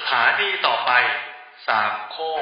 ถานีต่อไปสามโคก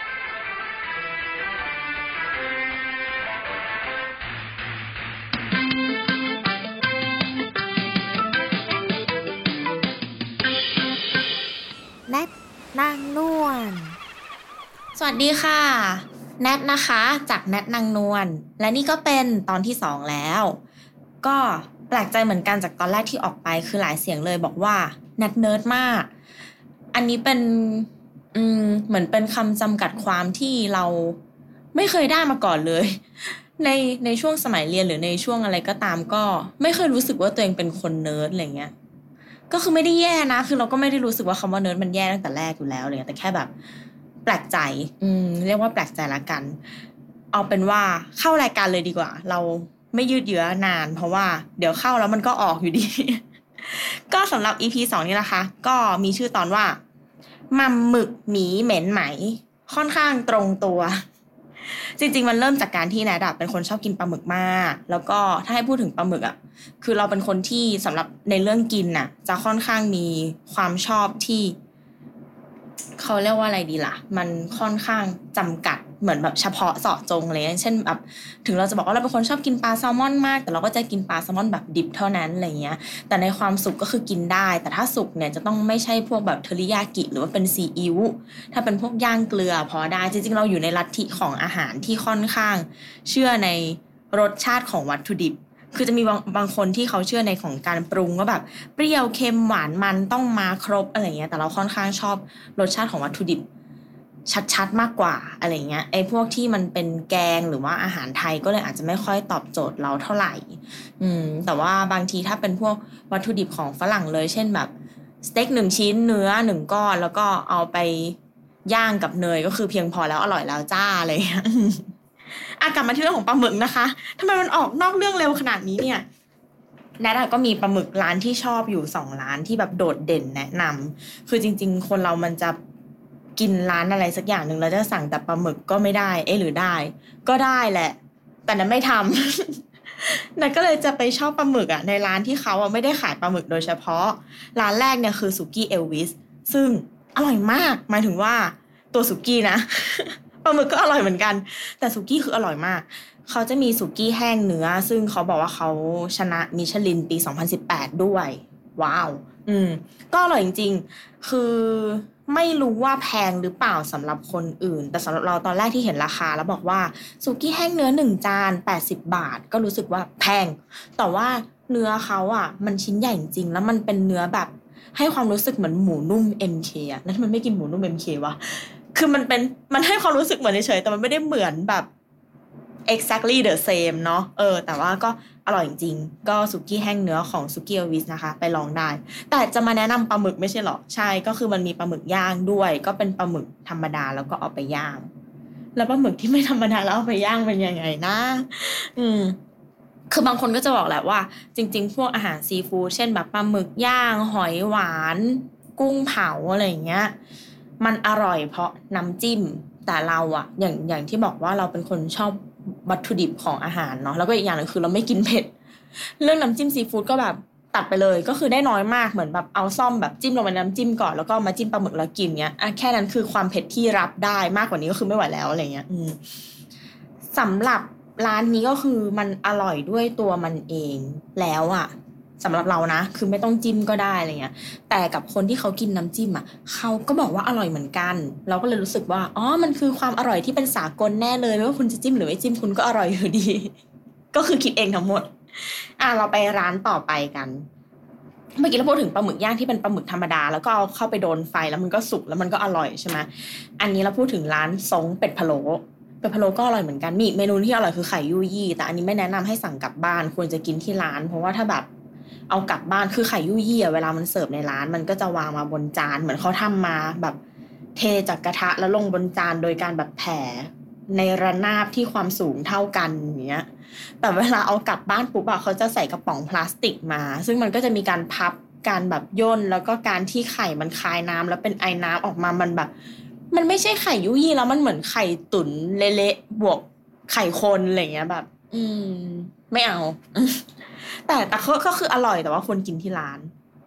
แนทนางนวลสวัสดีค่ะแนทนะคะจากแนทนางนวลและนี่ก็เป็นตอนที่2แล้วก็แปลกใจเหมือนกันจากตอนแรกที่ออกไปคือหลายเสียงเลยบอกว่าแนทเนิร์ดมากอันนี้เป็นเหมือนเป็นคำจำกัดความที่เราไม่เคยได้มาก่อนเลยในช่วงสมัยเรียนหรือในช่วงอะไรก็ตามก็ไม่เคยรู้สึกว่าตัวเองเป็นคนเนิร์ดอะไรเงี้ยก็คือไม่ได้แย่นะคือเราก็ไม่ได้รู้สึกว่าคำว่าเนิร์ดมันแย่ตั้งแต่แรกอยู่แล้วอะไรเงี้ยแต่แค่แบบแปลกใจเรียกว่าแปลกใจละกันเอาเป็นว่าเข้ารายการเลยดีกว่าเราไม่ยืดเยื้อนานเพราะว่าเดี๋ยวเข้าแล้วมันก็ออกอยู่ดี ก็สำหรับ EP 2 นี้นะคะก็มีชื่อตอนว่ามัมหมึกหมีเหม็นไหมค่อนข้างตรงตัวจริงๆมันเริ่มจากการที่แนทเป็นคนชอบกินปลาหมึกมากแล้วก็ถ้าให้พูดถึงปลาหมึกคือเราเป็นคนที่สำหรับในเรื่องกินจะค่อนข้างมีความชอบที่เขาเรียกว่าอะไรดีล่ะมันค่อนข้างจำกัดเหมือนแบบเฉพาะเจาะจงเลยเช่นแบบถึงเราจะบอกว่าเราเป็นคนชอบกินปลาแซลมอนมากแต่เราก็จะกินปลาแซลมอนแบบดิบเท่านั้นอะไรเงี้ยแต่ในความสุกก็คือกินได้แต่ถ้าสุกเนี่ยจะต้องไม่ใช่พวกแบบเทอริยากิหรือว่าเป็นซีอิ๊วถ้าเป็นพวกย่างเกลือพอได้จริงๆเราอยู่ในลัทธิของอาหารที่ค่อนข้างเชื่อในรสชาติของวัตถุดิบคือจะมีบางคนที่เขาเชื่อในของการปรุงว่าแบบเปรี้ยวเค็มหวานมันต้องมาครบอะไรเงี้ยแต่เราค่อนข้างชอบรสชาติของวัตถุดิบชัดๆมากกว่าอะไรเงี้ยไอ้พวกที่มันเป็นแกงหรือว่าอาหารไทยก็เลยอาจจะไม่ค่อยตอบโจทย์เราเท่าไหร่แต่ว่าบางทีถ้าเป็นพวกวัตถุดิบของฝรั่งเลยเช่นแบบสเต็ก1ชิ้นเนื้อ1ก้อนแล้วก็เอาไปย่างกับเนยก็คือเพียงพอแล้วอร่อยแล้วจ้าอะไรเงี้ยกลับมาที่เรื่องของปลาหมึกนะคะทำไมมันออกนอกเรื่องเร็วขนาดนี้เนี่ยแนทก็มีปลาหมึกร้านที่ชอบอยู่2ร้านที่แบบโดดเด่นแนะนำคือจริงๆคนเรามันจะกินร้านอะไรสักอย่างหนึ่งแล้วจะสั่งแต่ปลาหมึกก็ไม่ได้หรือได้ก็ได้แหละแต่นั้นไม่ทำนัทก็เลยจะไปชอบปลาหมึกในร้านที่เขาไม่ได้ขายปลาหมึกโดยเฉพาะร้านแรกเนี่ยคือสุกี้เอลวิสซึ่งอร่อยมากหมายถึงว่าตัวสุกี้นะปลาหมึกก็อร่อยเหมือนกันแต่สุกี้คืออร่อยมากเขาจะมีสุกี้แห้งเนื้อซึ่งเขาบอกว่าเขาชนะมิชลินปี2018ด้วยว้าวก็อร่อยจริงๆคือไม่รู้ว่าแพงหรือเปล่าสำหรับคนอื่นแต่สำหรับเราตอนแรกที่เห็นราคาแล้วบอกว่าสุกี้แห้งเนื้อ1จาน80 บาทก็รู้สึกว่าแพงแต่ว่าเนื้อเขามันชิ้นใหญ่จริงแล้วมันเป็นเนื้อแบบให้ความรู้สึกเหมือนหมูนุ่ม MK แล้วทำไมไม่กินหมูนุ่ม MK วะคือมันให้ความรู้สึกเหมือนเฉยๆแต่มันไม่ได้เหมือนแบบ exactly the same เนาะแต่ว่าก็อร่อยจริงๆก็สุกี้แห้งเนื้อของสุกี้เอลวิสนะคะไปลองได้แต่จะมาแนะนำปลาหมึกไม่ใช่หรอใช่ก็คือมันมีปลาหมึกย่างด้วยก็เป็นปลาหมึกธรรมดาแล้วก็เอาไปย่างแล้วปลาหมึกที่ไม่ธรรมดาแล้วเอาไปย่างเป็นยังไงนะคือบางคนก็จะบอกแหละว่าจริงๆพวกอาหารซีฟู้ดเช่นแบบปลาหมึกย่างหอยหวานกุ้งเผาอะไรอย่างเงี้ยมันอร่อยเพราะน้ำจิ้มแต่เราอย่างที่บอกว่าเราเป็นคนชอบวัตถุดิบของอาหารเนาะแล้วก็อีกอย่างนึงคือเราไม่กินเผ็ดเรื่องน้ำจิ้มซีฟู้ดก็แบบตัดไปเลยก็คือได้น้อยมากเหมือนแบบเอาซ่อมแบบจิ้มลงไปน้ำจิ้มก่อนแล้วก็มาจิ้มปลาหมึกแล้วกินเงี้ยแค่นั้นคือความเผ็ดที่รับได้มากกว่านี้ก็คือไม่ไหวแล้วอะไรเงี้ยสำหรับร้านนี้ก็คือมันอร่อยด้วยตัวมันเองแล้วสำหรับเรานะคือไม่ต้องจิ้มก็ได้อะไรเงี้ยแต่กับคนที่เขากินน้ำจิ้มเขาก็บอกว่าอร่อยเหมือนกันเราก็เลยรู้สึกว่ามันคือความอร่อยที่เป็นสากลแน่เลยไม่ว่าคุณจะจิ้มหรือไม่จิ้มคุณก็อร่อยอยู่ดี ก็คือคิดเองทั้งหมดเราไปร้านต่อไปกันเมื่อกี้เราพูดถึงปลาหมึกย่างที่เป็นปลาหมึกธรรมดาแล้วก็เอาเข้าไปโดนไฟแล้วมันก็สุกแล้วมันก็อร่อยใช่ไหมอันนี้เราพูดถึงร้านซงเป็ดพะโล้เป็ดพะโล้ก็อร่อยเหมือนกันมีเมนูที่อร่อยคือไข่ยู่ยี่แต่อันนี้ไม่แนะนำให้สั่งกลับบ้านควรจะกินที่ร้านเพราะว่าถ้าแบบเอากลับบ้านคือไข่ยู่ยี่เวลามันเสิร์ฟในร้านมันก็จะวางมาบนจานเหมือนเขาทำมาแบบเทจากกระทะแล้วลงบนจานโดยการแบบแผ่ในระนาบที่ความสูงเท่ากันอย่างเงี้ยแต่เวลาเอากลับบ้านปุ๊บเขาจะใส่กระป๋องพลาสติกมาซึ่งมันก็จะมีการพับการแบบย่นแล้วก็การที่ไข่มันคายน้ำแล้วเป็นไอน้ำออกมามันแบบมันไม่ใช่ไข่ยุ่ยแล้วมันเหมือนไข่ตุ๋นเละๆบวกไข่คนอะไรเงี้ยแบบไม่เอา แต่ก็คืออร่อยแต่ว่าคนกินที่ร้าน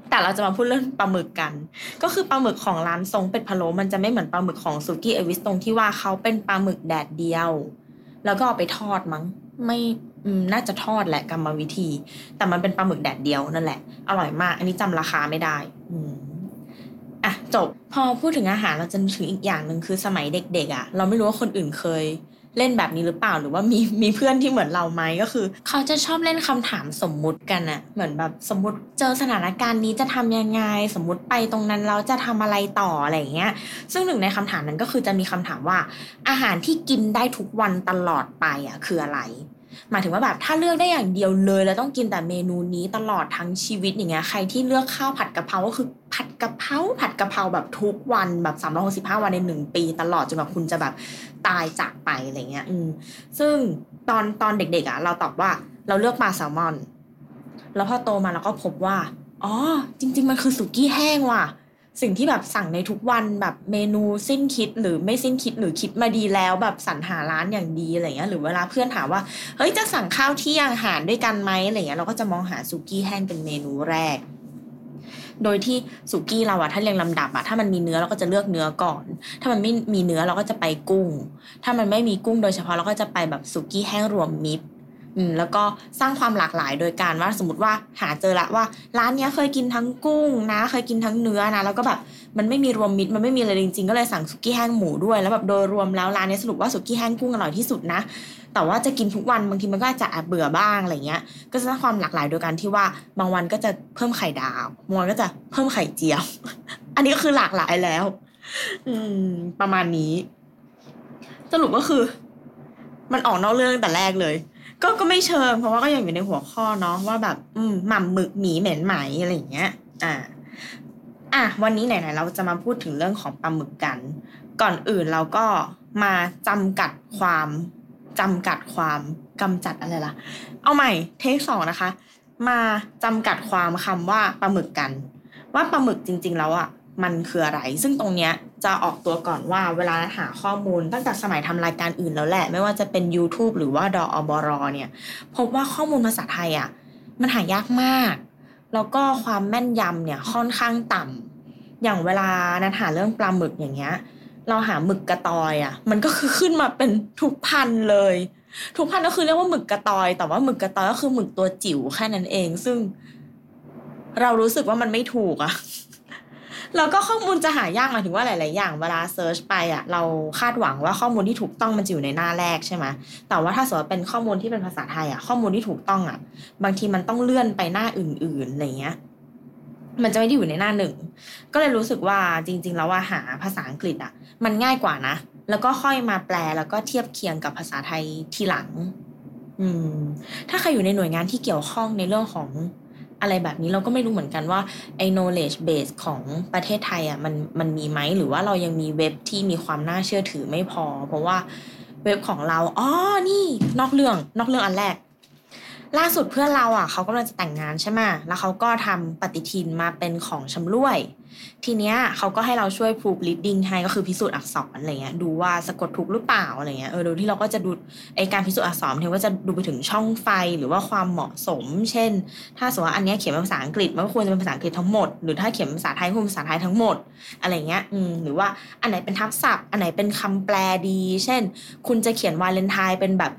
แต่เราจะมาพูดเรื่องปลาหมึกกันก็คือปลาหมึกของร้านทรงเป็ดพะโล้มันจะไม่เหมือนปลาหมึกของสุกี้เอวิสตรงที่ว่าเขาเป็นปลาหมึกแดดเดียวแล้วก็เอาไปทอดมั้งไม่น่าจะทอดแหละกรรมวิธีแต่มันเป็นปลาหมึกแดดเดียวนั่นแหละอร่อยมากอันนี้จำราคาไม่ได้อ่ะจบพอพูดถึงอาหารเราจะนึกถึงอีกอย่างหนึ่งคือสมัยเด็กๆอ่ะเราไม่รู้ว่าคนอื่นเคยเล่นแบบนี้หรือเปล่าหรือว่ามีเพื่อนที่เหมือนเราไหมก็คือเขาจะชอบเล่นคำถามสมมุติกันอะเหมือนแบบสมมุติเจอสถานการณ์นี้จะทำยังไงสมมุติไปตรงนั้นเราจะทำอะไรต่ออะไรอย่างเงี้ยซึ่งหนึ่งในคำถามนั้นก็คือจะมีคำถามว่าอาหารที่กินได้ทุกวันตลอดไปอะคืออะไรหมายถึงว่าแบบถ้าเลือกได้อย่างเดียวเลยแล้วต้องกินแต่เมนูนี้ตลอดทั้งชีวิตอย่างเงี้ยใครที่เลือกข้าวผัดกะเพราก็คือผัดกะเพราแบบทุกวันแบบ365วันใน1ปีตลอดจนกว่าคุณจะแบบตายจากไปอะไรเงี้ยซึ่งตอนเด็กๆอ่ะเราตอบว่าเราเลือกปลาแซลมอนแล้วพอโตมาเราก็พบว่าอ๋อจริงๆมันคือสุกี้แห้งว่ะสิ่งที่แบบสั่งในทุกวันแบบเมนูสิ้นคิดหรือไม่สิ้นคิดหรือคิดมาดีแล้วแบบสรรหาร้านอย่างดีอะไรเงี้ยหรือเวลาเพื่อนถามว่าเฮ้ยจะสั่งข้าวเที่ยงอาหารด้วยกันไหมอะไรเงี้ยเราก็จะมองหาสุกี้แห้งเป็นเมนูแรกโดยที่สุกี้เราอะถ้าเรียงลำดับอะถ้ามันมีเนื้อเราก็จะเลือกเนื้อก่อนถ้ามันไม่มีเนื้อเราก็จะไปกุ้งถ้ามันไม่มีกุ้งโดยเฉพาะเราก็จะไปแบบสุกี้แห้งรวมมิตรแล้วก็สร้างความหลากหลายโดยการว่าสมมติว่าหาเจอละว่าร้านนี้เคยกินทั้งกุ้งนะเคยกินทั้งเนื้อนะแล้วก็แบบมันไม่มีรวมมิตรมันไม่มีอะไรจริงๆก็เลยสั่งสุกี้แห้งหมูด้วยแล้วแบบโดยรวมแล้วร้านนี้สรุปว่าสุกี้แห้งกุ้งอร่อยที่สุดนะแต่ว่าจะกินทุกวันบางทีมันก็จะเบื่อบ้างอะไรเงี้ยก็จะสร้างความหลากหลายโดยการที่ว่าบางวันก็จะเพิ่มไข่ดาวบางวันก็จะเพิ่มไข่เจียว อันนี้ก็คือหลากหลายแล้วประมาณนี้สรุปก็คือมันออกนอกเรื่องแต่แรกเลยก็ไม่เชิงเพราะว่าก็ยังอยู่ในหัวข้อเนาะว่าแบบหม่ำหมึกหมีเหม็นไหมอะไรอย่างเงี้ยวันนี้ไหนๆเราจะมาพูดถึงเรื่องของปลาหมึกกันก่อนอื่นเราก็มาจำกัดความกำจัดอะไรล่ะเอาใหม่เทค 2นะคะมาจำกัดความคำว่าปลาหมึกกันว่าปลาหมึกจริงๆแล้วอ่ะมันคืออะไรซึ่งตรงเนี้ยจะออกตัวก่อนว่าเวลาหาข้อมูลตั้งแต่สมัยทำรายการอื่นแล้วแหละไม่ว่าจะเป็น YouTube หรือว่าดอบรเนี่ยพบว่าข้อมูลภาษาไทยอ่ะมันหายากมากแล้วก็ความแม่นยำเนี่ยค่อนข้างต่ำอย่างเวลานันหาเรื่องปลาหมึกอย่างเงี้ยเราหาหมึกกระตอยอ่ะมันก็คือขึ้นมาเป็นทุกพันเลยทุกพันก็คือเรียกว่าหมึกกระตอยแต่ว่าหมึกกระตอยก็คือหมึกตัวจิ๋วแค่นั้นเองซึ่งเรารู้สึกว่ามันไม่ถูกอ่ะแล้วก็ข้อมูลจะหายากหมายถึงว่าหลายๆอย่างเวลาเซิร์ชไปอ่ะเราคาดหวังว่าข้อมูลที่ถูกต้องมันจะอยู่ในหน้าแรกใช่ไหมแต่ว่าถ้าสมมติเป็นข้อมูลที่เป็นภาษาไทยอ่ะข้อมูลที่ถูกต้องอ่ะบางทีมันต้องเลื่อนไปหน้าอื่นๆอะไรเงี้ยมันจะไม่ได้อยู่ในหน้าหนึ่งก็เลยรู้สึกว่าจริงๆแล้วว่าหาภาษาอังกฤษอ่ะมันง่ายกว่านะแล้วก็ค่อยมาแปลแล้วก็เทียบเคียงกับภาษาไทยทีหลังถ้าใครอยู่ในหน่วยงานที่เกี่ยวข้องในเรื่องของอะไรแบบนี้เราก็ไม่รู้เหมือนกันว่าไอ้ knowledge base ของประเทศไทยอ่ะมันมีไหมหรือว่าเรายังมีเว็บที่มีความน่าเชื่อถือไม่พอเพราะว่าเว็บของเรานี่นอกเรื่องอันแรกล่าสุดเพื่อนเราอ่ะเขากำลังจะแต่งงานใช่ไหมแล้วเขาก็ทำปฏิทินมาเป็นของชำร่วยทีเนี้ยเขาก็ให้เราช่วย proof reading ให้ก็คือพิสูจน์อักษรอะไรเงี้ยดูว่าสะกดถูกหรือเปล่าอะไรเงี้ยโดยที่เราก็จะดูไอการพิสูจน์อักษรเนี่ยว่าจะดูไปถึงช่องไฟหรือว่าความเหมาะสมเช่นถ้าสมมติว่าอันเนี้ยเขียนเป็นภาษาอังกฤษมันก็ควรจะเป็นภาษาอังกฤษทั้งหมดหรือถ้าเขียนเป็นภาษาไทยก็เป็นภาษาไทยทั้งหมดอะไรเงี้ยหรือว่าอันไหนเป็นทับศัพท์อันไหนเป็นคำแปลดีเช่นคุณจะเขียนวาเลนไทน์เป็นแบบ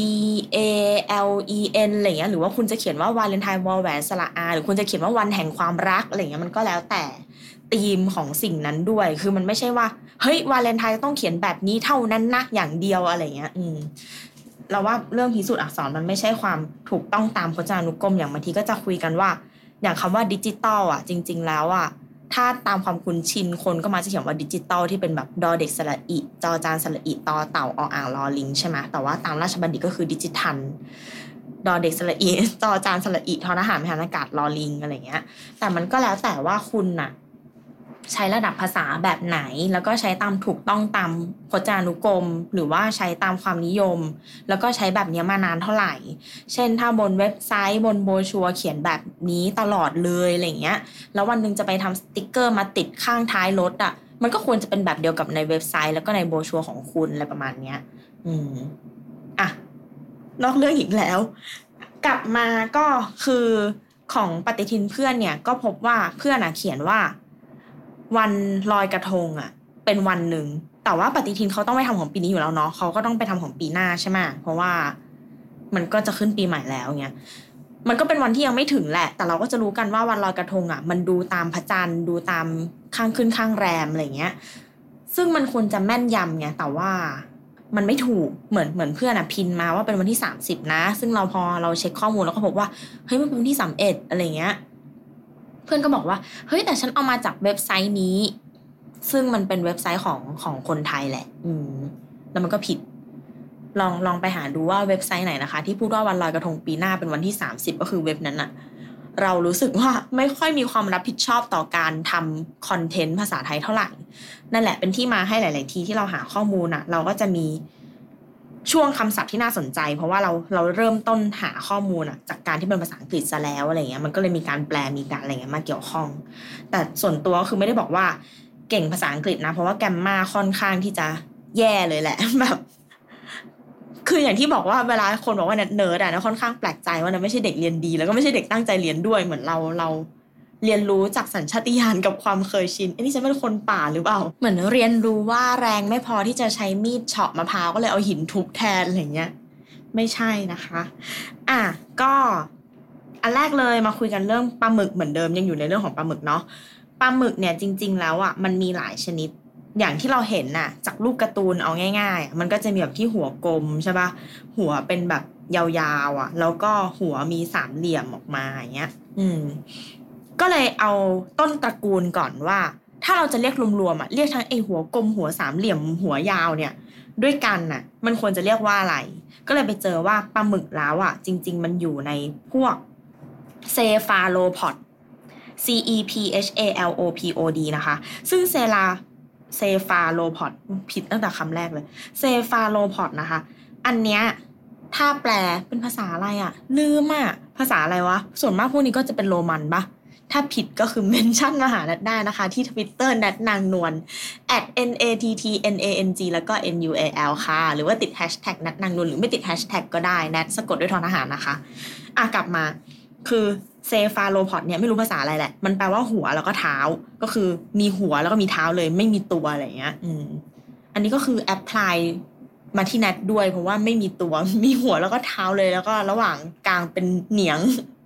VALEN อะไรเงี้ยหรือว่าคุณจะเขียนว่าวาเลนไทน์วอลแหวนสระอาหรือคุณจะเขียนว่าวันแห่งความรักอะไรเงี้ยมันก็แล้วแต่ธีมของสิ่งนั้นด้วยคือมันไม่ใช่ว่าเฮ้ยวาเลนไทน์ต้องเขียนแบบนี้เท่านั้นนะอย่างเดียวอะไรเงี้ยเราว่าเรื่องพิสูจน์อักษรมันไม่ใช่ความถูกต้องตามพจนานุกรมอย่างบางทีก็จะคุยกันว่าอย่างคำว่าดิจิตอลอ่ะจริงๆแล้วอ่ะถ้าตามความคุ้นชินคนก็มาจะเขียนว่าดิจิตอลที่เป็นแบบดอเด็กสระอิจอจานสระอิตอเต่าออ่างลอลิงใช่ไหมแต่ว่าตามราชบัณฑิตก็คือดิจิทัลดอเด็กสระอิจอจานสระอิทอทหารไม่หันอากาศลอลิงอะไรเงี้ยแต่มันก็แล้วแต่ว่าคุณน่ะใช้ระดับภาษาแบบไหนแล้วก็ใช้ตามถูกต้องตามพจนานุกรมหรือว่าใช้ตามความนิยมแล้วก็ใช้แบบนี้มานานเท่าไหร่เช่นถ้าบนเว็บไซต์บนโบรชัวร์เขียนแบบนี้ตลอดเลยอะไรเงี้ยแล้ววันนึงจะไปทำสติ๊กเกอร์มาติดข้างท้ายรถอ่ะมันก็ควรจะเป็นแบบเดียวกับในเว็บไซต์แล้วก็ในโบรชัวร์ของคุณอะไรประมาณเนี้ยนอกเรื่องอีกแล้วกลับมาก็คือของปฏิทินเพื่อนเนี่ยก็พบว่าเพื่อนเขียนว่าวันลอยกระทงเป็นวันหนึ่งแต่ว่าปฏิทินเขาต้องไปทำของปีนี้อยู่แล้วเนาะเขาก็ต้องไปทำของปีหน้าใช่ไหมเพราะว่ามันก็จะขึ้นปีใหม่แล้วเงี้ยมันก็เป็นวันที่ยังไม่ถึงแหละแต่เราก็จะรู้กันว่าวันลอยกระทงมันดูตามพระจันทร์ดูตามข้างขึ้นข้างแรมอะไรเงี้ยซึ่งมันควรจะแม่นยำไงแต่ว่ามันไม่ถูกเหมือนเพื่อนพินมาว่าเป็นวันที่30นะซึ่งพอเราเช็คข้อมูลแล้วก็พบว่าเฮ้ยมันเป็นวันที่31อะไรเงี้ยเพื่อนก็บอกว่าเฮ้ยแต่ฉันเอามาจากเว็บไซต์นี้ซึ่งมันเป็นเว็บไซต์ของคนไทยแหละแล้วมันก็ผิดลองไปหาดูว่าเว็บไซต์ไหนนะคะที่พูดว่าวันลอยกระทงปีหน้าเป็นวันที่30ก็คือเว็บนั้นเรารู้สึกว่าไม่ค่อยมีความรับผิดชอบต่อการทำคอนเทนต์ภาษาไทยเท่าไหร่นั่นแหละเป็นที่มาให้หลายๆทีที่เราหาข้อมูลเราก็จะมีช่วงคำศัพท์ที่น่าสนใจเพราะว่าเราเริ่มต้นหาข้อมูลจากการที่เป็นภาษาอังกฤษซะแล้วอะไรเงี้ยมันก็เลยมีการแปลมีการอะไรเงี้ยมาเกี่ยวข้องแต่ส่วนตัวก็คือไม่ได้บอกว่าเก่งภาษาอังกฤษนะเพราะว่าแกรมมาค่อนข้างที่จะแย่เลยแหละแบบคืออย่างที่บอกว่าเวลาคนบอกว่าเนิร์ดนะค่อนข้างแปลกใจว่าไม่ใช่เด็กเรียนดีแล้วก็ไม่ใช่เด็กตั้งใจเรียนด้วยเหมือนเราเรียนรู้จากสัญชาตญาณกับความเคยชินนี่ฉันเป็นคนป่าหรือเปล่าเหมือนเรียนรู้ว่าแรงไม่พอที่จะใช้มีดเฉาะมะพร้าวก็เลยเอาหินทุบแทนอะไรเงี้ยไม่ใช่นะคะก็อันแรกเลยมาคุยกันเรื่องปลาหมึกเหมือนเดิมยังอยู่ในเรื่องของปลาหมึกเนาะปลาหมึกเนี่ยจริงๆแล้วมันมีหลายชนิดอย่างที่เราเห็นจากรูปการ์ตูนเอาง่ายๆมันก็จะมีแบบที่หัวกลมใช่ป่ะหัวเป็นแบบยาวๆแล้วก็หัวมีสามเหลี่ยมออกมาอย่างเงี้ยก็เลยเอาต้นตระกูลก่อนว่าถ้าเราจะเรียกรวมๆเรียกทั้งไอ้หัวกลมหัวสามเหลี่ยมหัวยาวเนี่ยด้วยกันมันควรจะเรียกว่าอะไรก็เลยไปเจอว่าปลาหมึกแล้วจริงๆมันอยู่ในพวกเซฟาโลพอด CEPHALOPOD นะคะซึ่งเซฟาโลพอดผิดตั้งแต่คำแรกเลยเซฟาโลพอดนะคะอันเนี้ยถ้าแปลเป็นภาษาอะไรลืมภาษาอะไรวะส่วนมากพวกนี้ก็จะเป็นโรมันปะถ้าผิดก็คือเมนชั่นมาหานัทได้นะคะที่ Twitter นัทนางนวล @NATTNANG แล้วก็ NUAL ค่ะหรือว่าติด hashtag นัทนางนวลหรือไม่ติด hashtag ก็ได้นัทสะกดด้วยทอทหารนะคะกลับมาคือเซฟาโลพอดเนี่ยไม่รู้ภาษาอะไรแหละมันแปลว่าหัวแล้วก็เท้าก็คือมีหัวแล้วก็มีเท้าเลยไม่มีตัวอะไรเงี้ยอันนี้ก็คือแอพพลายมาที่นัทด้วยเพราะว่าไม่มีตัวมีหัวแล้วก็เท้าเลยแล้วก็ระหว่างกลางเป็นเหนียง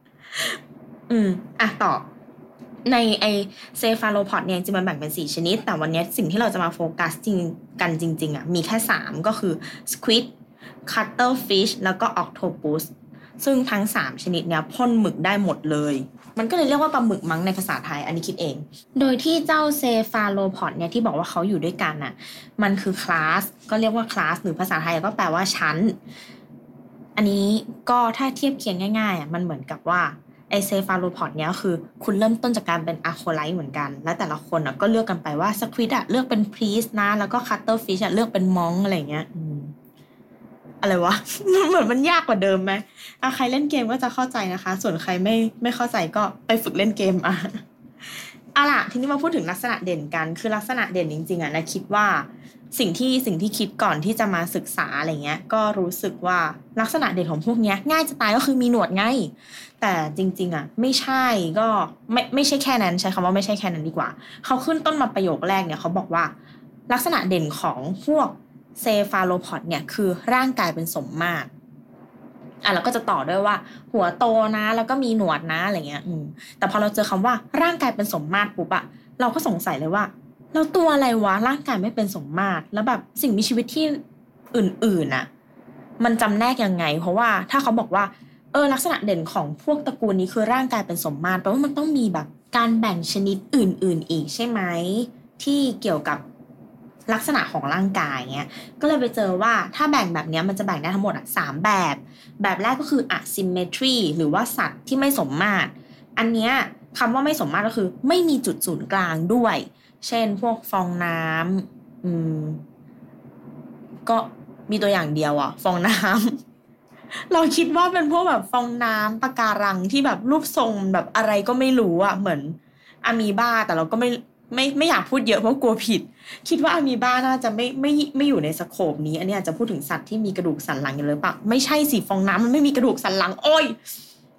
ต่อในไอเซฟาโลพอดเนี่ยจริงมันแบ่งเป็น4ชนิดแต่วันนี้สิ่งที่เราจะมาโฟกัสจริงมีแค่3ก็คือสควิดคัตเตอร์ฟิชแล้วก็ออกโทปัสซึ่งทั้ง3ชนิดเนี้ยพ่นหมึกได้หมดเลยมันก็เลยเรียกว่าปลาหมึกมั้งในภาษาไทยอันนี้คิดเองโดยที่เจ้าเซฟาโลพอดเนี่ยที่บอกว่าเขาอยู่ด้วยกันมันคือคลาสก็เรียกว่าคลาสหรือภาษาไทยก็แปลว่าชั้นอันนี้ก็ถ้าเทียบเคียงง่ายๆมันเหมือนกับว่าไอเซฟาโลพอดเนี้ยคือคุณเริ่มต้นจากการเป็นอะโคไลท์เหมือนกันแล้วแต่ละคนก็เลือกกันไปว่าสควิดเลือกเป็นพรีสนะแล้วก็คัตเตอร์ฟิชเลือกเป็นมองอะไรเงี้ยอะไรวะ เหมือนมันยากกว่าเดิมไหมใครเล่นเกมก็จะเข้าใจนะคะส่วนใครไม่เข้าใจก็ไปฝึกเล่นเกมล่ะทีนี้มาพูดถึงลักษณะเด่นกันคือลักษณะเด่นจริงๆนะคิดว่าสิ่งที่คิดก่อนที่จะมาศึกษาอะไรเงี้ยก็รู้สึกว่าลักษณะเด่นของพวกเนี้ยง่ายจะตายก็คือมีหนวดไงแต่จริงๆไม่ใช่ก็ไม่ใช่แค่นั้นใช้คำว่าไม่ใช่แค่นั้นดีกว่าเขาขึ้นต้นมาประโยคแรกเนี่ยเขาบอกว่าลักษณะเด่นของพวกเซฟาโลพอดเนี่ยคือร่างกายเป็นสมมาตรแล้วก็จะต่อด้วยว่าหัวโตนะแล้วก็มีหนวดนะอะไรเงี้ยแต่พอเราเจอคำว่าร่างกายเป็นสมมาตรปุ๊บเราก็สงสัยเลยว่าเราตัวอะไรวะร่างกายไม่เป็นสมมาตรแล้วแบบสิ่งมีชีวิตที่อื่นๆมันจำแนกยังไงเพราะว่าถ้าเขาบอกว่าลักษณะเด่นของพวกตระกูลนี้คือร่างกายเป็นสมมาตรแปลว่ามันต้องมีแบบการแบ่งชนิดอื่นๆอีกใช่ไหมที่เกี่ยวกับลักษณะของร่างกายเงี้ยก็เลยไปเจอว่าถ้าแบ่งแบบนี้มันจะแบ่งได้ทั้งหมด3แบบแรกก็คือ asymmetry หรือว่าสัตว์ที่ไม่สมมาตรอันเนี้ยคำว่าไม่สมมาตรก็คือไม่มีจุดศูนย์กลางด้วยเช่นพวกฟองน้ำก็มีตัวอย่างเดียวฟองน้ำ เราคิดว่าเป็นพวกแบบฟองน้ำปะการังที่แบบรูปทรงแบบอะไรก็ไม่รู้เหมือนอะมีบ้าแต่เราก็ไม่อยากพูดเยอะเพราะกลัวผิดคิดว่าอะมีบ้าน่าจะไม่อยู่ในสโคปนี้อันนี้อาจจะพูดถึงสัตว์ที่มีกระดูกสันหลังอยู่หรือเปล่าไม่ใช่สิฟองน้ำมันไม่มีกระดูกสันหลังโอ้ย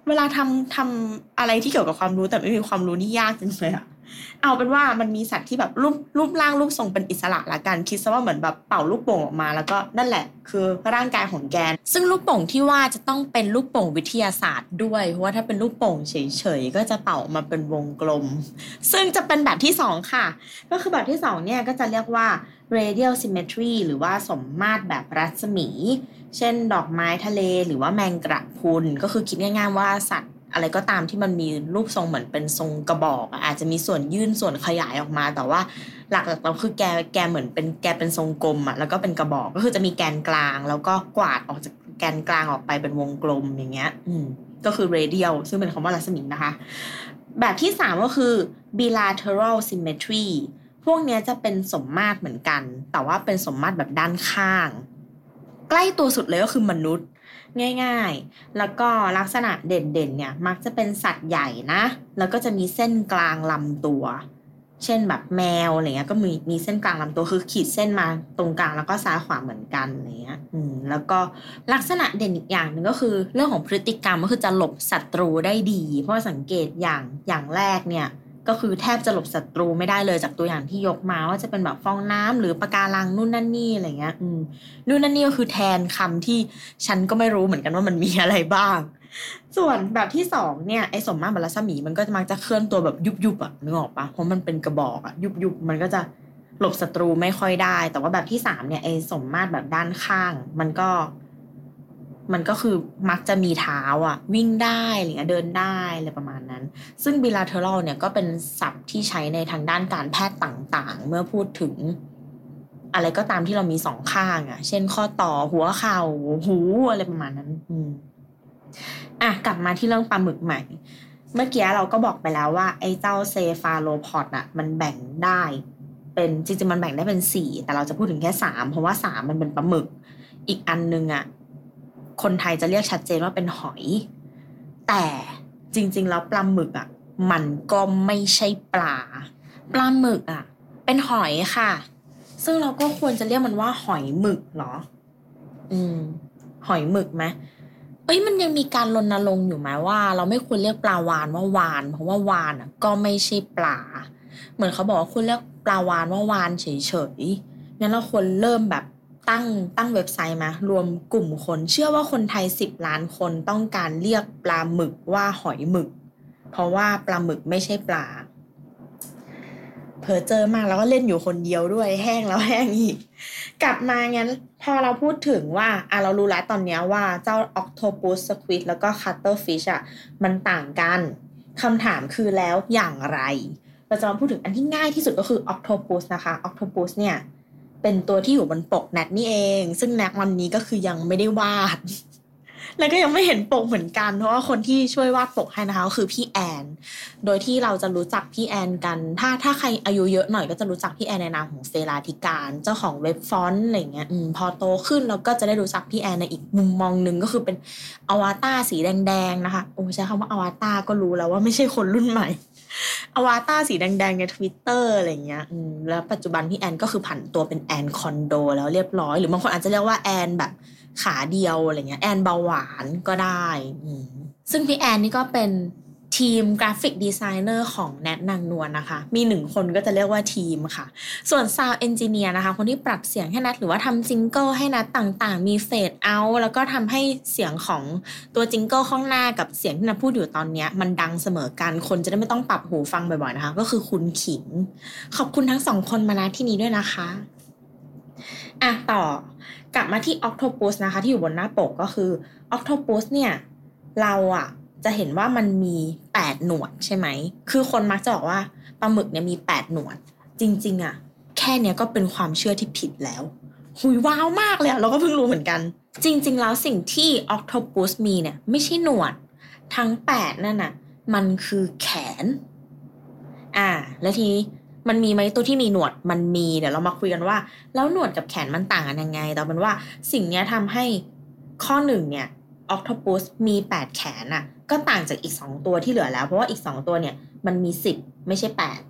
เวลาทำอะไรที่เกี่ยวกับความรู้แต่ไม่มีความรู้นี่ยากจังเลยอะเอาเป็นว่ามันมีสัตว์ที่แบบรูปร่างรูปทรงเป็นอิสระละกันคิดซะว่าเหมือนแบบเป่าลูกโป่งออกมาแล้วก็นั่นแหละคือร่างกายของแกซึ่งลูกโป่งที่ว่าจะต้องเป็นลูกโป่งวิทยาศาสตร์ด้วยเพราะว่าถ้าเป็นลูกโป่งเฉยๆก็จะเป่ามาเป็นวงกลมซึ่งจะเป็นแบบที่2ค่ะก็คือแบบที่2เนี่ยก็จะเรียกว่า radial symmetry หรือว่าสมมาตรแบบรัศมีเช่นดอกไม้ทะเลหรือว่าแมงกระพรุนก็คือคิดง่ายๆว่าสัตว์อะไรก็ตามที่มันมีรูปทรงเหมือนเป็นทรงกระบอกอาจจะมีส่วนยื่นส่วนขยายออกมาแต่ว่าหลักๆเราคือแกเหมือนเป็นแกเป็นทรงกลมแล้วก็เป็นกระบอกก็คือจะมีแกนกลางแล้วก็กวาดออกจากแกนกลางออกไปเป็นวงกลมอย่างเงี้ยก็คือ radial ซึ่งเป็นคำว่ารัศมีนะคะแบบที่3ก็คือ bilateral symmetry พวกนี้จะเป็นสมมาตรเหมือนกันแต่ว่าเป็นสมมาตรแบบด้านข้างใกล้ตัวสุดเลยก็คือมนุษย์ง่ายๆแล้วก็ลักษณะเด่นๆเนี่ยมักจะเป็นสัตว์ใหญ่นะแล้วก็จะมีเส้นกลางลำตัวเช่นแบบแมวอะไรเงี้ยก็มีเส้นกลางลำตัวคือขีดเส้นมาตรงกลางแล้วก็ซ้ายขวาเหมือนกันอะไรเงี้ยแล้วก็ลักษณะเด่นอีกอย่างหนึ่งก็คือเรื่องของพฤติกรรมก็คือจะหลบศัตรูได้ดีเพราะสังเกตอย่างแรกเนี่ยก็คือแทบจะหลบศัตรูไม่ได้เลยจากตัวอย่างที่ยกมาว่าจะเป็นแบบฟองน้ำหรือปะการังนู่นนั่นนี่อะไรเงี้ยนู่นนั่นนี่ก็คือแทนคำที่ฉันก็ไม่รู้เหมือนกันว่ามันมีอะไรบ้างส่วนแบบที่2เนี่ยไอ้สมมาตรรัศมีมันก็จะมักจะเคลื่อนตัวแบบยุบนึกออกปะเพราะมันเป็นกระบอกยุบมันก็จะหลบศัตรูไม่ค่อยได้แต่ว่าแบบที่3เนี่ยไอ้สมมาตรแบบด้านข้างมันก็คือมักจะมีเท้าวิ่งได้หรือเดินได้อะไรประมาณนั้นซึ่ง bilateral เนี่ยก็เป็นศัพท์ที่ใช้ในทางด้านการแพทย์ต่างๆเมื่อพูดถึงอะไรก็ตามที่เรามี2ข้างเช่นข้อต่อหัวเข่าหูอะไรประมาณนั้นกลับมาที่เรื่องปลาหมึกใหม่เมื่อกี้เราก็บอกไปแล้วว่าไอ้เจ้าเซฟาโลพอดมันแบ่งได้เป็นจริงๆมันแบ่งได้เป็น4แต่เราจะพูดถึงแค่3เพราะว่า3มันเป็นปลาหมึกอีกอันนึงคนไทยจะเรียกชัดเจนว่าเป็นหอยแต่จริงๆแล้วปลาหมึกมันก็ไม่ใช่ปลาหมึกเป็นหอยค่ะซึ่งเราก็ควรจะเรียกมันว่าหอยหมึกเหรอหอยหมึกไหมมันยังมีการรณรงค์อยู่ไหมว่าเราไม่ควรเรียกปลาวาฬว่าวาฬเพราะว่าวาฬก็ไม่ใช่ปลาเหมือนเขาบอกว่าควรเรียกปลาวาฬว่าวาฬเฉยๆงั้นเราควรเริ่มแบบตั้งเว็บไซต์มารวมกลุ่มคนเชื่อว่าคนไทย10 ล้านคนต้องการเรียกปลาหมึกว่าหอยหมึกเพราะว่าปลาหมึกไม่ใช่ปลาเผลอเจอมากแล้วก็เล่นอยู่คนเดียวด้วยแห้งแล้วแห้งอีกกลับมางั้นพอเราพูดถึงว่าเรารู้แล้วตอนนี้ว่าเจ้า Octopus Squid แล้วก็ Cuttlefish มันต่างกันคำถามคือแล้วอย่างไรเราจะมาพูดถึงอันที่ง่ายที่สุดก็คือ Octopus นะคะ Octopus เนี่ยเป็นตัวที่อยู่บนปกแนทนี่เองซึ่งแนทวันนี้ก็คือยังไม่ได้วาดแล้วก็ยังไม่เห็นปกเหมือนกันเพราะว่าคนที่ช่วยวาดปกให้นะคะก็คือพี่แอนโดยที่เราจะรู้จักพี่แอนกันถ้าใครอายุเยอะหน่อยก็จะรู้จักพี่แอนในนามของเฟราธิการเจ้าของเว็บฟอนต์อะไรเงี้ยพอโตขึ้นเราก็จะได้รู้จักพี่แอนในอีกมุมมองนึงก็คือเป็นอวตารสีแดงๆนะคะใช้คำว่าอวตารก็รู้แล้วว่าไม่ใช่คนรุ่นใหม่อวตารสีแดงๆใน Twitter อะไรเงี้ยแล้วปัจจุบันพี่แอนก็คือผันตัวเป็นแอนคอนโดแล้วเรียบร้อยหรือบางคนอาจจะเรียกว่าแอนแบบขาเดียวอะไรเงี้ยแอนเบาหวานก็ได้ซึ่งพี่แอนนี่ก็เป็นทีมกราฟิกดีไซเนอร์ของแนทนางนวลนะคะมี1คนก็จะเรียกว่าทีมค่ะส่วนซาวด์เอนจิเนียร์นะคะคนที่ปรับเสียงให้แนทหรือว่าทำจิงเกิลให้แนทต่างๆมีเฟดเอาท์แล้วก็ทำให้เสียงของตัวจิงเกิลข้างหน้ากับเสียงที่แนทพูดอยู่ตอนนี้มันดังเสมอกันคนจะได้ไม่ต้องปรับหูฟังบ่อยๆนะคะก็คือคุณขิงขอบคุณทั้ง2คนมาณที่นี้ด้วยนะคะต่อกลับมาที่ Octopus นะคะที่อยู่บนหน้าปกก็คือ Octopus เนี่ยเราจะเห็นว่ามันมี8หนวดใช่ไหมคือคนมักจะบอกว่าปลาหมึกเนี่ยมี8หนวดจริงๆแค่เนี้ยก็เป็นความเชื่อที่ผิดแล้วหุยว้าวมากเลยเราก็เพิ่งรู้เหมือนกันจริงๆแล้วสิ่งที่ Octopus มีเนี่ยไม่ใช่หนวดทั้ง8นั่นมันคือแขนแล้วทีนี้มันมีไหมตัวที่มีหนวดมันมีเดี๋ยวเรามาคุยกันว่าแล้วหนวดกับแขนมันต่างกันยังไงแต่เป็นว่าสิ่งนี้ทำให้ข้อ1เนี่ย Octopus มี8แขนก็ต่างจากอีก2ตัวที่เหลือแล้วเพราะว่าอีก2ตัวเนี่ยมันมี10ไม่ใช่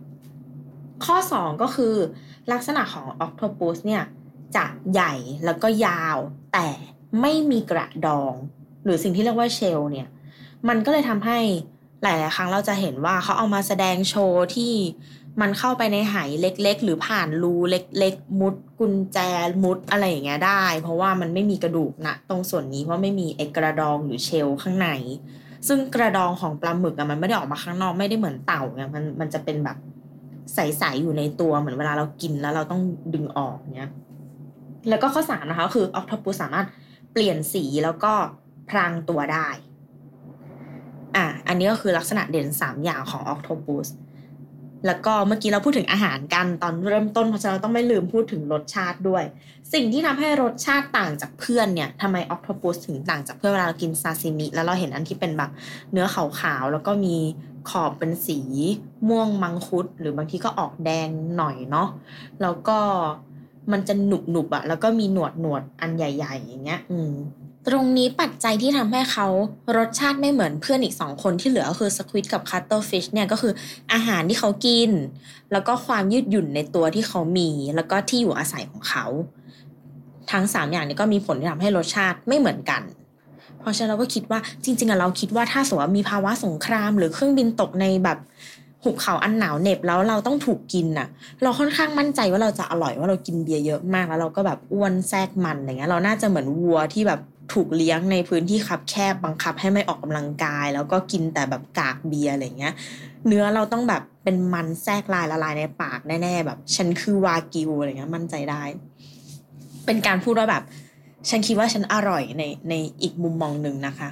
8ข้อ2ก็คือลักษณะของ Octopus เนี่ยจะใหญ่แล้วก็ยาวแต่ไม่มีกระดองหรือสิ่งที่เรียกว่าเชลเนี่ยมันก็เลยทำให้หลายๆครั้งเราจะเห็นว่าเขาเอามาแสดงโชว์ที่มันเข้าไปในไหเล็กๆหรือผ่านรูเล็กๆมุดกุญแจมุดอะไรอย่างเงี้ยได้เพราะว่ามันไม่มีกระดูกนะตรงส่วนนี้เพราะไม่มีไอ้กระดองหรือเชลล์ข้างในซึ่งกระดองของปลาหมึกอะมันไม่ได้ออกมาข้างนอกไม่ได้เหมือนเต่าไงมันจะเป็นแบบใสๆอยู่ในตัวเหมือนเวลาเรากินแล้วเราต้องดึงออกเนี้ยแล้วก็ข้อ3นะคะคือออคโตปัสสามารถเปลี่ยนสีแล้วก็พรางตัวได้อันนี้ก็คือลักษณะเด่น3อย่างของออคโตปัสแล้วก็เมื่อกี้เราพูดถึงอาหารกันตอนเริ่มต้นเพราะฉะนั้นเราต้องไม่ลืมพูดถึงรสชาติด้วยสิ่งที่ทำให้รสชาติต่างจากเพื่อนเนี่ยทำไมออคโตปัสถึงต่างจากเพื่อนเวลาเรากินซาซิมิแล้วเราเห็นอันที่เป็นแบบเนื้อขาวๆแล้วก็มีขอบเป็นสีม่วงมังคุดหรือบางทีก็ออกแดงหน่อยเนาะแล้วก็มันจะหนุบๆอะแล้วก็มีหนวดอันใหญ่ๆอย่างเงี้ยตรงนี้ปัจจัยที่ทำให้เขารสชาติไม่เหมือนเพื่อนอีก2คนที่เหลือก็คือสควิดกับคัตเตอร์ฟิชเนี่ยก็คืออาหารที่เขากินแล้วก็ความยืดหยุ่นในตัวที่เขามีแล้วก็ที่อยู่อาศัยของเขาทั้ง3อย่างนี้ก็มีผลที่ทำให้รสชาติไม่เหมือนกันเพราะฉะนั้นเราก็คิดว่าจริงๆเราคิดว่าถ้าสมมติว่ามีภาวะสงครามหรือเครื่องบินตกในแบบหุบเขาอันหนาวเหน็บแล้วเราต้องถูกกินน่ะเราค่อนข้างมั่นใจว่าเราจะอร่อยว่าเรากินเบียร์เยอะมากแล้วเราก็แบบอ้วนแทรกมันอะไรเงี้ยเราน่าจะเหมือนวัวที่แบบถูกเลี้ยงในพื้นที่คับแคบบังคับให้ไม่ออกกำลังกายแล้วก็กินแต่แบบกากเบียร์อะไรเงี้ยเนื้อเราต้องแบบเป็นมันแทรกลายละลายในปากแน่ๆแบบฉันคือวากิวอะไรเงี้ยมั่นใจได้เป็นการพูดว่าแบบฉันคิดว่าฉันอร่อยในอีกมุมมองหนึ่งนะคะ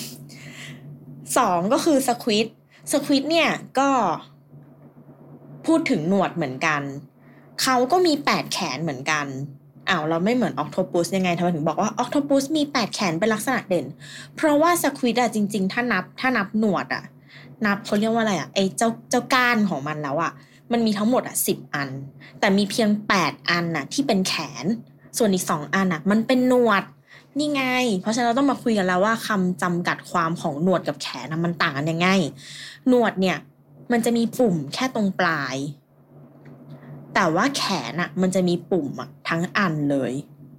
2ก็คือสควิดเนี่ยก็พูดถึงหนวดเหมือนกันเขาก็มี8แขนเหมือนกันเราไม่เหมือนออคโตปัสยังไงทำไมถึงบอกว่าออคโตปัสมี8แขนเป็นลักษณะเด่นเพราะว่าสควิดจริงๆถ้านับหนวดนับเขาเรียกว่าอะไรไอ้เจ้าก้านของมันแล้วมันมีทั้งหมด10อันแต่มีเพียง8อันที่เป็นแขนส่วนอีก2อันมันเป็นหนวดนี่ไงเพราะฉะนั้นเราต้องมาคุยกันแล้วว่าคำจำกัดความของหนวดกับแขนมันต่างกันยังไงหนวดเนี่ยมันจะมีปุ่มแค่ตรงปลายแต่ว่าแขนมันจะมีปุ่มทั้งอันเลย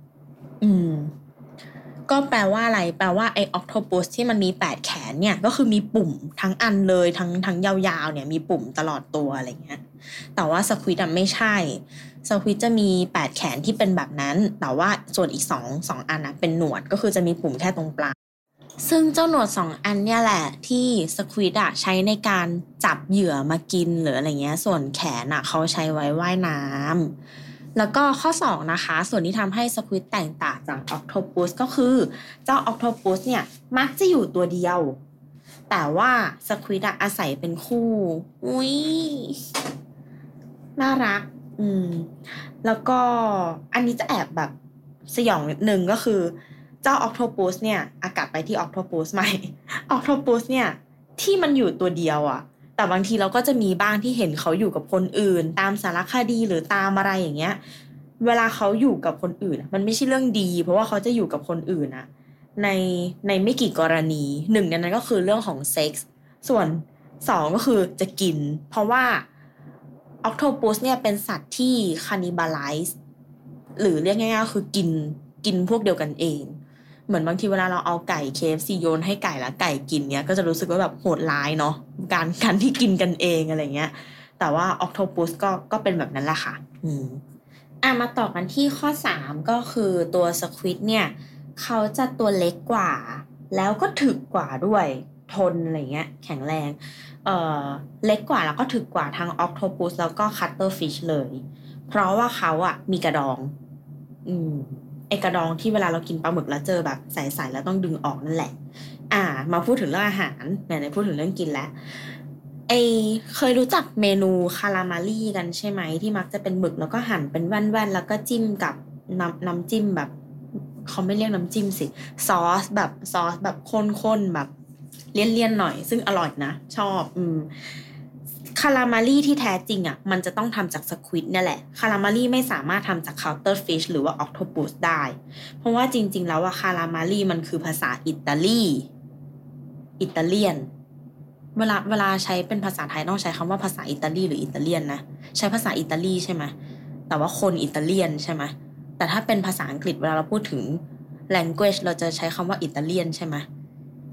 ก็แปลว่าอะไรแปลว่าไอ้ออคโตปัสที่มันมี8แขนเนี่ยก็คือมีปุ่มทั้งอันเลยทั้งยาวๆเนี่ยมีปุ่มตลอดตัวอะไรเงี้ยแต่ว่าสควิดไม่ใช่สควิดจะมี8แขนที่เป็นแบบนั้นแต่ว่าส่วนอีก2อันเป็นหนวดก็คือจะมีปุ่มแค่ตรงปลายซึ่งเจ้าหนวด2อันเนี่ยแหละที่สควิดใช้ในการจับเหยื่อมากินหรืออะไรเงี้ยส่วนแขนเขาใช้ไว้ว่ายน้ำแล้วก็ข้อ2นะคะส่วนที่ทำให้สควิดแตกต่างจากออคโตปัสก็คือเจ้าออคโตปัสเนี่ยมักจะอยู่ตัวเดียวแต่ว่าสควิดอาศัยเป็นคู่อุ๊ยน่ารักแล้วก็อันนี้จะแอบแบบสยองนิดนึงก็คือเจ้าออคโตปัสเนี่ยกลับไปที่ออคโตปัสใหม่ออคโตปัสเนี่ยที่มันอยู่ตัวเดียวแต่บางทีเราก็จะมีบ้างที่เห็นเขาอยู่กับคนอื่นตามสารคดีหรือตามอะไรอย่างเงี้ยเวลาเขาอยู่กับคนอื่นมันไม่ใช่เรื่องดีเพราะว่าเขาจะอยู่กับคนอื่นในไม่กี่กรณีหนึ่งในนั้นก็คือเรื่องของเซ็กส์ส่วน2ก็คือจะกินเพราะว่าออคโตปัสเนี่ยเป็นสัตว์ที่คานิบาไลซ์หรือเรียกง่ายๆคือกินพวกเดียวกันเองเหมือนบางทีเวลาเราเอาไก่ KFC โยนให้ไก่แล้วไก่กินเนี้ยก็จะรู้สึกว่าแบบโหดร้ายเนาะการที่กินกันเองอะไรเงี้ยแต่ว่าออคโตปัสก็เป็นแบบนั้นแหละค่ะมาต่อกันที่ข้อ3ก็คือตัวสควิดเนี่ยเขาจะตัวเล็กกว่าแล้วก็ถึกกว่าด้วยทนอะไรเงี้ยแข็งแรงเล็กกว่าแล้วก็ถึกกว่าทั้งออคโตปัสแล้วก็คัตเตอร์ฟิชเลยเพราะว่าเขามีกระดองไอกระดองที่เวลาเรากินปลาหมึกแล้วเจอแบบใสๆแล้วต้องดึงออกนั่นแหละมาพูดถึงเรื่องอาหารไหนพูดถึงเรื่องกินแล้วเคยรู้จักเมนูคารามารีกันใช่ไหมที่มักจะเป็นหมึกแล้วก็หั่นเป็นแว่นๆแล้วก็จิ้มกับน้ำจิ้มแบบเขาไม่เรียกน้ำจิ้มสิซอสแบบข้นๆแบบเลี่ยนๆหน่อยซึ่งอร่อยนะชอบคารามารีที่แท้จริงมันจะต้องทำจากสควิดเนี่ยแหละคารามารีไม่สามารถทำจากคัตเตอร์ฟิชหรือว่าออคโตปัสได้เพราะว่าจริงๆแล้วคารามารีมันคือภาษาอิตาเลียนเวลาใช้เป็นภาษาไทยต้องใช้คำว่าภาษาอิตาลีหรืออิตาเลียนนะใช้ภาษาอิตาลีใช่ไหมแต่ว่าคนอิตาเลียนใช่ไหมแต่ถ้าเป็นภาษาอังกฤษเวลาเราพูดถึง language เราจะใช้คำว่าอิตาเลียนใช่ไหม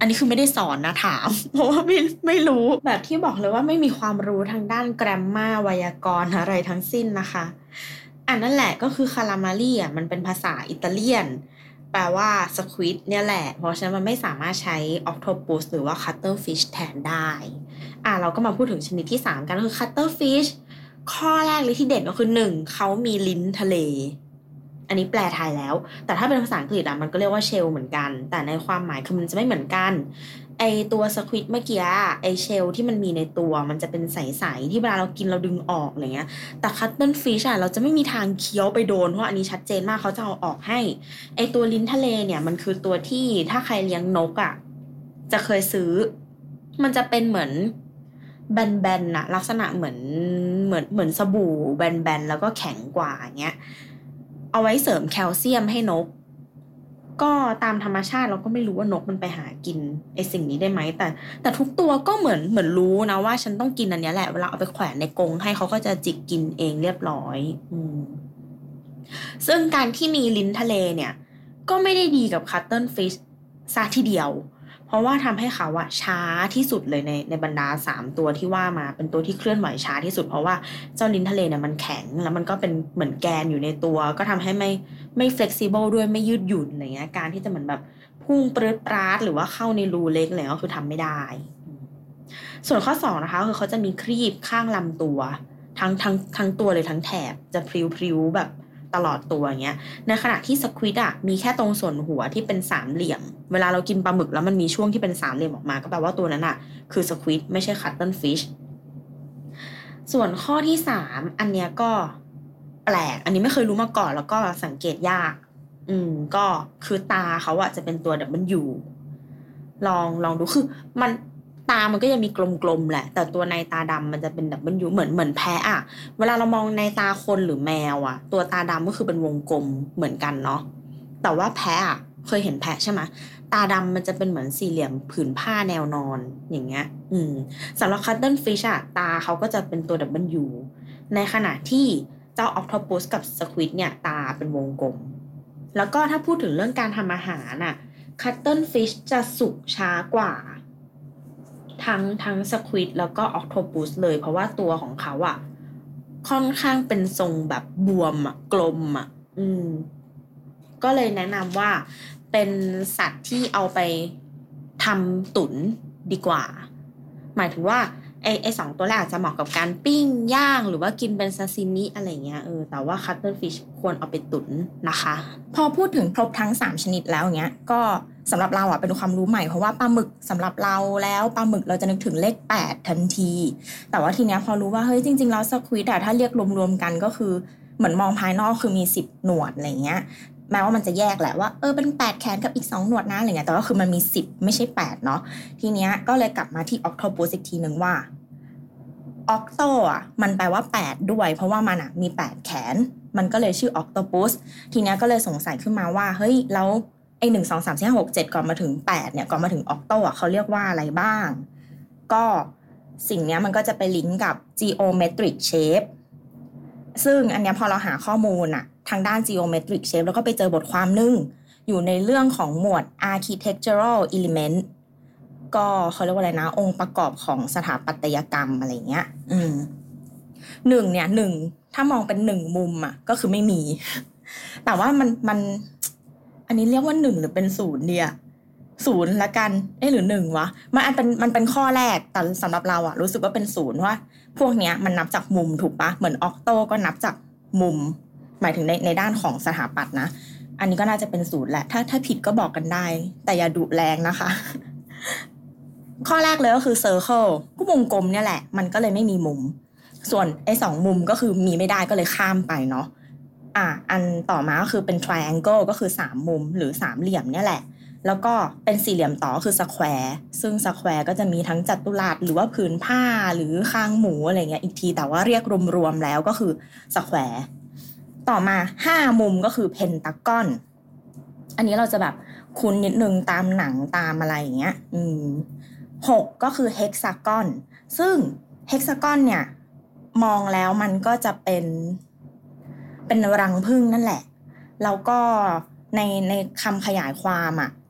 อันนี้คือไม่ได้สอนนะถาม เพราะว่าไม่รู้แบบที่บอกเลยว่าไม่มีความรู้ทางด้านแกรมมาไวยากรณ์อะไรทั้งสิ้นนะคะนั่นแหละก็คือคารามารีอ่ะมันเป็นภาษาอิตาเลียนแปลว่าสควิดเนี่ยแหละเพราะฉะนั้นมันไม่สามารถใช้ออ t โ p ปุสหรือว่าคัตเตอร์ฟิชแทนได้เราก็มาพูดถึงชนิดที่3กันก็คือคัตเตอร์ฟิชข้อแรกเลยที่เด่นก็คือ1เขามีลิ้นทะเลอันนี้แปลไทยแล้วแต่ถ้าเป็นภาษาอังกฤษมันก็เรียกว่าเชลเหมือนกันแต่ในความหมายคือมันจะไม่เหมือนกันไอตัวสควิดเมื่อกี้ไอเชลที่มันมีในตัวมันจะเป็นใสๆที่เวลาเรากินเราดึงออกอะไรเงี้ยแต่คัตเติ้ลฟิชเราจะไม่มีทางเคี้ยวไปโดนเพราะอันนี้ชัดเจนมากเขาจะเอาออกให้ไอตัวลิ้นทะเลเนี่ยมันคือตัวที่ถ้าใครเลี้ยงนกจะเคยซื้อมันจะเป็นเหมือนแบนๆลักษณะเหมือนสบู่แบนๆแล้วก็แข็งกว่าอย่างเงี้ยเอาไว้เสริมแคลเซียมให้นกก็ตามธรรมชาติเราก็ไม่รู้ว่านกมันไปหากินไอสิ่งนี้ได้ไหมแต่ทุกตัวก็เหมือนรู้นะว่าฉันต้องกินอันนี้แหละเวลาเอาไปแขวนในกรงให้เขาก็จะจิกกินเองเรียบร้อยซึ่งการที่มีลิ้นทะเลเนี่ยก็ไม่ได้ดีกับคัตเติ้ลฟิชซะทีเดียวเพราะว่าทำให้เขาช้าที่สุดเลยในบรรดา3ตัวที่ว่ามาเป็นตัวที่เคลื่อนไหวช้าที่สุดเพราะว่าเจ้าลิ้นทะเลเนี่ยมันแข็งแล้วมันก็เป็นเหมือนแกนอยู่ในตัวก็ทำให้ไม่ flexible ด้วยไม่ยืดหยุ่นอะไรเงี้ยการที่จะเหมือนแบบพุ่งปรื๊ดปราดหรือว่าเข้าในรูเล็กอะไรก็คือทำไม่ได้ส่วนข้อ2นะคะคือเขาจะมีครีบข้างลำตัวทั้งตัวเลยทั้งแถบจะพริ้วแบบตลอดตัวอย่างเงี้ยในขณะที่สควิดมีแค่ตรงส่วนหัวที่เป็นสามเหลี่ยมเวลาเรากินปลาหมึกแล้วมันมีช่วงที่เป็นสามเหลี่ยมออกมาก็แปลว่าตัวนั้นคือสควิดไม่ใช่คัตเติ้ลฟิชส่วนข้อที่3อันเนี้ยก็แปลกอันนี้ไม่เคยรู้มาก่อนแล้วก็สังเกตยากก็คือตาเขาจะเป็นตัว W ลองดูคือตามันก็ยังมีกลมๆแหละแต่ตัวในตาดำมันจะเป็นWเหมือนแพะเวลาเรามองในตาคนหรือแมวตัวตาดำก็คือเป็นวงกลมเหมือนกันเนาะแต่ว่าแพะเคยเห็นแพะใช่ไหมตาดำมันจะเป็นเหมือนสี่เหลี่ยมผืนผ้าแนวนอนอย่างเงี้ยสำหรับคัตเติ้ลฟิชตาเขาก็จะเป็นตัว W ในขณะที่เจ้าออคโตปัสกับสควิดเนี่ยตาเป็นวงกลมแล้วก็ถ้าพูดถึงเรื่องการทำอาหารคัตเติ้ลฟิชจะสุกช้ากว่าทั้งสควิดแล้วก็ออคโตปัสเลยเพราะว่าตัวของเขาค่อนข้างเป็นทรงแบบบวมกลมก็เลยแนะนำว่าเป็นสัตว์ที่เอาไปทำตุ๋นดีกว่าหมายถึงว่าไอ้2ตัวแรกอาจจะเหมาะกับการปิ้งย่างหรือว่ากินเป็นซาซิมิอะไรเงี้ยแต่ว่าคัตเติ้ลฟิชควรเอาไปตุ๋นนะคะพอพูดถึงครบทั้ง3ชนิดแล้วเงี้ยก็สำหรับเราเป็นความรู้ใหม่เพราะว่าปลาหมึกสำหรับเราแล้วปลาหมึกเราจะนึกถึงเลข8ทันทีแต่ว่าทีเนี้ยพอรู้ว่าเฮ้ยจริงๆแล้วสควิดถ้าเรียกรวมๆกันก็คือเหมือนมองภายนอกคือมี10หนวดอะไรเงี้ยแม้ว่ามันจะแยกแหละว่าเป็น8แขนกับอีก2หนวดนะอะไรเงี้ยแต่ว่าคือมันมี10ไม่ใช่8เนาะทีเนี้ยก็เลยกลับมาที่ออคโตปัสอีกทีนึงว่าออกโตมันแปลว่า8ด้วยเพราะว่ามันมี8แขนมันก็เลยชื่อออกโตปัสทีเนี้ยก็เลยสงสัยขึ้นมาว่าเฮ้ยแล้วไอ้1 2 3 4 5 6 7ก่อนมาถึง8เนี่ยก่อนมาถึงออกโตเขาเรียกว่าอะไรบ้างก็สิ่งเนี้ยมันก็จะไปลิงก์กับ geometric shape ซึ่งอันเนี้ยพอเราหาข้อมูลทางด้าน geometric shape แล้วก็ไปเจอบทความนึงอยู่ในเรื่องของหมวด architectural element ก็เขาเรียกว่าอะไรนะองค์ประกอบของสถาปัตยกรรมอะไรเงี้ยถ้ามองเป็น1มุมก็คือไม่มีแต่ว่ามันอันนี้เรียกว่า1หรือเป็น0ดี0ละกันหรือ1วะมันเป็นข้อแรกแต่สำหรับเรารู้สึกว่าเป็น0ว่าพวกเนี้ยมันนับจากมุมถูกปะเหมือนออกโตก็นับจากมุมหมายถึงในด้านของสถาปัตย์นะอันนี้ก็น่าจะเป็น0แหละถ้าผิดก็บอกกันได้แต่อย่าดุแรงนะคะข้อแรกเลยก็คือ circle ก็วงกลมเนี่ยแหละมันก็เลยไม่มีมุมส่วนไอ้2มุมก็คือมีไม่ได้ก็เลยข้ามไปเนาะอันต่อมาก็คือเป็น triangle ก็คือ3มุมหรือ3เหลี่ยมเนี่ยแหละแล้วก็เป็นสี่เหลี่ยมต่อคือ square ซึ่ง square ก็จะมีทั้งจัตุรัสหรือว่าผืนผ้าหรือคางหมูอะไรเงี้ยอีกทีแต่ว่าเรียกรวมๆแล้วก็คือ square ต่อมา5มุมก็คือ pentagon อันนี้เราจะแบบคุ้นนิดนึงตามหนังตามอะไรอย่างเงี้ย6ก็คือ hexagon ซึ่ง hexagon เนี่ยมองแล้วมันก็จะเป็นรังผึ้งนั่นแหละแล้วก็ในคำขยายความ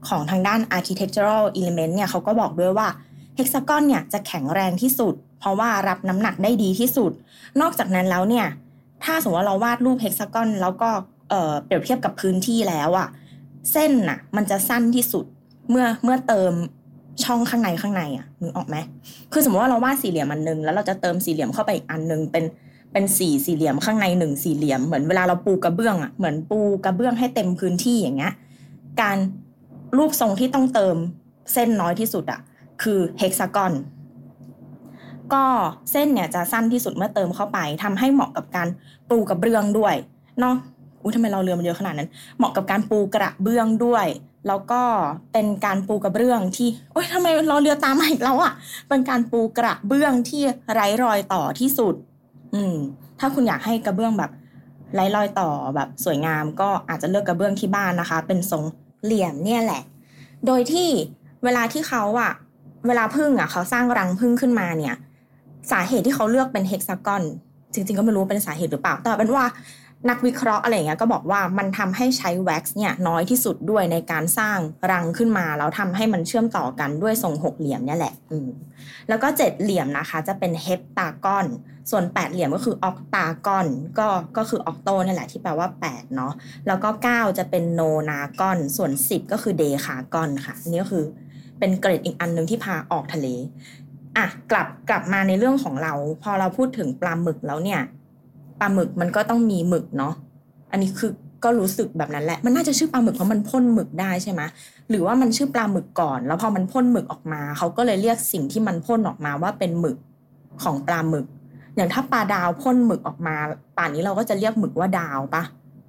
ของทางด้าน architectural element เนี่ยเขาก็บอกด้วยว่า hexagon เนี่ยจะแข็งแรงที่สุดเพราะว่ารับน้ำหนักได้ดีที่สุดนอกจากนั้นแล้วเนี่ยถ้าสมมติว่าเราวาดรูป hexagon แล้วก็เปรียบเทียบกับพื้นที่แล้วอ่ะเส้นน่ะมันจะสั้นที่สุดเมื่อเติมช่องข้างในอ่ะนึกออกไหมคือสมมติว่าเราวาดสี่เหลี่ยมอันนึงแล้วเราจะเติมสี่เหลี่ยมเข้าไปอีกอันนึงเป็นสี่เหลี่ยมข้างในหนึ่งสี่เหลี่ยมเหมือนเวลาเราปูกระเบื้องอ่ะเหมือนปูกระเบื้องให้เต็มพื้นที่อย่างเงี้ยการรูปทรงที่ต้องเติมเส้นน้อยที่สุดอ่ะคือ hexagon ก็เส้นเนี่ยจะสั้นที่สุดเมื่อเติมเข้าไปทำให้เหมาะกับการปูกระเบื้องด้วยเนาะทำไมเราเรือมันเยอะขนาดนั้นเหมาะกับการปูกระเบื้องด้วยแล้วก็เป็นการปูกระเบื้องที่ทำไมเราเรือตามมาอีกแล้วอ่ะเป็นการปูกระเบื้องที่ไร้รอยต่อที่สุดถ้าคุณอยากให้กระเบื้องแบบไร้รอยต่อแบบสวยงามก็อาจจะเลือกกระเบื้องที่บ้านนะคะเป็นทรงเหลี่ยมเนี่ยแหละโดยที่เวลาที่เขาเวลาผึ้งเขาสร้างรังผึ้งขึ้นมาเนี่ยสาเหตุที่เขาเลือกเป็นเฮกซากอนจริงๆก็ไม่รู้เป็นสาเหตุหรือเปล่าแต่เป็นว่านักวิเคราะห์อะไรอย่างเงี้ยก็บอกว่ามันทำให้ใช้แว็กซ์เนี่ยน้อยที่สุดด้วยในการสร้างรังขึ้นมาแล้วทำให้มันเชื่อมต่อกันด้วยทรงหกเหลี่ยมเนี่ยแหละแล้วก็7เหลี่ยมนะคะจะเป็นเฮปตากอนส่วน8เหลี่ยมก็คือออกตากอนก็คือออกโตนี่แหละที่แปลว่า8เนาะแล้วก็9จะเป็นโนนากอนส่วน10ก็คือเดคากอนค่ะนี่ก็คือเป็นเกรดอีกอันนึงที่พาออกทะเลกลับมาในเรื่องของเราพอเราพูดถึงปลาหมึกแล้วเนี่ยปลาหมึกมันก็ต้องมีหมึกเนาะอันนี้คือก็รู้สึกแบบนั้นแหละมันน่าจะชื่อปลาหมึกเพราะมันพ่นหมึกได้ใช่ไหมหรือว่ามันชื่อปลาหมึกก่อนแล้วพอมันพ่นหมึกออกมาเขาก็เลยเรียกสิ่งที่มันพ่นออกมาว่าเป็นหมึกของปลาหมึกอย่างถ้าปลาดาวพ่นหมึกออกมาป่านนี้เราก็จะเรียกหมึกว่าดาวปะ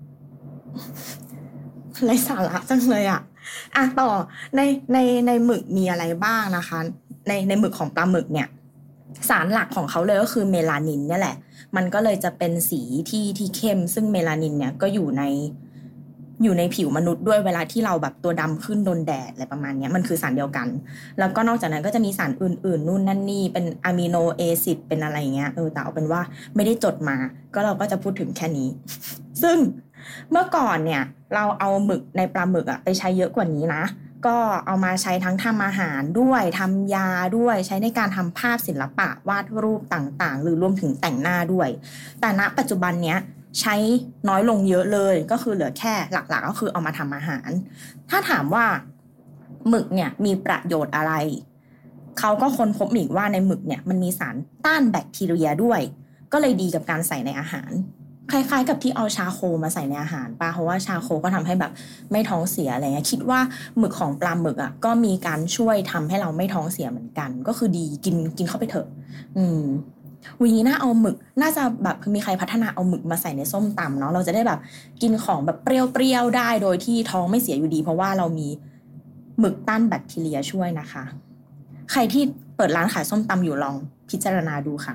ไร้สาระจังเลยต่อในหมึกมีอะไรบ้างนะคะในหมึกของปลาหมึกเนี่ยสารหลักของเขาเลยก็คือเมลานินเนี่ยแหละมันก็เลยจะเป็นสีที่เข้มซึ่งเมลานินเนี่ยก็อยู่ในผิวมนุษย์ด้วยเวลาที่เราแบบตัวดำขึ้นโดนแดดอะไรประมาณนี้มันคือสารเดียวกันแล้วก็นอกจากนั้นก็จะมีสารอื่นๆนู่นนั่นนี่เป็นอะมิโนแอซิดเป็นอะไรเงี้ยแต่เอาเป็นว่าไม่ได้จดมาก็เราก็จะพูดถึงแค่นี้ ซึ่งเมื่อก่อนเนี่ยเราเอาหมึกในปลาหมึกไปใช้เยอะกว่านี้นะก็เอามาใช้ทั้งทำอาหารด้วยทำยาด้วยใช้ในการทำภาพศิลปะวาดรูปต่างๆหรือรวมถึงแต่งหน้าด้วยแต่ณปัจจุบันเนี้ยใช้น้อยลงเยอะเลยก็คือเหลือแค่หลักๆก็คือเอามาทำอาหารถ้าถามว่าหมึกเนี่ยมีประโยชน์อะไรเขาก็ค้นพบอีกว่าในหมึกเนี่ยมันมีสารต้านแบคทีเรียด้วยก็เลยดีกับการใส่ในอาหารคล้ายๆกับที่เอาชาโคมาใส่ในอาหารป่ะเพราะว่าชาโคก็ทำให้แบบไม่ท้องเสียอะไรเงี้ยคิดว่าหมึกของปลาหมึกก็มีการช่วยทำให้เราไม่ท้องเสียเหมือนกันก็คือดีกินเข้าไปเถอะวันนี้น่าเอาหมึกน่าจะแบบมีใครพัฒนาเอาหมึกมาใส่ในส้มตำเนาะเราจะได้แบบกินของแบบเปรี้ยวๆได้โดยที่ท้องไม่เสียอยู่ดีเพราะว่าเรามีหมึกต้านแบคทีเรียช่วยนะคะใครที่เปิดร้านขายส้มตำอยู่ลองพิจารณาดูค่ะ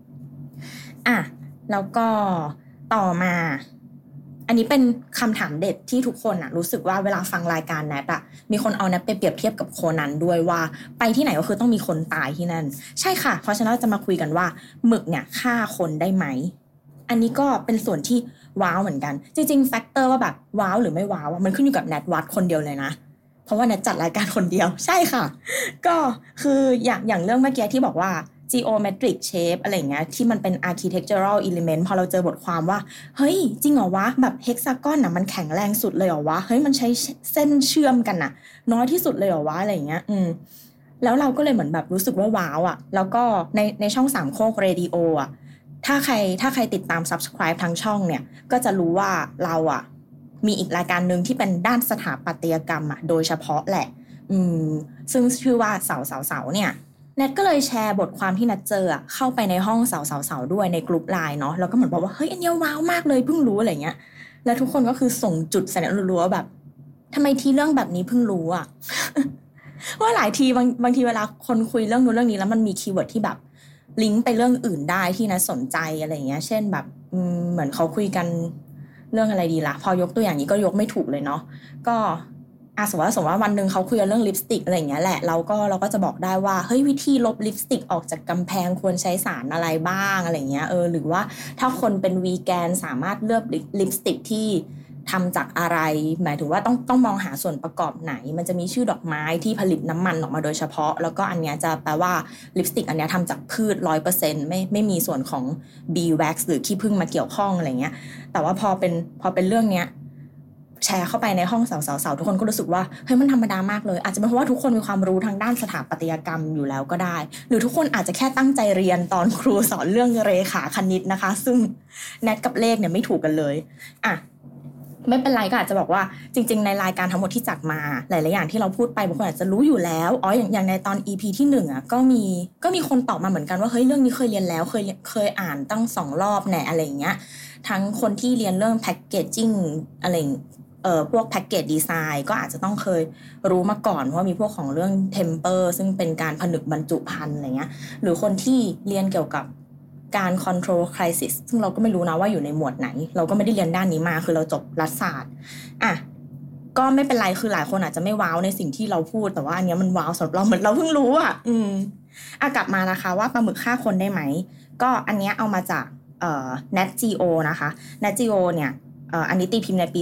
แล้วก็ต่อมาอันนี้เป็นคำถามเด็ดที่ทุกคนรู้สึกว่าเวลาฟังรายการแนทมีคนเอาแนทไปเปรียบเทียบกับโคนันด้วยว่าไปที่ไหนก็คือต้องมีคนตายที่นั่นใช่ค่ะเพราะฉะนั้นเราจะมาคุยกันว่าหมึกเนี่ยฆ่าคนได้ไหมอันนี้ก็เป็นส่วนที่ว้าวเหมือนกันจริงๆแฟกเตอร์ว่าแบบว้าวหรือไม่ว้าวมันขึ้นอยู่กับแนทวัดคนเดียวเลยนะเพราะว่าแนทจัดรายการคนเดียวใช่ค่ะก็คืออย่างเรื่องเมื่อกี้ที่บอกว่าgeometric shape อะไรเงี้ยที่มันเป็น architectural element พอเราเจอบทความว่าเฮ้ยจริงเหรอวะแบบ hexagon มันแข็งแรงสุดเลยเหรอวะเฮ้ยมันใช้เส้นเชื่อมกันน้อยที่สุดเลยเหรอวะอะไรเงี้ยแล้วเราก็เลยเหมือนแบบรู้สึกว่าว้าวแล้วก็ในช่องสามโคกเรดิโอถ้าใครติดตาม subscribe ทางช่องเนี่ยก็จะรู้ว่าเรามีอีกรายการนึงที่เป็นด้านสถาปัตยกรรมโดยเฉพาะแหละซึ่งชื่อว่าเสาเนี่ยแนทก็เลยแชร์บทความที่แนทเจอเข้าไปในห้องเสาด้วยในกลุ่มไลน์เนาะแล้วก็เหมือนบอกว่าเฮ้ยอันนี้ว้าวมากเลยเพิ่งรู้อะไรเงี้ยแล้วทุกคนก็คือส่งจุดแสดงรัวๆแบบทำไมทีเรื่องแบบนี้เพิ่งรู้ ว่าหลายทีบางทีเวลาคนคุยเรื่องนู้นเรื่องนี้แล้วมันมีคีย์เวิร์ดที่แบบลิงก์ไปเรื่องอื่นได้ที่แนทสนใจอะไรเงี้ยเช่นแบบเหมือนเขาคุยกันเรื่องอะไรดีล่ะพอยกตัวอย่างนี้ก็ยกไม่ถูกเลยเนาะก็สมมติว่าวันหนึ่งเขาคุยเรื่องลิปสติกอะไรอย่างเงี้ยแหละเราก็จะบอกได้ว่าเฮ้ยวิธีลบลิปสติกออกจากกำแพงควรใช้สารอะไรบ้างอะไรเงี้ยหรือว่าถ้าคนเป็นวีแกนสามารถเลือกลิปสติกที่ทำจากอะไรหมายถึงว่าต้องมองหาส่วนประกอบไหนมันจะมีชื่อดอกไม้ที่ผลิตน้ำมันออกมาโดยเฉพาะแล้วก็อันเนี้ยจะแปลว่าลิปสติกอันเนี้ยทำจากพืช 100% ไม่มีส่วนของ bee wax หรือขี้ผึ้งมาเกี่ยวข้องอะไรเงี้ยแต่ว่าพอเป็นเรื่องเนี้ยแชร์เข้าไปในห้องสาวๆทุกคนก็รู้สึกว่าเฮ้ยมันธรรมดามากเลยอาจจะเป็นเพราะว่าทุกคนมีความรู้ทางด้านสถาปัตยกรรมอยู่แล้วก็ได้หรือทุกคนอาจจะแค่ตั้งใจเรียนตอนครูสอนเรื่องเรขาคณิตนะคะซึ่งแนทกับเลขเนี่ยไม่ถูกกันเลยอ่ะไม่เป็นไรก็อาจจะบอกว่าจริงๆในรายการทั้งหมดที่จัดมาหลายๆอย่างที่เราพูดไปบางคนอาจจะรู้อยู่แล้วอย่างในตอน EP ที่1อ่ะก็มีคนตอบมาเหมือนกันว่าเฮ้ยเรื่องนี้เคยเรียนแล้วเคยอ่านตั้ง2รอบแน่อะไรอย่างเงี้ยทั้งคนที่เรียนเรื่องแพคเกจจิ้งอะไรพวกแพ็กเกจดีไซน์ก็อาจจะต้องเคยรู้มาก่อนว่ามีพวกของเรื่องเทมเปอร์ซึ่งเป็นการผนึกบรรจุภัณฑ์อะไรเงี้ยหรือคนที่เรียนเกี่ยวกับการ control crisis ซึ่งเราก็ไม่รู้นะว่าอยู่ในหมวดไหนเราก็ไม่ได้เรียนด้านนี้มาคือเราจบรัฐศาสตร์อ่ะก็ไม่เป็นไรคือหลายคนอาจจะไม่ว้าวในสิ่งที่เราพูดแต่ว่าอันนี้มันว้าวสำหรับเราเหมือนเราเพิ่งรู้กลับมานะคะว่าปลาหมึกฆ่าคนได้ไหมก็อันนี้เอามาจากNat Geo นะคะ Nat Geo เนี่ยอันนี้ตีพิมพ์ในปี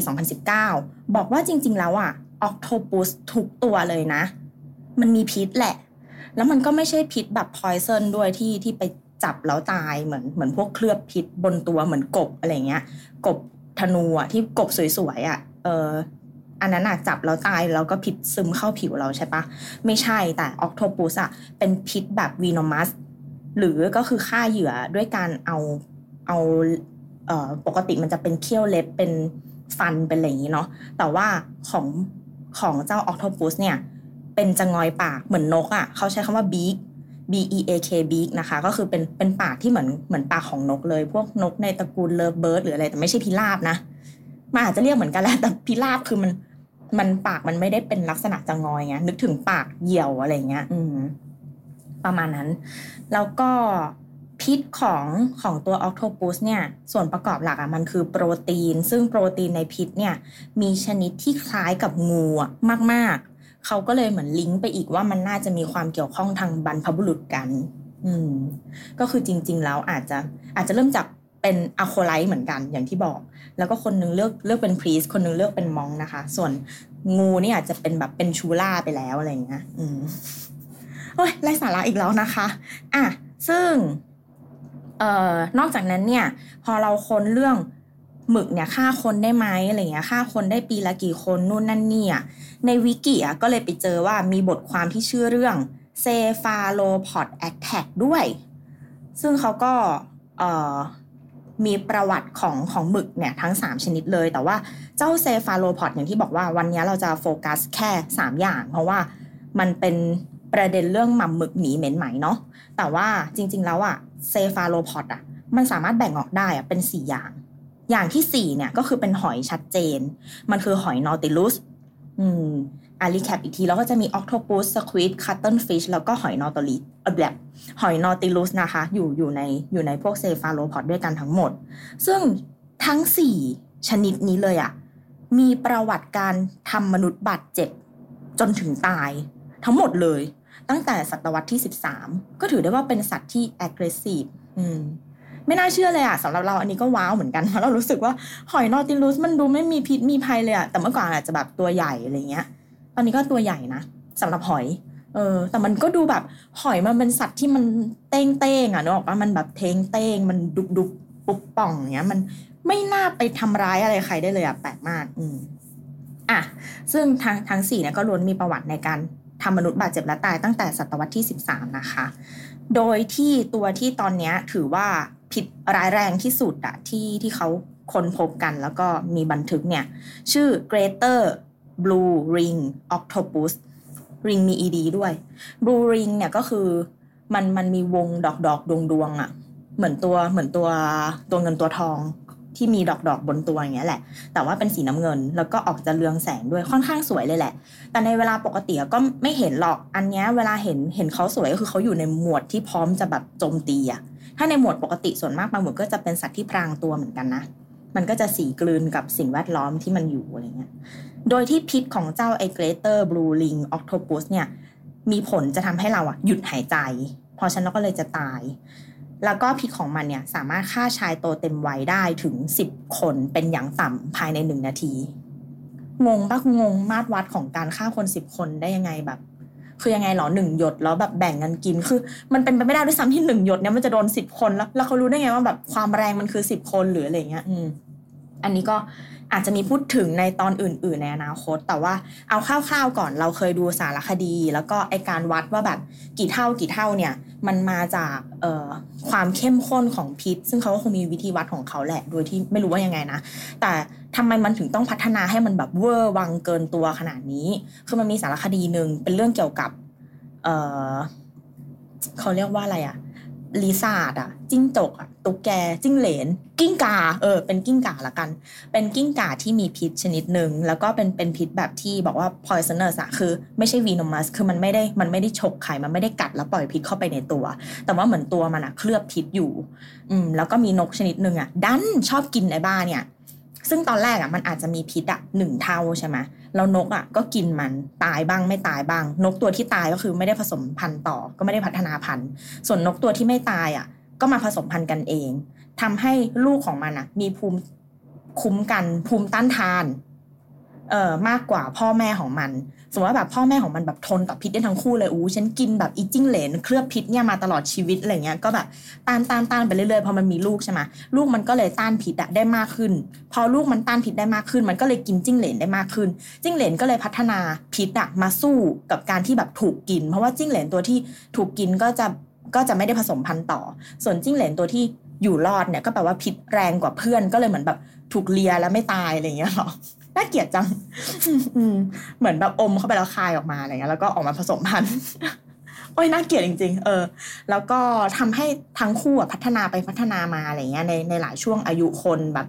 2019บอกว่าจริงๆแล้วoctopus ทุกตัวเลยนะมันมีพิษแหละแล้วมันก็ไม่ใช่พิษแบบ poison ด้วยที่ไปจับแล้วตายเหมือนพวกเคลือบพิษบนตัวเหมือนกบอะไรเงี้ยกบธนูที่กบสวยๆอันนั้นจับแล้วตายแล้วก็พิษซึมเข้าผิวเราใช่ปะไม่ใช่แต่ octopus เป็นพิษแบบ venomous หรือก็คือฆ่าเหยื่อด้วยการเอาปกติมันจะเป็นเขี้ยวเล็บเป็นฟันเป็นอะไรอย่างนี้เนาะแต่ว่าของเจ้า octopus เนี่ยเป็นจะงอยปากเหมือนนกเขาใช้คำว่า beak beak beak นะคะก็คือเป็นปากที่เหมือนปากของนกเลยพวกนกในตระกูลเลิฟเบิร์ดหรืออะไรแต่ไม่ใช่พิราบนะมันอาจจะเรียกเหมือนกันแหละแต่พิราบคือมันปากมันไม่ได้เป็นลักษณะจะงอยไงนึกถึงปากเหยี่ยวอะไรเงี้ยประมาณนั้นแล้วก็พิษของตัว octopus เนี่ยส่วนประกอบหลักมันคือโปรตีนซึ่งโปรตีนในพิษเนี่ยมีชนิดที่คล้ายกับงูมากๆเขาก็เลยเหมือนลิงก์ไปอีกว่ามันน่าจะมีความเกี่ยวข้องทางบรรพบุรุษกันก็คือจริงๆแล้วอาจจะเริ่มจากเป็นอะโคไลท์เหมือนกันอย่างที่บอกแล้วก็คนนึงเลือกเป็นพรีสคนนึงเลือกเป็นมองนะคะส่วนงูนี่อาจจะเป็นแบบเป็นชูล่าไปแล้วอะไรอย่างเงี้ยโอ้ยไร้สาระอีกแล้วนะคะซึ่งนอกจากนั้นเนี่ยพอเราค้นเรื่องหมึกเนี่ยฆ่าคนได้ไหมอะไรเงี้ยฆ่าคนได้ปีละกี่คนนู่นนั่นนี่ในวิกิก็เลยไปเจอว่ามีบทความที่ชื่อเรื่อง Cephalopod Attack ด้วยซึ่งเขาก็มีประวัติของหมึกเนี่ยทั้ง3ชนิดเลยแต่ว่าเจ้า Cephalopod อย่างที่บอกว่าวันนี้เราจะโฟกัสแค่3อย่างเพราะว่ามันเป็นประเด็นเรื่องหม่ำหมึกหนีเหม็นไหมเนาะแต่ว่าจริงๆแล้วเซฟาโลพอดมันสามารถแบ่งออกได้เป็น4อย่างที่4เนี่ยก็คือเป็นหอยชัดเจนมันคือหอยนอติลุสรีแคปอีกทีแล้วก็จะมีออกโทปัสสควิดคัตเทิลฟิชแล้วก็หอยนอตลิแบบหอยนอติลุสนะคะอยู่ในพวกเซฟาโลพอดด้วยกันทั้งหมดซึ่งทั้ง4ชนิดนี้เลยมีประวัติการทำมนุษย์บาดเจ็บจนถึงตายทั้งหมดเลยตั้งแต่ศตวรรษที่13ก็ถือได้ว่าเป็นสัตว์ที่ aggressive ไม่น่าเชื่อเลยสำหรับเราอันนี้ก็ว้าวเหมือนกันเพราะเรารู้สึกว่าหอยนอติลุสมันดูไม่มีพิษมีภัยเลยแต่เมื่อก่อนอาจจะแบบตัวใหญ่อะไรเงี้ยตอนนี้ก็ตัวใหญ่นะสำหรับหอยแต่มันก็ดูแบบหอยมันเป็นสัตว์ที่มันเต้งนึกออกปะมันแบบเท้งเต้งมันดุบปุ๊บป่องเงี้ยมันไม่น่าไปทำร้ายอะไรใครได้เลยแปลกมากซึ่งทั้ง4เนี่ยก็ล้วนมีประวัติในการทำมนุษย์บาดเจ็บและตายตั้งแต่ศตวรรษที่13นะคะโดยที่ตัวที่ตอนนี้ถือว่าผิดร้ายแรงที่สุดที่เขาค้นพบกันแล้วก็มีบันทึกเนี่ยชื่อ Greater Blue Ring Octopus Ring มี ed ด้วย Blue Ring เนี่ยก็คือมันมีวงดอกดวงเหมือนตัวเงินตัวทองที่มีดอกบนตัวอย่างเงี้ยแหละแต่ว่าเป็นสีน้ำเงินแล้วก็ออกจะเรืองแสงด้วยค่อนข้างสวยเลยแหละแต่ในเวลาปกติก็ไม่เห็นหรอกอันเนี้ยเวลาเห็นเขาสวยก็คือเขาอยู่ในหมวดที่พร้อมจะแบบโจมตีถ้าในหมวดปกติส่วนมากบางหมวดก็จะเป็นสัตว์ที่พรางตัวเหมือนกันนะมันก็จะสีกลืนกับสิ่งแวดล้อมที่มันอยู่อะไรเงี้ยโดยที่พิษของเจ้าGreater Blue Ring Octopus เนี่ยมีผลจะทำให้เราหยุดหายใจเพราะฉะนั้นเราก็เลยจะตายแล้วก็พิษของมันเนี่ยสามารถฆ่าชายโตเต็มวัยได้ถึง10คนเป็นอย่างต่ำภายใน1นาทีงงปะงงมาตรวัดของการฆ่าคน10คนได้ยังไงแบบคือยังไงหรอ1หยดแล้วแบบแบ่งกันกินคือมันเป็นไปไม่ได้ด้วยซ้ำที่1หยดเนี่ยมันจะโดน10คนแล้วเขารู้ได้ไงว่าแบบความแรงมันคือ10คนหรืออะไรเงี้ยอันนี้ก็อาจจะมีพูดถึงในตอนอื่นๆในอนาคตแต่ว่าเอาคร่าวๆก่อนเราเคยดูสารคดีแล้วก็ไอการวัดว่าแบบกี่เท่าเนี่ยมันมาจากความเข้มข้นของพิษซึ่งเขาก็คงมีวิธีวัดของเขาแหละโดยที่ไม่รู้ว่ายังไงนะแต่ทำไมมันถึงต้องพัฒนาให้มันแบบเวอร์วังเกินตัวขนาดนี้คือมันมีสารคดีนึงเป็นเรื่องเกี่ยวกับเขาเรียกว่าอะไรอะลีซาร์ดอะจิ้งจกอะตุ๊กแกจิ้งเหลนกิ้งก่าเป็นกิ้งก่าละกันเป็นกิ้งก่าที่มีพิษชนิดหนึ่งแล้วก็เป็นพิษแบบที่บอกว่า poisonous อะคือไม่ใช่ venomous คือมันไม่ได้ฉกไข่มันไม่ได้กัดแล้วปล่อยพิษเข้าไปในตัวแต่ว่าเหมือนตัวมันอะเคลือบพิษอยู่แล้วก็มีนกชนิดหนึ่งอะดันชอบกินไอ้บ้าเนี่ยซึ่งตอนแรกอะมันอาจจะมีพิษอะ1 เท่าใช่ไหมแล้วนกอ่ะก็กินมันตายบ้างไม่ตายบ้างนกตัวที่ตายก็คือไม่ได้ผสมพันธุ์ต่อก็ไม่ได้พัฒนาพันธุ์ส่วนนกตัวที่ไม่ตายอ่ะก็มาผสมพันธุ์กันเองทำให้ลูกของมันอ่ะมีภูมิคุ้มกันภูมิต้านทานมากกว่าพ่อแม่ของมันสมมติว่าแบบพ่อแม่ของมันแบบทนต่อพิษได้ทั้งคู่เลยฉันกินแบบอีจิ้งเหลนเคลือบพิษเนี่ยมาตลอดชีวิตอะไรเงี้ยก็แบบต้านไปเรื่อยๆพอมันมีลูกใช่ไหมลูกมันก็เลยต้านพิษได้มากขึ้นพอลูกมันต้านพิษได้มากขึ้นมันก็เลยกินจิ้งเหลนได้มากขึ้นจิ้งเหลนก็เลยพัฒนาพิษมาสู้กับการที่แบบถูกกินเพราะว่าจิ้งเหลนตัวที่ถูกกินก็จะไม่ได้ผสมพันธุ์ต่อส่วนจิ้งเหลนตัวที่อยู่รอดเนี่ยก็แปลว่าพิษแรงกว่าเพื่อนก็เลยเหมือนแบบถูกเลียแล้วไม่ตายอะไรเงี้ยหรอน่าเกลียดจังเหมือนแบบอมเข้าไปแล้วคายออกมาอะไรเงี้ยแล้วก็ออกมาผสมพันธุ์โอ้ยน่าเกลียดจริงๆแล้วก็ทำให้ทั้งคู่พัฒนาไปพัฒนามาอะไรเงี้ยในหลายช่วงอายุคนแบบ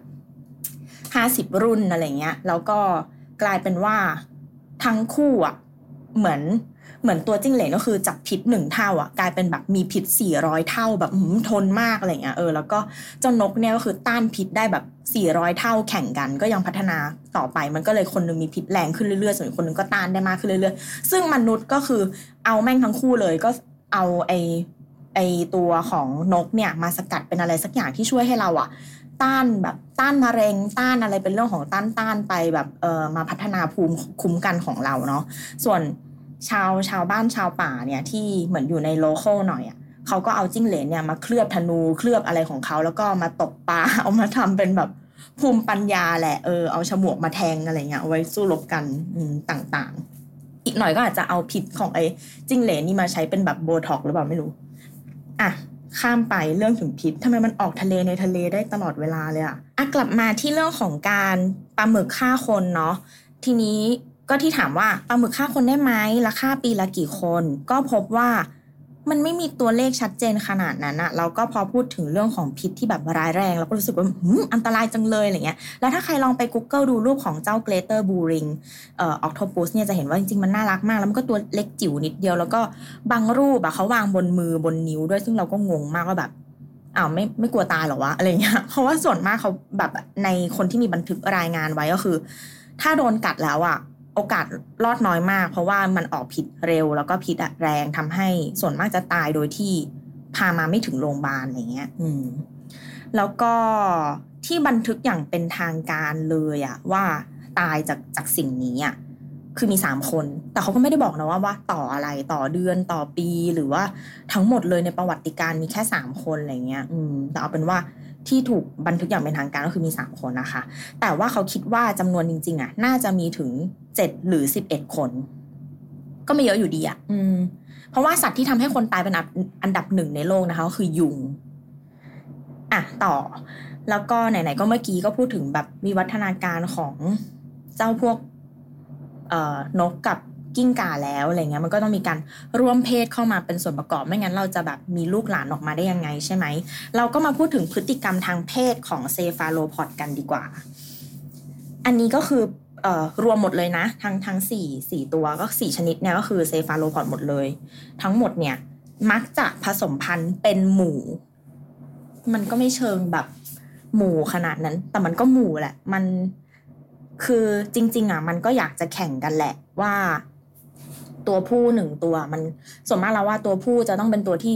50รุ่นอะไรเงี้ยแล้วก็กลายเป็นว่าทั้งคู่เหมือนตัวจิ้งเหลนก็คือจับพิษ1 เท่ากลายเป็นแบบมีพิษ400เท่าแบบทนมากอะไรเงี้ยแล้วก็เจ้านกเนี่ยก็คือต้านพิษได้แบบ400เท่าแข่งกันก็ยังพัฒนาต่อไปมันก็เลยคนนึงมีพิษแรงขึ้นเรื่อยๆส่วนคนนึงก็ต้านได้มากขึ้นเรื่อยๆซึ่งมนุษย์ก็คือเอาแม่งทั้งคู่เลยก็เอาไอตัวของนกเนี่ยมาสกัดเป็นอะไรสักอย่างที่ช่วยให้เราต้านมะเร็งต้านอะไรเป็นเรื่องของต้านไปแบบมาพัฒนาภูมิคุ้มกันของเราเนาะส่วนชาวบ้านชาวป่าเนี่ยที่เหมือนอยู่ในโลคอลหน่อยเขาก็เอาจิ้งเหลนเนี่ยมาเคลือบธนูเคลือบอะไรของเขาแล้วก็มาตกปลาเอามาทำเป็นแบบภูมิปัญญาแหละเอาฉมวกมาแทงอะไรเงี้ยเอาไว้สู้รบกันต่างๆอีกหน่อยก็อาจจะเอาพิษของไอ้จิ้งเหลนนี่มาใช้เป็นแบบโบท็อกหรือเปล่าไม่รู้ข้ามไปเรื่องถึงพิษทำไมมันออกทะเลในทะเลได้ตลอดเวลาเลยกลับมาที่เรื่องของการปลาหมึกฆ่าคนเนาะทีนี้ก็ที่ถามว่าปลาหมึกฆ่าคนได้ไหมและฆ่าปีละกี่คนก็พบว่ามันไม่มีตัวเลขชัดเจนขนาดนั้นเราก็พอพูดถึงเรื่องของพิษที่แบบร้ายแรงเราก็รู้สึกว่าอันตรายจังเลยอะไรเงี้ยแล้วถ้าใครลองไป Google ดูรูปของเจ้าเกรเตอร์บูริงออคโทปัสเนี่ยจะเห็นว่าจริงๆมันน่ารักมากแล้วมันก็ตัวเล็กจิ๋วนิดเดียวแล้วก็บางรูปเขาวางบนมือบนนิ้วด้วยซึ่งเราก็งงมากว่าแบบไม่กลัวตายหรอวะอะไรเงี้ยเพราะว่าส่วนมากเขาแบบในคนที่มีบันทึกรายงานไว้ก็คือถ้าโดนกัดแล้วโอกาสรอดน้อยมากเพราะว่ามันออกพิษเร็วแล้วก็พิษแรงทำให้ส่วนมากจะตายโดยที่พามาไม่ถึงโรงพยาบาลอะไรเงี้ยแล้วก็ที่บันทึกอย่างเป็นทางการเลยว่าตายจากสิ่งนี้คือมี3คนแต่เขาก็ไม่ได้บอกนะว่าต่ออะไรต่อเดือนต่อปีหรือว่าทั้งหมดเลยในประวัติการมีแค่3คนอะไรเงี้ยแต่เอาเป็นว่าที่ถูกบันทึกอย่างเป็นทางการก็คือมี3คนนะคะแต่ว่าเขาคิดว่าจำนวนจริงๆน่าจะมีถึง7หรือ11คนก็ไม่เยอะอยู่ดีเพราะว่าสัตว์ที่ทำให้คนตายเป็นอันดับ1ในโลกนะคะก็คือยุงต่อแล้วก็ไหนๆก็เมื่อกี้ก็พูดถึงแบบมีวัฒนาการของเจ้าพวกนกกับกิ้งก่าแล้วอะไรเงี้ยมันก็ต้องมีการร่วมเพศเข้ามาเป็นส่วนประกอบไม่งั้นเราจะแบบมีลูกหลานออกมาได้ยังไงใช่ไหมเราก็มาพูดถึงพฤติกรรมทางเพศของเซฟาโลพอดกันดีกว่าอันนี้ก็คือรวมหมดเลยนะทั้ง4ตัวก็4ชนิดเนี่ยก็คือเซฟาโลพอดหมดเลยทั้งหมดเนี่ยมักจะผสมพันธุ์เป็นหมู่มันก็ไม่เชิงแบบหมู่ขนาดนั้นแต่มันก็หมู่แหละมันคือจริงๆมันก็อยากจะแข่งกันแหละว่าตัวผู้1ตัวมันส่วนมากแล้วว่าตัวผู้จะต้องเป็นตัวที่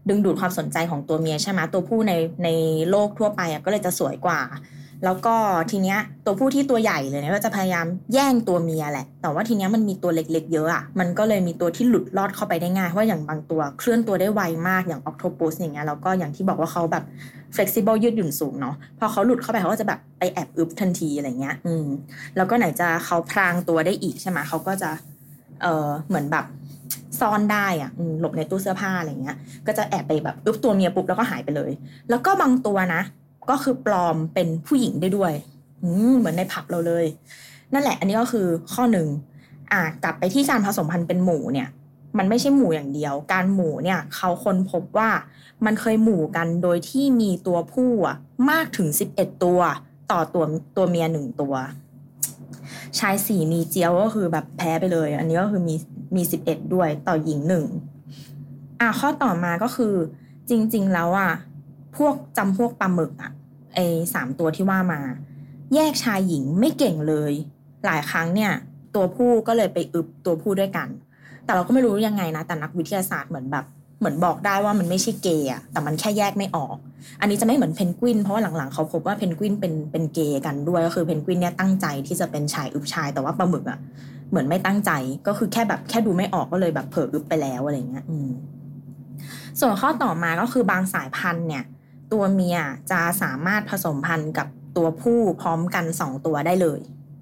ดึงดูดความสนใจของตัวเมียใช่ไหมตัวผู้ในโลกทั่วไปก็เลยจะสวยกว่าแล้วก็ทีเนี้ยตัวผู้ที่ตัวใหญ่เลยเนี่ยก็จะพยายามแย่งตัวเมียแหละแต่ว่าทีเนี้ยมันมีตัวเล็กๆเยอะมันก็เลยมีตัวที่หลุดรอดเข้าไปได้ง่ายเพราะอย่างบางตัวเคลื่อนตัวได้ไวมากอย่างออกโทปัสอย่างเงี้ยแล้วก็อย่างที่บอกว่าเขาแบบ flexible ยืดหยุ่นสูงเนาะพอเขาหลุดเข้าไปเขาก็จะแบบไปแอบอึบทันทีอะไรเงี้ยแล้วก็ไหนจะเขาพรางตัวได้อีกใช่ไหมเขาก็จะเหมือนแบบซ่อนได้หลบในตู้เสื้อผ้าอะไรเงี้ยก็จะแอบไปแบบอึบตัวเมียปุ๊บแล้วก็หายไปเลยแล้วก็บางตัวนะก็คือปลอมเป็นผู้หญิงได้ด้วยเหมือนในผับเราเลยนั่นแหละอันนี้ก็คือข้อหนึ่งกลับไปที่การผสมพันธุ์เป็นหมู่เนี่ยมันไม่ใช่หมู่อย่างเดียวการหมู่เนี่ยเขาค้นพบว่ามันเคยหมู่กันโดยที่มีตัวผู้มากถึง11ตัวต่อตัวเมีย1ตัวชาย4มีเจียวก็คือแบบแพ้ไปเลยอันนี้ก็คือมี11ด้วยต่อหญิง1ข้อต่อมาก็คือจริงๆแล้วพวกปลาหมึกไอ้3ตัวที่ว่ามาแยกชายหญิงไม่เก่งเลยหลายครั้งเนี่ยตัวผู้ก็เลยไปอึบตัวผู้ด้วยกันแต่เราก็ไม่รู้ยังไงนะแต่นักวิทยาศาสตร์เหมือนบอกได้ว่ามันไม่ใช่เกย์แต่มันแค่แยกไม่ออกอันนี้จะไม่เหมือนเพนกวินเพราะว่าหลังๆเขาพบว่าเพนกวินเป็นเกย์กันด้วยก็คือเพนกวินเนี่ยตั้งใจที่จะเป็นชายอึบชายแต่ว่าปลาหมึกเหมือนไม่ตั้งใจก็คือแค่ดูไม่ออกก็เลยแบบเผลออึบไปแล้วอะไรเงี้ยส่วนข้อต่อมาก็คือบางสายพันธุ์เนี่ยตัวเมียจะสามารถผสมพันธุ์กับตัวผู้พร้อมกัน2ตัวได้เลย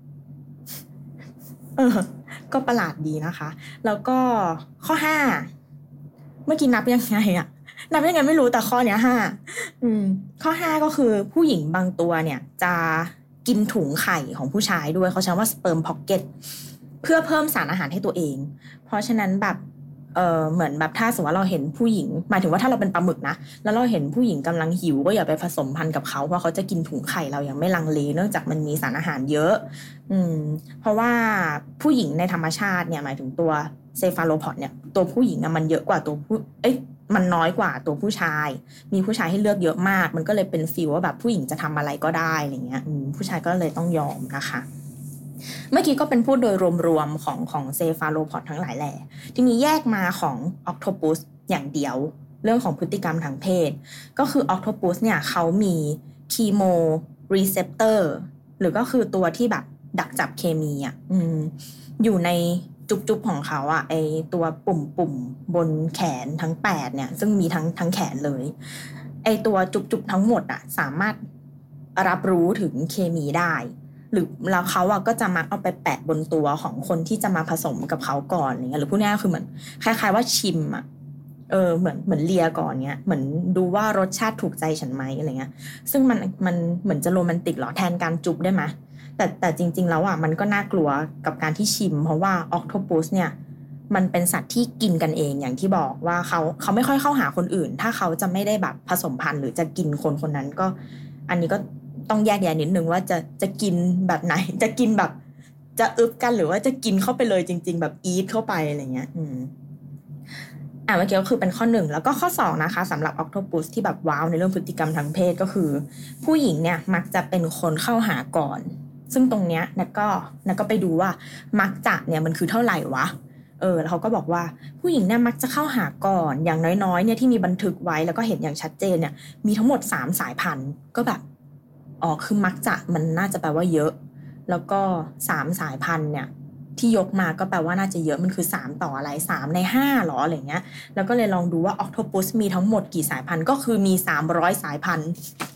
ก็ประหลาดดีนะคะแล้วก็ข้อ5เมื่อกี้นับยังไงนับยังไงไม่รู้แต่ข้อเนี้ย5ข้อ5ก็คือผู้หญิงบางตัวเนี่ยจะกินถุงไข่ของผู้ชายด้วยเขาใช้ว่าสเปิร์มพ็อกเก็ตเพื่อเพิ่มสารอาหารให้ตัวเองเพราะฉะนั้นแบบเหมือนแบบถ้าสมมติว่าเราเห็นผู้หญิงหมายถึงว่าถ้าเราเป็นปลาหมึกนะแล้วเราเห็นผู้หญิงกำลังหิวก็อย่าไปผสมพันธุ์กับเขาเพราะเขาจะกินถุงไข่เราอย่างไม่ลังเลเนื่องจากมันมีสารอาหารเยอะเพราะว่าผู้หญิงในธรรมชาติเนี่ยหมายถึงตัวเซฟาโลพอดเนี่ยตัวผู้หญิงมันเยอะกว่าตัวมันน้อยกว่าตัวผู้ชายมีผู้ชายให้เลือกเยอะมากมันก็เลยเป็นฟีลว่าแบบผู้หญิงจะทำอะไรก็ได้อะไรเงี้ยผู้ชายก็เลยต้องยอมนะคะเมื่อกี้ก็เป็นพูดโดยรวมๆของเซฟาโลพอดทั้งหลายแหล่ทีนี้แยกมาของออกโทปัสอย่างเดียวเรื่องของพฤติกรรมทางเพศก็คือออกโทปัสเนี่ยเขามีคีโมรีเซปเตอร์หรือก็คือตัวที่แบบดักจับเคมีอยู่ในจุ๊บๆของเขาไอตัวปุ่มบนแขนทั้ง8เนี่ยซึ่งมีทั้งแขนเลยไอตัวจุ๊บๆทั้งหมดสามารถรับรู้ถึงเคมีได้หรือแล้วเขาก็จะมักเอาไปแปะบนตัวของคนที่จะมาผสมกับเขาก่อนอะไรเงี้ยหรือพูดง่ายๆคือเหมือนคล้ายๆว่าชิมเหมือนเลียก่อนเงี้ยเหมือนดูว่ารสชาติถูกใจฉันไหมอะไรเงี้ยซึ่งมันเหมือนจะโรแมนติกหรอแทนการจุ๊บได้ไหมแต่จริงๆแล้วมันก็น่ากลัวกับการที่ชิมเพราะว่าออกโทปัสเนี่ยมันเป็นสัตว์ที่กินกันเองอย่างที่บอกว่าเขาไม่ค่อยเข้าหาคนอื่นถ้าเขาจะไม่ได้แบบผสมพันธุ์หรือจะกินคนนั้นก็อันนี้ก็ต้องแยกแยะนิดนึงว่าจะกินแบบไหนจะกินแบบจะอึบกันหรือว่าจะกินเข้าไปเลยจริงๆแบบอีทเข้าไปอะไรเงี้ยเมื่อกี้ก็คือเป็นข้อ1แล้วก็ข้อ2นะคะสำหรับออกโทปัสที่แบบว้าวในเรื่องพฤติกรรมทางเพศก็คือผู้หญิงเนี่ยมักจะเป็นคนเข้าหาก่อนซึ่งตรงเนี้ยนักก็ไปดูว่ามักจะเนี่ยมันคือเท่าไหร่วะแล้วเขาก็บอกว่าผู้หญิงเนี่ยมักจะเข้าหาก่อนอย่างน้อยๆเนี่ยที่มีบันทึกไว้แล้วก็เห็นอย่างชัดเจนเนี่ยมีทั้งหมด3สายพันธุ์ก็แบบคือมักจะมันน่าจะแปลว่าเยอะแล้วก็3สายพันธุ์เนี่ยที่ยกมาก็แปลว่าน่าจะเยอะมันคือ3ต่ออะไร3ใน5หรออะไรเงี้ยแล้วก็เลยลองดูว่าออกโทปัสมีทั้งหมดกี่สายพันธุ์ก็คือมี300สายพันธุ์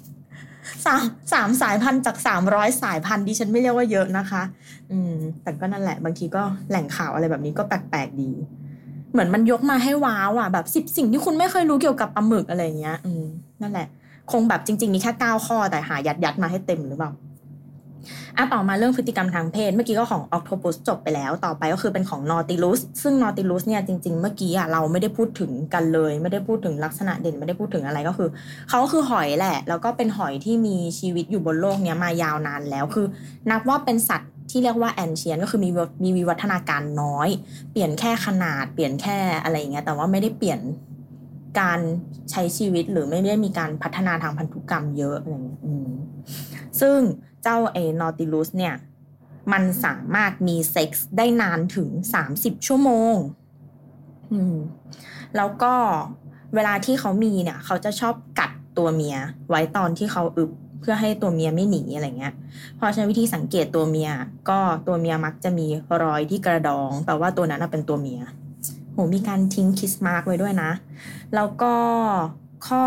3สายพันธุ์จาก300สายพันธุ์ดิฉันไม่เรียกว่าเยอะนะคะแต่ก็นั่นแหละบางทีก็แหล่งข่าวอะไรแบบนี้ก็แปลกๆดีเหมือนมันยกมาให้ว้าวแบบ10สิ่งที่คุณไม่เคยรู้เกี่ยวกับปลาหมึกอะไรเงี้ยนั่นแหละคงแบบจริงๆมีแค่9ข้อแต่หายัดมาให้เต็มหรือเปล่าต่อมาเรื่องพฤติกรรมทางเพศเมื่อกี้ก็ของออกโทปัสจบไปแล้วต่อไปก็คือเป็นของนอติลุสซึ่งนอติลุสเนี่ยจริงๆเมื่อกี้เราไม่ได้พูดถึงกันเลยไม่ได้พูดถึงลักษณะเด่นไม่ได้พูดถึงอะไรก็คือเขาก็คือหอยแหละแล้วก็เป็นหอยที่มีชีวิตอยู่บนโลกเนี้ยมายาวนานแล้วคือนับว่าเป็นสัตว์ที่เรียกว่าแอนเชียนก็คือมีวิวัฒนาการน้อยเปลี่ยนแค่ขนาดเปลี่ยนแค่อะไรอย่างเงี้ยแต่ว่าไม่ได้เปลี่ยนการใช้ชีวิตหรือไม่ได้มีการพัฒนาทางพันธุกรรมเยอะอะไรอย่างเงี้ยซึ่งเจ้านอติลุสเนี่ยมันสามารถมีเซ็กส์ได้นานถึง30ชั่วโมงแล้วก็เวลาที่เขามีเนี่ยเขาจะชอบกัดตัวเมียไว้ตอนที่เขาอึเพื่อให้ตัวเมียไม่หนีอะไรเงี้ยพอใช้วิธีสังเกตตัวเมียก็ตัวเมียมักจะมีรอยที่กระดองแปลว่าตัวนั้นเป็นตัวเมียโหมีการทิ้งคิสมาร์กไว้ด้วยนะแล้วก็ข้อ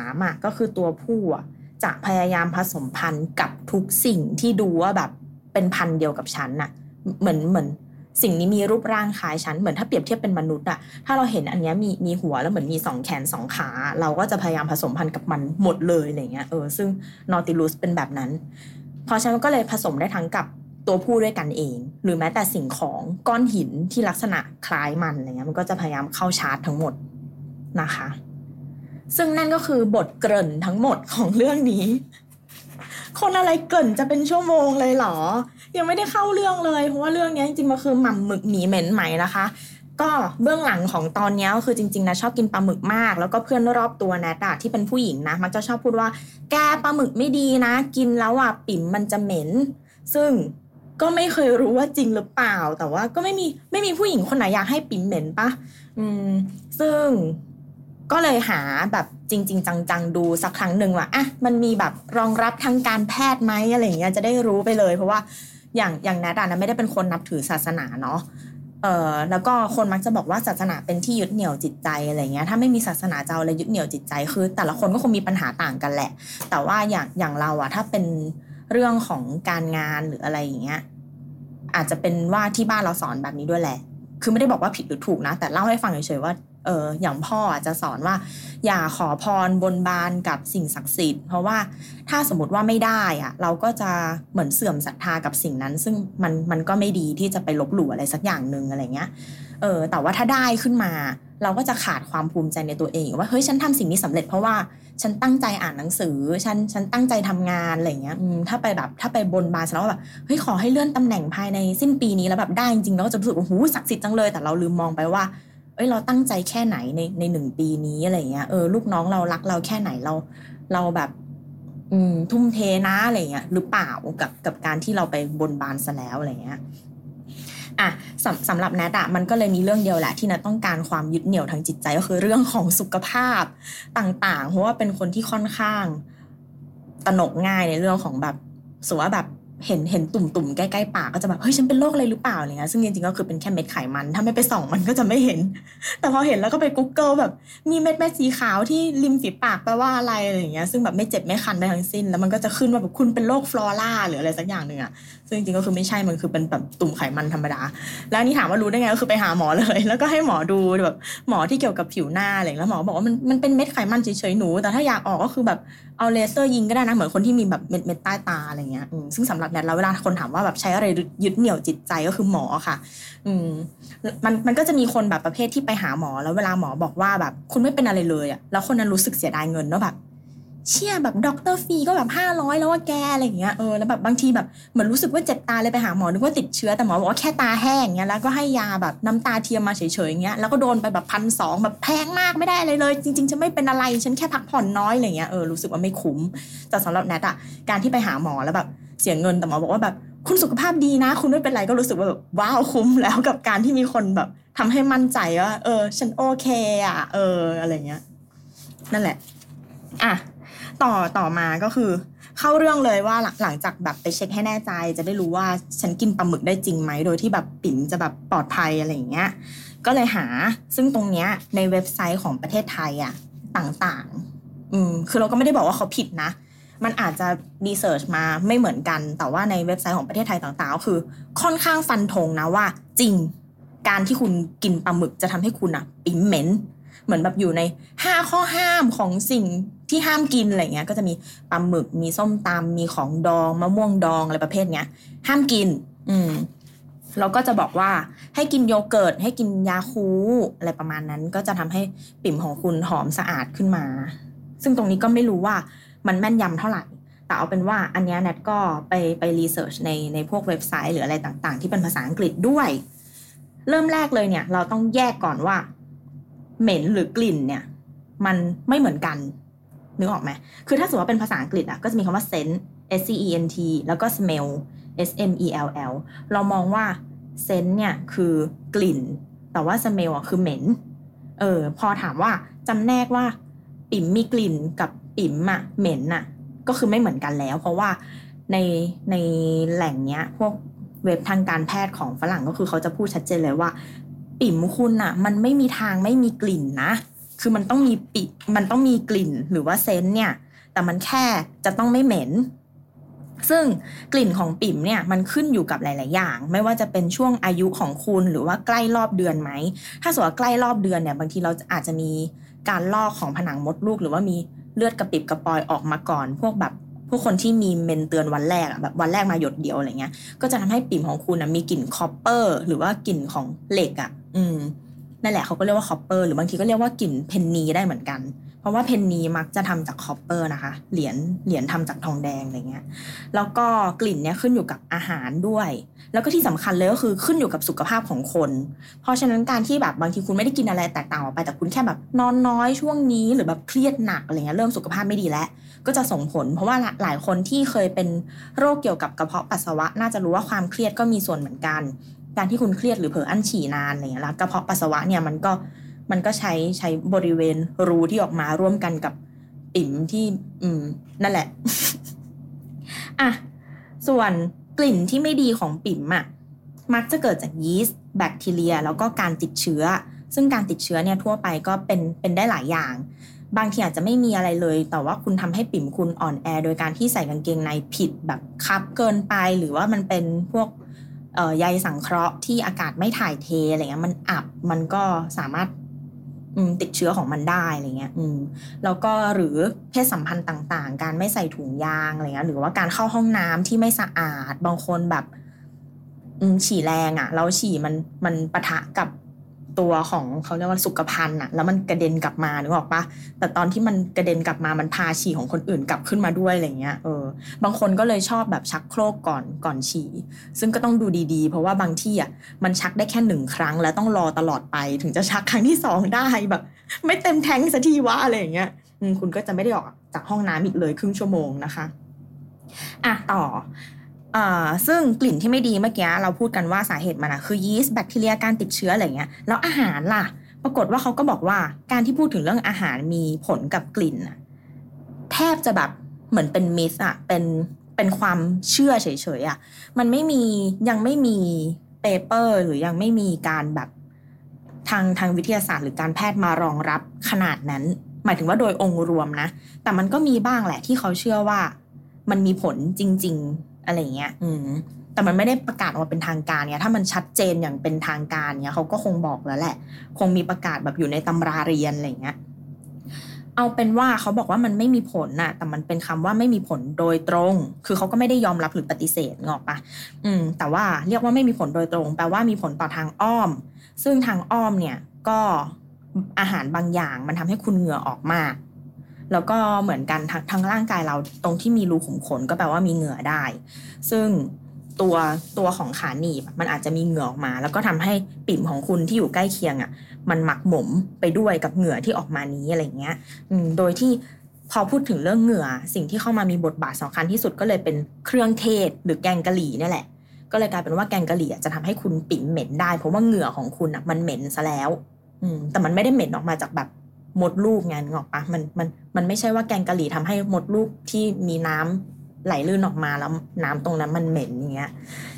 3ก็คือตัวผู้จะพยายามผสมพันธุ์กับทุกสิ่งที่ดูว่าแบบเป็นพันธุ์เดียวกับฉันน่ะเหมือนสิ่งนี้มีรูปร่างคล้ายฉันเหมือนถ้าเปรียบเทียบเป็นมนุษย์ถ้าเราเห็นอันนี้มีหัวแล้วเหมือนมี2แขน2ขาเราก็จะพยายามผสมพันธุ์กับมันหมดเลยอะไรเงี้ยซึ่งนอติลูสเป็นแบบนั้นเพราะฉะนั้นก็เลยผสมได้ทั้งกับตัวผู้ด้วยกันเองหรือแม้แต่สิ่งของก้อนหินที่ลักษณะคล้ายมันอะไรเงี้ยมันก็จะพยายามเข้าชาร์จทั้งหมดนะคะซึ่งนั่นก็คือบทเกริ่นทั้งหมดของเรื่องนี้คนอะไรเกริ่นจะเป็นชั่วโมงเลยเหรอยังไม่ได้เข้าเรื่องเลยเพราะว่าเรื่องนี้จริงๆมันคือหม่ำหมึกหมีเหม็นไหมนะคะก็เบื้องหลังของตอนนี้ก็คือจริงๆนะชอบกินปลาหมึกมากแล้วก็เพื่อนรอบตัวแนทที่เป็นผู้หญิงนะมักจะชอบพูดว่าแกปลาหมึกไม่ดีนะกินแล้วปิ่มมันจะเหม็นซึ่งก็ไม่เคยรู้ว่าจริงหรือเปล่าแต่ว่าก็ไม่มีผู้หญิงคนไหนอยากให้ปิ่มเหม็นปะซึ่งก็เลยหาแบบจริงๆจังๆดูสักครั้งหนึ่งว่ามันมีแบบรองรับทางการแพทย์ไหมอะไรอย่างเงี้ยจะได้รู้ไปเลยเพราะว่าอย่างแนทนะไม่ได้เป็นคนนับถือศาสนาเนาะแล้วก็คนมักจะบอกว่าศาสนาเป็นที่ยึดเหนี่ยวจิตใจอะไรเงี้ยถ้าไม่มีศาสนาจะเอาอะไรยึดเหนี่ยวจิตใจคือแต่ละคนก็คงมีปัญหาต่างกันแหละแต่ว่าอย่างเราถ้าเป็นเรื่องของการงานหรืออะไรอย่างเงี้ยอาจจะเป็นว่าที่บ้านเราสอนแบบนี้ด้วยแหละคือไม่ได้บอกว่าผิดหรือถูกนะแต่เล่าให้ฟังเฉยๆว่าอย่างพ่อจะสอนว่าอย่าขอพรบนบานกับสิ่งศักดิ์สิทธิ์เพราะว่าถ้าสมมติว่าไม่ได้เราก็จะเหมือนเสื่อมศรัทธากับสิ่งนั้นซึ่งมันก็ไม่ดีที่จะไปลบหลู่อะไรสักอย่างนึงอะไรเงี้ยแต่ว่าถ้าได้ขึ้นมาเราก็จะขาดความภูมิใจในตัวเองว่าเฮ้ยฉันทำสิ่งนี้สำเร็จเพราะว่าฉันตั้งใจอ่านหนังสือฉันตั้งใจทำงานอะไรเงี้ยถ้าไปบนบานแล้วแบบเฮ้ยขอให้เลื่อนตำแหน่งภายในสิ้นปีนี้แล้วแบบได้จริงๆเราก็จะรู้สึกว่าหูศักดิ์สิทธิ์จังเลยแต่เราลืมมองไปว่าเราตั้งใจแค่ไหนใน1 ปีนี้อะไรเงี้ยลูกน้องเรารักเราแค่ไหนเราแบบทุ่มเทนะอะไรเงี้ยหรือเปล่ากับการที่เราไปบนบานซะแล้วอะไรเงี้ยสำหรับแนทมันก็เลยมีเรื่องเดียวแหละที่แนทต้องการความยึดเหนี่ยวทางจิตใจก็คือเรื่องของสุขภาพต่างๆเพราะว่าเป็นคนที่ค่อนข้างตระหนกง่ายในเรื่องของแบบสมมติว่าแบบเห็นตุ่มๆใกล้ๆปากก็จะแบบเฮ้ยฉันเป็นโรคอะไรหรือเปล่าอะไรเงี้ยซึ่งจริงๆก็คือเป็นแค่เม็ดไขมันถ้าไม่ไปส่องมันก็จะไม่เห็นแต่พอเห็นแล้วก็ไป Google แบบมีเม็ดสีขาวที่ริมฝีปากแปลว่าอะไรอย่างเงี้ยซึ่งแบบไม่เจ็บไม่คันได้ทั้งสิ้นแล้วมันก็จะขึ้นว่าแบบคุณเป็นโรคฟลอราหรืออะไรสักอย่างนึงซึ่งจริงๆก็คือไม่ใช่มันคือเป็นแบบตุ่มไขมันธรรมดาแล้วนี่ถามว่ารู้ได้ไงก็คือไปหาหมอเลยแล้วก็ให้หมอดูแบบหมอที่เกี่ยวกับผิวหน้าอะไรแล้วหมอบอกว่ามันเป็นเม็ดไขมันเฉยๆหนูแต่ถ้าอยากออกก็คือแบบเอาเลเซอร์ยิงก็ได้นะเหมือนคนที่มีแบบเม็ดใต้ตาอะไรเงี้ยซึ่งสำหรับแนทแล้วเวลาคนถามว่าแบบใช้อะไรยึดเหนี่ยวจิตใจก็คือหมอค่ะมันก็จะมีคนแบบประเภทที่ไปหาหมอแล้วเวลาหมอบอกว่าแบบคุณไม่เป็นอะไรเลยแล้วคนนั้นรู้สึกเสียดายเงินเนาะแบบเชี่ยแบบด็อกเตอร์ฟรีก็แบบ500แล้วว่าแกอะไรอย่างเงี้ยแล้วแบบบางทีแบบเหมือนรู้สึกว่าเจ็บตาเลยไปหาหมอนึกว่าติดเชื้อแต่หมอบอกว่าแค่ตาแห้งเงี้ยแล้วก็ให้ยาแบบน้ำตาเทียมมาเฉยๆอย่างเงี้ยแล้วก็โดนไปแบบ1,200แบบแพงมากไม่ได้อะไรเลยจริงๆฉันไม่เป็นอะไรฉันแค่พักผ่อนน้อยอะไรเงี้ยรู้สึกว่าไม่คุ้มแต่สำหรับแนทการที่ไปหาหมอแล้วแบบเสียเงินแต่หมอบอกว่าแบบคุณสุขภาพดีนะคุณไม่เป็นไรก็รู้สึกว่าแบบว้าวคุ้มแล้วกับการที่มีคนแบบทำให้มั่นใจว่าฉันโอเคอะไรเงี้ยนั่นแหละต่อมาก็คือเข้าเรื่องเลยว่าหลังจากแบบไปเช็คให้แน่ใจจะได้รู้ว่าฉันกินปลาหมึกได้จริงไหมโดยที่แบบปิ่มจะแบบปลอดภัยอะไรอย่างเงี้ยก็เลยหาซึ่งตรงเนี้ยในเว็บไซต์ของประเทศไทยต่างๆคือเราก็ไม่ได้บอกว่าเขาผิดนะมันอาจจะรีเสิร์ชมาไม่เหมือนกันแต่ว่าในเว็บไซต์ของประเทศไทยต่างๆก็คือค่อนข้างฟันธงนะว่าจริงการที่คุณกินปลาหมึกจะทำให้คุณปิ่มเหม็นเหมือนแบบอยู่ใน5ข้อห้ามของสิ่งที่ห้ามกินอะไรเงี้ยก็จะมีปลาหมึกมีส้มตำมีของดองมะม่วงดองอะไรประเภทเนี้ยห้ามกินเราก็จะบอกว่าให้กินโยเกิร์ตให้กินยาคูอะไรประมาณนั้นก็จะทำให้ปิ่มของคุณหอมสะอาดขึ้นมาซึ่งตรงนี้ก็ไม่รู้ว่ามันแม่นยำเท่าไหร่แต่เอาเป็นว่าอันนี้แนทก็ไปรีเสิร์ชในพวกเว็บไซต์หรืออะไรต่างๆที่เป็นภาษาอังกฤษด้วยเริ่มแรกเลยเนี่ยเราต้องแยกก่อนว่าเหม็นหรือกลิ่นเนี่ยมันไม่เหมือนกันนึกออกไหมคือถ้าสมมติว่าเป็นภาษาอังกฤษก็จะมีคำว่า scent scent แล้วก็ smell smell เรามองว่า scent เนี่ยคือกลิ่นแต่ว่า smell คือเหม็นพอถามว่าจำแนกว่าปิ๋มมีกลิ่นกับปิ๋มอะเหม็นอะก็คือไม่เหมือนกันแล้วเพราะว่าในแหล่งเนี้ยพวกเว็บทางการแพทย์ของฝรั่งก็คือเขาจะพูดชัดเจนเลยว่าปิ๋มคุณอะมันไม่มีทางไม่มีกลิ่นนะคือมันต้องมีกลิ่นหรือว่าเซนต์เนี่ยแต่มันแค่จะต้องไม่เหม็นซึ่งกลิ่นของปิ๋มเนี่ยมันขึ้นอยู่กับหลายๆอย่างไม่ว่าจะเป็นช่วงอายุของคุณหรือว่าใกล้รอบเดือนไหมถ้าสมมติว่าใกล้รอบเดือนเนี่ยบางทีเราอาจจะมีการลอกของผนังมดลูกหรือว่ามีเลือดกระปิบกระปอยออกมาก่อนพวกคนที่มีเมนเตือนวันแรกแบบวันแรกมาหยดเดียวอะไรเงี้ยก็จะทำให้ปิ่มของคุณมีกลิ่นคอปเปอร์หรือว่ากลิ่นของเหล็กนั่นแหละเขาก็เรียกว่าคอปเปอร์หรือบางทีก็เรียกว่ากลิ่นเพนนีได้เหมือนกันเพราะว่าเพนนีมักจะทำจากคอปเปอร์นะคะเหรียญทำจากทองแดงอะไรเงี้ยแล้วก็กลิ่นเนี้ยขึ้นอยู่กับอาหารด้วยแล้วก็ที่สำคัญเลยก็คือขึ้นอยู่กับสุขภาพของคนเพราะฉะนั้นการที่แบบบางทีคุณไม่ได้กินอะไรแตกต่างออกไปแต่คุณแค่แบบนอนน้อยช่วงนี้หรือแบบเครียดหนักอะไรเงี้ยเริ่มสุขภาพไม่ดีแล้วก็จะส่งผลเพราะว่าหลายคนที่เคยเป็นโรคเกี่ยวกับกระเพาะปัสสาวะน่าจะรู้ว่าความเครียดก็มีส่วนเหมือนกันการที่คุณเครียดหรือเผลออั้นฉี่นานอะไรเงี้ยแล้วกระเพาะปัสสาวะเนี่ยมันก็ใช้บริเวณรูที่ออกมาร่วมกันกับปิ่มที่นั่นแหละ อ่ะส่วนกลิ่นที่ไม่ดีของปิ่มมักจะเกิดจากยีสต์แบคทีเรียแล้วก็การติดเชื้อซึ่งการติดเชื้อเนี่ยทั่วไปก็เป็นได้หลายอย่างบางทีอาจจะไม่มีอะไรเลยแต่ว่าคุณทำให้ปิ่มคุณอ่อนแอโดยการที่ใส่กางเกงในผิดแบบคับเกินไปหรือว่ามันเป็นพวกใยสังเคราะห์ที่อากาศไม่ถ่ายเทอะไรเงี้ยมันอับมันก็สามารถติดเชื้อของมันได้อะไรเงี้ยแล้วก็หรือเพศสัมพันธ์ต่างๆการไม่ใส่ถุงยางอะไรเงี้ยหรือว่าการเข้าห้องน้ำที่ไม่สะอาดบางคนแบบฉี่แรงแล้วฉี่มันปะทะกับตัวของเขาเรียกว่าสุขภัณฑ์แล้วมันกระเด็นกลับมานึกออกปะแต่ตอนที่มันกระเด็นกลับมามันพาฉี่ของคนอื่นกลับขึ้นมาด้วยอะไรเงี้ยบางคนก็เลยชอบแบบชักโครกก่อนฉี่ซึ่งก็ต้องดูดีๆเพราะว่าบางที่มันชักได้แค่1ครั้งแล้วต้องรอตลอดไปถึงจะชักครั้งที่2ได้แบบไม่เต็มแท้งสักทีวะอะไรอย่างเงี้ยคุณก็จะไม่ได้ออกจากห้องน้ำอีกเลยครึ่งชั่วโมงนะคะต่อซึ่งกลิ่นที่ไม่ดีเมื่อกี้เราพูดกันว่าสาเหตุมันคือยีสต์แบคทีเรียการติดเชื้ออะไรเงี้ยแล้วอาหารล่ะปรากฏว่าเขาก็บอกว่าการที่พูดถึงเรื่องอาหารมีผลกับกลิ่นแทบจะแบบเหมือนเป็นมิสเป็นความเชื่อเฉยๆมันยังไม่มีเปเปอร์หรือยังไม่มีการแบบทางวิทยาศาสตร์หรือการแพทย์มารองรับขนาดนั้นหมายถึงว่าโดยองค์รวมนะแต่มันก็มีบ้างแหละที่เขาเชื่อว่ามันมีผลจริงๆอะไรเงี้ยแต่มันไม่ได้ประกาศออกมาเป็นทางการเนี่ยถ้ามันชัดเจนอย่างเป็นทางการเนี่ยเขาก็คงบอกแล้วแหละคงมีประกาศแบบอยู่ในตำราเรียนอะไรเงี้ยเอาเป็นว่าเขาบอกว่ามันไม่มีผลแต่มันเป็นคำว่าไม่มีผลโดยตรงคือเขาก็ไม่ได้ยอมรับหรือปฏิเสธงอกปะแต่ว่าเรียกว่าไม่มีผลโดยตรงแปลว่ามีผลต่อทางอ้อมซึ่งทางอ้อมเนี่ยก็อาหารบางอย่างมันทำให้คุณเหงื่อออกมากแล้วก็เหมือนกันทั้งร่างกายเราตรงที่มีรูขุมขนก็แปลว่ามีเหงื่อได้ซึ่งตัวของขาหนีบมันอาจจะมีเหงื่อออกมาแล้วก็ทำให้ปิ่มของคุณที่อยู่ใกล้เคียงมันหมักหมมไปด้วยกับเหงื่อที่ออกมานี้อะไรเงี้ยโดยที่พอพูดถึงเรื่องเหงื่อสิ่งที่เข้ามามีบทบาทสำคัญที่สุดก็เลยเป็นเครื่องเทศหรือแกงกะหรี่นี่แหละก็เลยกลายเป็นว่าแกงกะหรี่จะทำให้คุณปิ่มเหม็นได้เพราะว่าเหงื่อของคุณมันเหม็นซะแล้วแต่มันไม่ได้เหม็นออกมาจากแบบมดลูกไงนึกออกปะมันไม่ใช่ว่าแกงกะหรี่ทำให้มดลูกที่มีน้ำไหลลื่นออกมาแล้วน้ำตรงนั้นมันเหม็นอย่างเงี้ย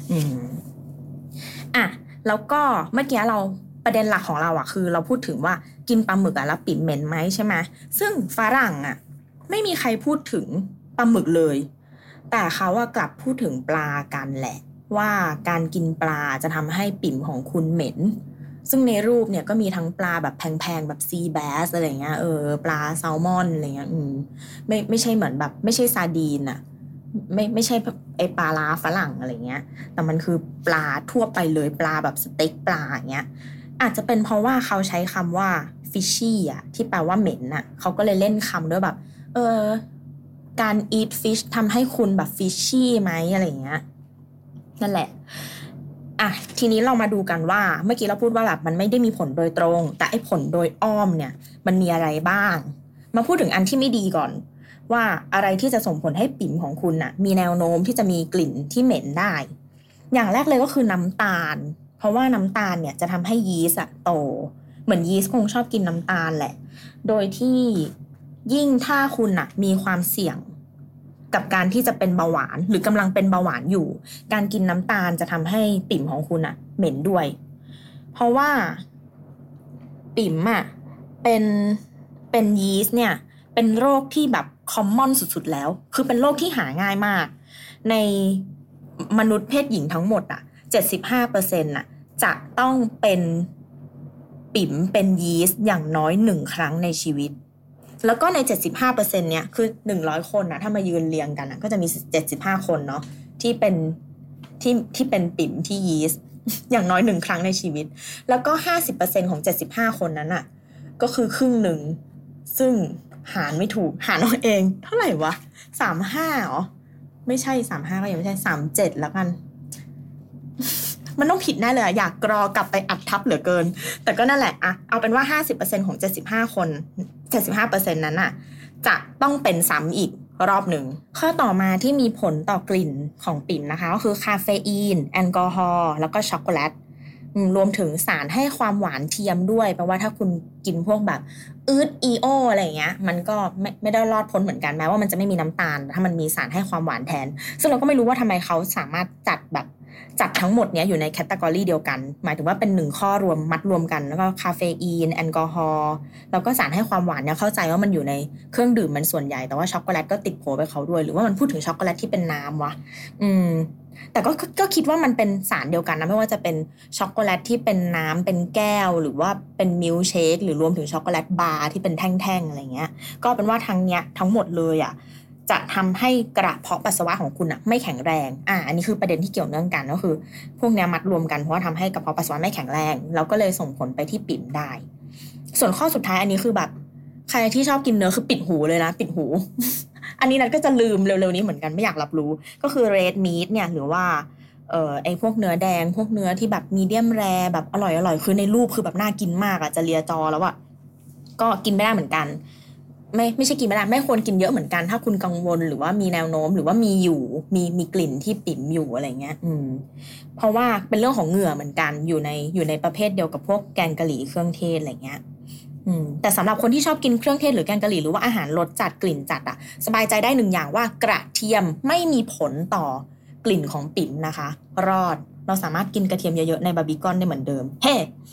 แล้วก็เมื่อกี้เราประเด็นหลักของเราคือเราพูดถึงว่ากินปลาหมึกแล้วปิ่มเหม็นไหมใช่ไหมซึ่งฝรั่งไม่มีใครพูดถึงปลาหมึกเลยแต่เขากลับพูดถึงปลากันแหละว่าการกินปลาจะทำให้ปิ่มของคุณเหม็นซึ่งในรูปเนี่ยก็มีทั้งปลาแบบแพงๆแบบซีแบสอะไรเงี้ยปลาแซลมอนอะไรเงี้ยไม่ใช่เหมือนแบบไม่ใช่ซาร์ดีนไม่ใช่ไอปลาลาฝรั่งอะไรเงี้ยแต่มันคือปลาทั่วไปเลยปลาแบบสเต็กปลาอย่างเงี้ยอาจจะเป็นเพราะว่าเขาใช้คำว่า fishy ที่แปลว่าเหม็นเขาก็เลยเล่นคำด้วยแบบการ eat fish ทำให้คุณแบบ fishy ไหมอะไรเงี้ยนั่นแหละทีนี้เรามาดูกันว่าเมื่อกี้เราพูดว่าแบบมันไม่ได้มีผลโดยตรงแต่ไอ้ผลโดยอ้อมเนี่ยมันมีอะไรบ้างมาพูดถึงอันที่ไม่ดีก่อนว่าอะไรที่จะส่งผลให้ปิ่มของคุณมีแนวโน้มที่จะมีกลิ่นที่เหม็นได้อย่างแรกเลยก็คือน้ำตาลเพราะว่าน้ำตาลเนี่ยจะทำให้ยีสต์โตเหมือนยีสต์คงชอบกินน้ำตาลแหละโดยที่ยิ่งถ้าคุณอะมีความเสี่ยงกับการที่จะเป็นเบาหวานหรือกำลังเป็นเบาหวานอยู่การกินน้ำตาลจะทำให้ปิ่มของคุณอะเหม็นด้วยเพราะว่าปิ่มอะเป็นยีสต์เนี่ยเป็นโรคที่แบบคอมมอนสุดๆแล้วคือเป็นโรคที่หาง่ายมากในมนุษย์เพศหญิงทั้งหมดอะ 75% น่ะจะต้องเป็นปิ่มเป็นยีสต์อย่างน้อย1ครั้งในชีวิตแล้วก็ใน 75% เนี่ยคือ100คนนะถ้ามายืนเรียงกันนะก็จะมี75คนเนาะที่เป็นปิ่มที่ยีสต์อย่างน้อย1ครั้งในชีวิตแล้วก็ 50% ของ75คนนั้นน่ะก็คือครึ่งหนึ่งซึ่งหารไม่ถูกหารเอาเองเท่าไหร่วะ35เหรอไม่ใช่35ก็ยังไม่ใช่37แล้วกันมันต้องผิดแน่เลยอยากกรอกลับไปอัดทับเหลือเกินแต่ก็นั่นแหละอะเอาเป็นว่า 50% ของ75คน 75% นั้นน่ะจะต้องเป็นซ้ำอีกรอบหนึ่งข้อต่อมาที่มีผลต่อกลิ่นของปิ่มนะคะก็คือคาเฟอีนแอลกอฮอล์แล้วก็ช็อกโกแลตรวมถึงสารให้ความหวานเทียมด้วยแปลว่าถ้าคุณกินพวกแบบอีโออะไรอย่างเงี้ยมันก็ไม่ได้รอดพ้นเหมือนกันแม้ว่ามันจะไม่มีน้ำตาลถ้ามันมีสารให้ความหวานแทนซึ่งเราก็ไม่รู้ว่าทำไมเขาสามารถจัดทั้งหมดเนี้ยอยู่ในแคตตากรีเดียวกันหมายถึงว่าเป็น1ข้อรวมมัดรวมกันแล้วก็คาเฟอีนแอลกอฮอล์แล้วก็สารให้ความหวานเนี่ยเข้าใจว่ามันอยู่ในเครื่องดื่มมันส่วนใหญ่แต่ว่าช็อกโกแลตก็ติดโผไปเขาด้วยหรือว่ามันพูดถึงช็อกโกแลตที่เป็นน้ำวะแต่ก็คิดว่ามันเป็นสารเดียวกันนะไม่ว่าจะเป็นช็อกโกแลตที่เป็นน้ำเป็นแก้วหรือว่าเป็นมิลค์เชคหรือรวมถึงช็อกโกแลตบาร์ที่เป็นแท่งๆอะไรเงี้ยก็เป็นว่าทั้งหมดเลยอ่ะจะทำให้กระเพาะปัสสาวะของคุณอ่ะไม่แข็งแรงอันนี้คือประเด็นที่เกี่ยวเนื่องกันก็คือพวกนี้มัดรวมกันเพราะว่าทำให้กระเพาะปัสสาวะไม่แข็งแรงแล้วก็เลยส่งผลไปที่ปิ่มได้ส่วนข้อสุดท้ายอันนี้คือแบบใครที่ชอบกินเนื้อคือปิดหูเลยนะปิดหู อันนี้นัทก็จะลืมเร็วๆนี้เหมือนกันไม่อยากรับรู้ก็คือ red meat เนี่ยหรือว่าไอ้พวกเนื้อแดงพวกเนื้อที่แบบมีเดียมแรร์แบบอร่อยคือในรูปคือแบบน่ากินมากอ่ะจะเลียจอแล้วอ่ะก็กินไม่ได้เหมือนกันไม่ใช่กินไม่ได้ไม่ควรกินเยอะเหมือนกันถ้าคุณกังวลหรือว่ามีแนวโน้มหรือว่ามีกลิ่นที่ปิ่มอยู่อะไรเงี้ยเพราะว่าเป็นเรื่องของเหงื่อเหมือนกันอยู่ในประเภทเดียวกับพวกแกงกะหรี่เครื่องเทศอะไรเงี้ยแต่สำหรับคนที่ชอบกินเครื่องเทศหรือแกงกะหรี่หรือว่าอาหารรสจัดกลิ่นจัดอ่ะสบายใจได้1อย่างว่ากระเทียมไม่มีผลต่อกลิ่นของปิ่มนะคะรอดเราสามารถกินกระเทียมเยอะๆในบาร์บีคอนได้เหมือนเดิมเฮ้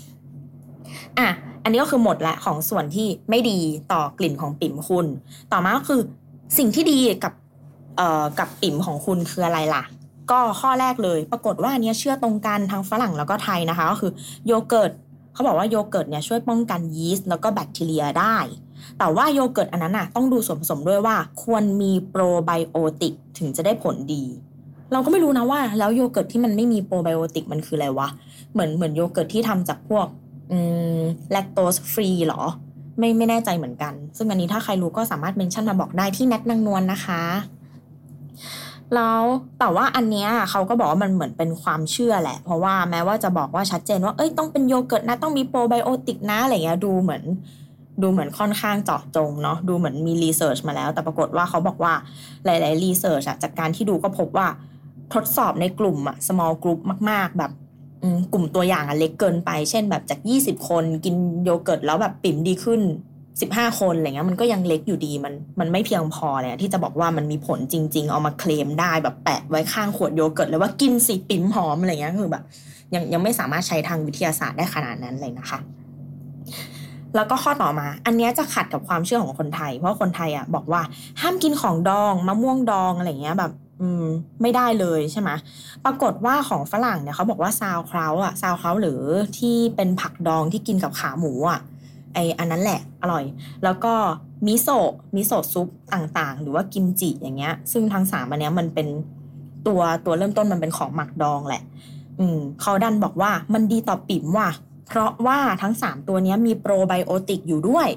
อันนี้ก็คือหมดละของส่วนที่ไม่ดีต่อกลิ่นของปิ่มคุณต่อมาก็คือสิ่งที่ดีกับปิ่มของคุณคืออะไรล่ะก็ข้อแรกเลยปรากฏว่าอันนี้เชื่อตรงกันทั้งฝรั่งแล้วก็ไทยนะคะก็คือโยเกิร์ตเขาบอกว่าโยเกิร์ตเนี่ยช่วยป้องกันยีสต์แล้วก็แบคทีเรียได้แต่ว่าโยเกิร์ตอันนั้นน่ะต้องดูส่วนผสมด้วยว่าควรมีโปรไบโอติกถึงจะได้ผลดีเราก็ไม่รู้นะว่าแล้วโยเกิร์ตที่มันไม่มีโปรไบโอติกมันคืออะไรวะเหมือนโยเกิร์ตที่ทำจากพวกแลคโตสฟรีหรอไม่แน่ใจเหมือนกันซึ่งอันนี้ถ้าใครรู้ก็สามารถเมนชั่นมาบอกได้ที่แนทนางนวลนะคะแล้วแต่ว่าอันเนี้ยเขาก็บอกว่ามันเหมือนเป็นความเชื่อแหละเพราะว่าแม้ว่าจะบอกว่าชัดเจนว่าต้องเป็นโยเกิร์ตนะต้องมีโปรไบโอติกนะอะไรเงี้ยดูเหมือนค่อนข้างเจาะจงเนาะดูเหมือนมีรีเสิร์ชมาแล้วแต่ปรากฏว่าเขาบอกว่าหลายๆรีเสิร์ชจากการที่ดูก็พบว่าทดสอบในกลุ่มsmall group มากๆแบบกลุ่มตัวอย่างเล็กเกินไปเช่นแบบจาก20คนกินโยเกิร์ตแล้วแบบปิ่มดีขึ้น15คนอะไรเงี้ยมันก็ยังเล็กอยู่ดีมันไม่เพียงพอเลยที่จะบอกว่ามันมีผลจริงๆเอามาเคลมได้แบบแปะไว้ข้างขวดโยเกิร์ตเลยว่ากินสิปิ่มหอมอะไรเงี้ยคือแบบยังไม่สามารถใช้ทางวิทยาศาสตร์ได้ขนาดนั้นเลยนะคะแล้วก็ข้อต่อมาอันนี้จะขัดกับความเชื่อของคนไทยเพราะคนไทยบอกว่าห้ามกินของดองมะม่วงดองอะไรเงี้ยแบบไม่ได้เลยใช่ไหมปรากฏว่าของฝรั่งเนี่ยเขาบอกว่าซาวคราวหรือที่เป็นผักดองที่กินกับขาหมูอันนั้นแหละอร่อยแล้วก็มิโซะซุปต่างๆหรือว่ากิมจิอย่างเงี้ยซึ่งทั้ง3อันเนี้ยมันเป็นตัวเริ่มต้นมันเป็นของหมักดองแหละเขาดันบอกว่ามันดีต่อปิ่มว่ะเพราะว่าทั้ง3ตัวนี้มีโปรไบโอติกอยู่ด้วย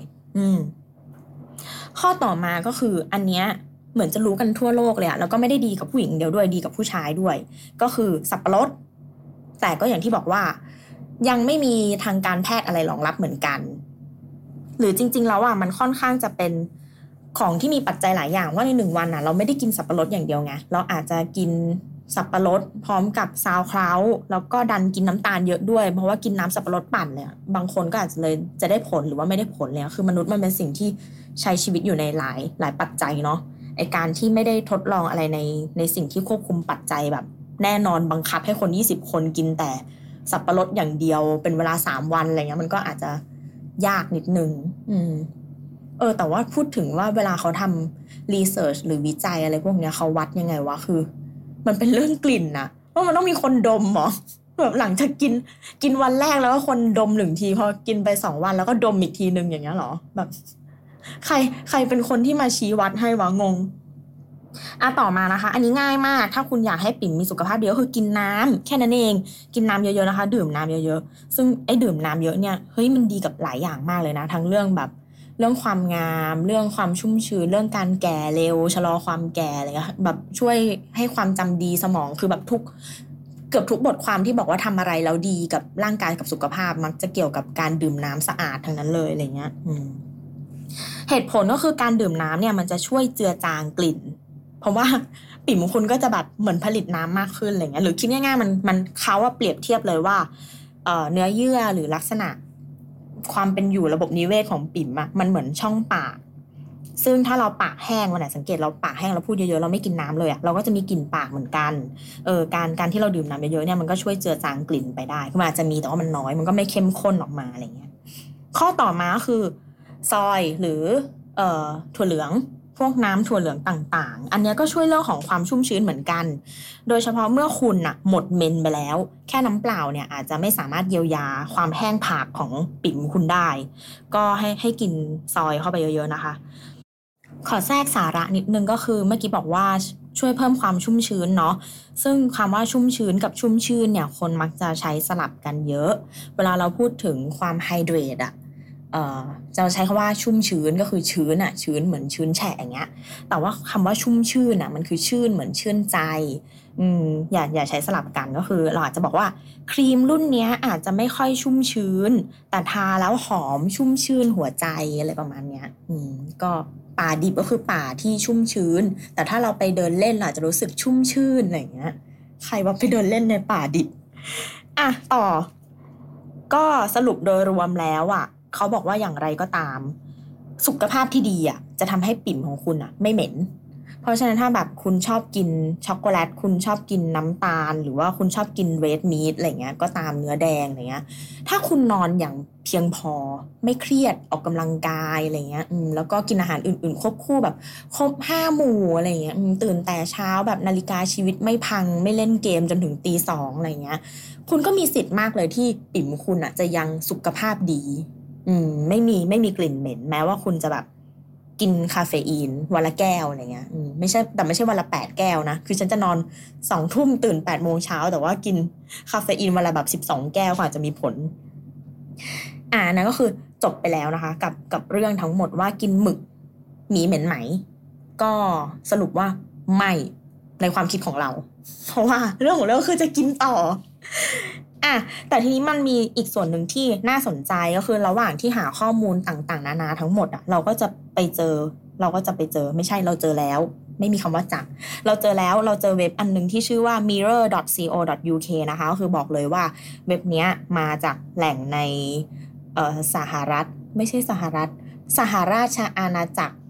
ข้อต่อมาก็คืออันเนี้ยเหมือนจะรู้กันทั่วโลกเลยแล้วก็ไม่ได้ดีกับผู้หญิงเดียวด้วยดีกับผู้ชายด้วยก็คือสับปะรดแต่ก็อย่างที่บอกว่ายังไม่มีทางการแพทย์อะไรรองรับเหมือนกันหรือจริงๆแล้วมันค่อนข้างจะเป็นของที่มีปัจจัยหลายอย่างว่าใน1วันเราไม่ได้กินสับปะรดอย่างเดียวไงเราอาจจะกินสับปะรดพร้อมกับซาวคราวแล้วก็ดันกินน้ำตาลเยอะด้วยเพราะว่ากินน้ำสับปะรดปั่นเลยบางคนก็อาจจะเลยจะได้ผลหรือว่าไม่ได้ผลเลยคือมนุษย์มันเป็นสิ่งที่ใช้ชีวิตอยู่ในหลายปัจจัยเนาะไอการที่ไม่ได้ทดลองอะไรในสิ่งที่ควบคุมปัจจัยแบบแน่นอนบังคับให้คน20คนกินแต่สับปะรดอย่างเดียวเป็นเวลา3วันอะไรเงี้ยมันก็อาจจะยากนิดนึงแต่ว่าพูดถึงว่าเวลาเขาทำรีเสิร์ชหรือวิจัยอะไรพวกเนี้ยเขาวัดยังไงวะคือมันเป็นเรื่องกลิ่นนะว่ามันต้องมีคนดมหรอแบบหลังจากกินวันแรกแล้วก็คนดม1ทีพอกินไป2วันแล้วก็ดมอีกทีนึงอย่างเงี้ยหรอแบบใครเป็นคนที่มาชี้วัดให้วะงงต่อมานะคะอันนี้ง่ายมากถ้าคุณอยากให้ปิ่มมีสุขภาพดีก็คือกินน้ำแค่นั้นเองกินน้ำเยอะๆนะคะดื่มน้ำเยอะๆซึ่งไอ้ดื่มน้ำเยอะเนี่ยเฮ้ยมันดีกับหลายอย่างมากเลยนะทั้งเรื่องแบบเรื่องความงามเรื่องความชุ่มชื้นเรื่องการแก่เร็วชะลอความแก่อะไรเงี้ยแบบช่วยให้ความจำดีสมองคือแบบเกือบทุกบทความที่บอกว่าทำอะไรแล้วดีกับร่างกายกับสุขภาพมักจะเกี่ยวกับการดื่มน้ำสะอาดทั้งนั้นเลยอะไรเงี้ยเหตุผลก็คือการดื่มน้ำเนี่ยมันจะช่วยเจือจางกลิ่นเพราะว่าปิ่มคุณก็จะแบบเหมือนผลิตน้ำมากขึ้นอะไรเงี้ยหรือคิดง่ายๆมันเขาเปรียบเทียบเลยว่าเนื้อเยื่อหรือลักษณะความเป็นอยู่ระบบนิเวศของปิ่มมันเหมือนช่องปากซึ่งถ้าเราปากแห้งวันไหนสังเกตเราปากแห้งเราพูดเยอะๆเราไม่กินน้ำเลยเราก็จะมีกลิ่นปากเหมือนกันการที่เราดื่มน้ำเยอะๆเนี่ยมันก็ช่วยเจือจางกลิ่นไปได้คือมันอาจจะมีแต่ว่ามันน้อยมันก็ไม่เข้มข้นออกมาอะไรเงี้ยข้อต่อมาคือซอยหรือถั่วเหลืองพวกน้ำถั่วเหลืองต่างๆอันนี้ก็ช่วยเรื่องของความชุ่มชื้นเหมือนกันโดยเฉพาะเมื่อคุณหมดเมนไปแล้วแค่น้ำเปล่าเนี่ยอาจจะไม่สามารถเยียวยาความแห้งผากของปิ่มคุณได้ก็ให้กินซอยเข้าไปเยอะๆนะคะขอแทรกสาระนิดนึงก็คือเมื่อกี้บอกว่าช่วยเพิ่มความชุ่มชื้นเนาะซึ่งคำว่าชุ่มชื้นกับชุ่มชื่นเนี่ยคนมักจะใช้สลับกันเยอะเวลาเราพูดถึงความไฮเดรตจะใช้คำว่าชุ่มชื้นก็คือชื้นชื้นเหมือนชื้นแฉะอย่างเงี้ยแต่ว่าคำว่าชุ่มชื่นมันคือชื่นเหมือนชื่นใจอย่าใช้สลับกันก็คือเราอาจจะบอกว่าครีมรุ่นนี้อาจจะไม่ค่อยชุ่มชื้นแต่ทาแล้วหอมชุ่มชื่นหัวใจอะไรประมาณเนี้ยก็ป่าดิบก็คือป่าที่ชุ่มชื้นแต่ถ้าเราไปเดินเล่นเราอาจจะรู้สึกชุ่มชื่นอะไรอย่างเงี้ยใครว่าไปเดินเล่นในป่าดิบต่อก็สรุปโดยรวมแล้วเขาบอกว่าอย่างไรก็ตามสุขภาพที่ดีจะทำให้ปิ่มของคุณไม่เหม็นเพราะฉะนั้นถ้าแบบคุณชอบกินช็อกโกแลตคุณชอบกินน้ำตาลหรือว่าคุณชอบกินเรดมีทอะไรเงี้ยก็ตามเนื้อแดงอะไรเงี้ยถ้าคุณนอนอย่างเพียงพอไม่เครียดออกกำลังกายอะไรเงี้ยแล้วก็กินอาหารอื่นๆควบคู่แบบครบ5หมู่อะไรเงี้ยตื่นแต่เช้าแบบนาฬิกาชีวิตไม่พังไม่เล่นเกมจนถึงตี 2อะไรเงี้ยคุณก็มีสิทธิ์มากเลยที่ปิ่มคุณจะยังสุขภาพดีไม่มีกลิ่นเหม็นแม้ว่าคุณจะแบบกินคาเฟอีนวันละแก้วอะไรเงี้ยไม่ใช่วันละ8แก้วนะคือฉันจะนอน2 ทุ่มตื่น8 โมงเช้าแต่ว่ากินคาเฟอีนวันละแบบ12แก้วก็อาจจะมีผลนั่นก็คือจบไปแล้วนะคะกับเรื่องทั้งหมดว่ากินหมึกหมีเหม็นไหมก็สรุปว่าไม่ในความคิดของเราเพราะว่าเรื่องของเรื่องคือจะกินต่อแต่ทีนี้มันมีอีกส่วนหนึ่งที่น่าสนใจก็คือระหว่างที่หาข้อมูลต่างๆนานาทั้งหมดเราก็จะไปเจอไม่ใช่เราเจอแล้วไม่มีคำว่าจักเราเจอเว็บอันนึงที่ชื่อว่า mirror.co.uk นะคะก็คือบอกเลยว่าเว็บเนี้ยมาจากแหล่งในสหรัฐไม่ใช่สหราชอาณาจักร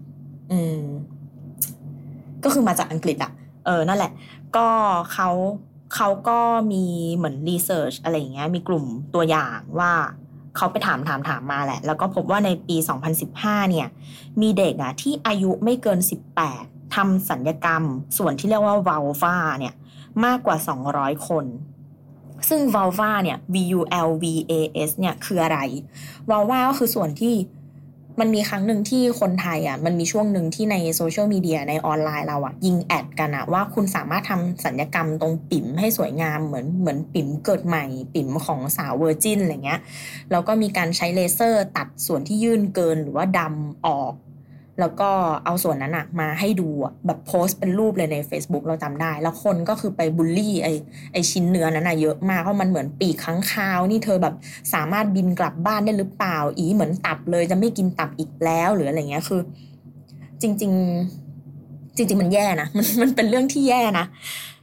ก็คือมาจากอังกฤษนั่นแหละก็เขาก็มีเหมือนรีเสิร์ชอะไรอย่างเงี้ยมีกลุ่มตัวอย่างว่าเขาไปถามมาแหละแล้วก็พบว่าในปี2015เนี่ยมีเด็กที่อายุไม่เกิน18ทำศัลยกรรมส่วนที่เรียกว่า vulva เนี่ยมากกว่า200คนซึ่ง vulva เนี่ย vulvas เนี่ยคืออะไร vulva ก็คือส่วนที่มันมีครั้งหนึ่งที่คนไทยมันมีช่วงหนึ่งที่ในโซเชียลมีเดียในออนไลน์เรายิงแอดกันว่าคุณสามารถทำศัลยกรรมตรงปิ่มให้สวยงามเหมือนปิ่มเกิดใหม่ปิ่มของสาวเวอร์จินอะไรเงี้ยแล้วก็มีการใช้เลเซอร์ตัดส่วนที่ยื่นเกินหรือว่าดำออกแล้วก็เอาส่วนนั้นมาให้ดูแบบโพสต์เป็นรูปเลยใน Facebook เราจำได้แล้วคนก็คือไปบูลลี่ไอชิ้นเนื้อนั้นเยอะมากเพราะมันเหมือนปีกค้างคาวนี่เธอแบบสามารถบินกลับบ้านได้หรือเปล่าเหมือนตับเลยจะไม่กินตับอีกแล้วหรืออะไรเงี้ยคือจริงๆมันแย่นะมันเป็นเรื่องที่แย่นะ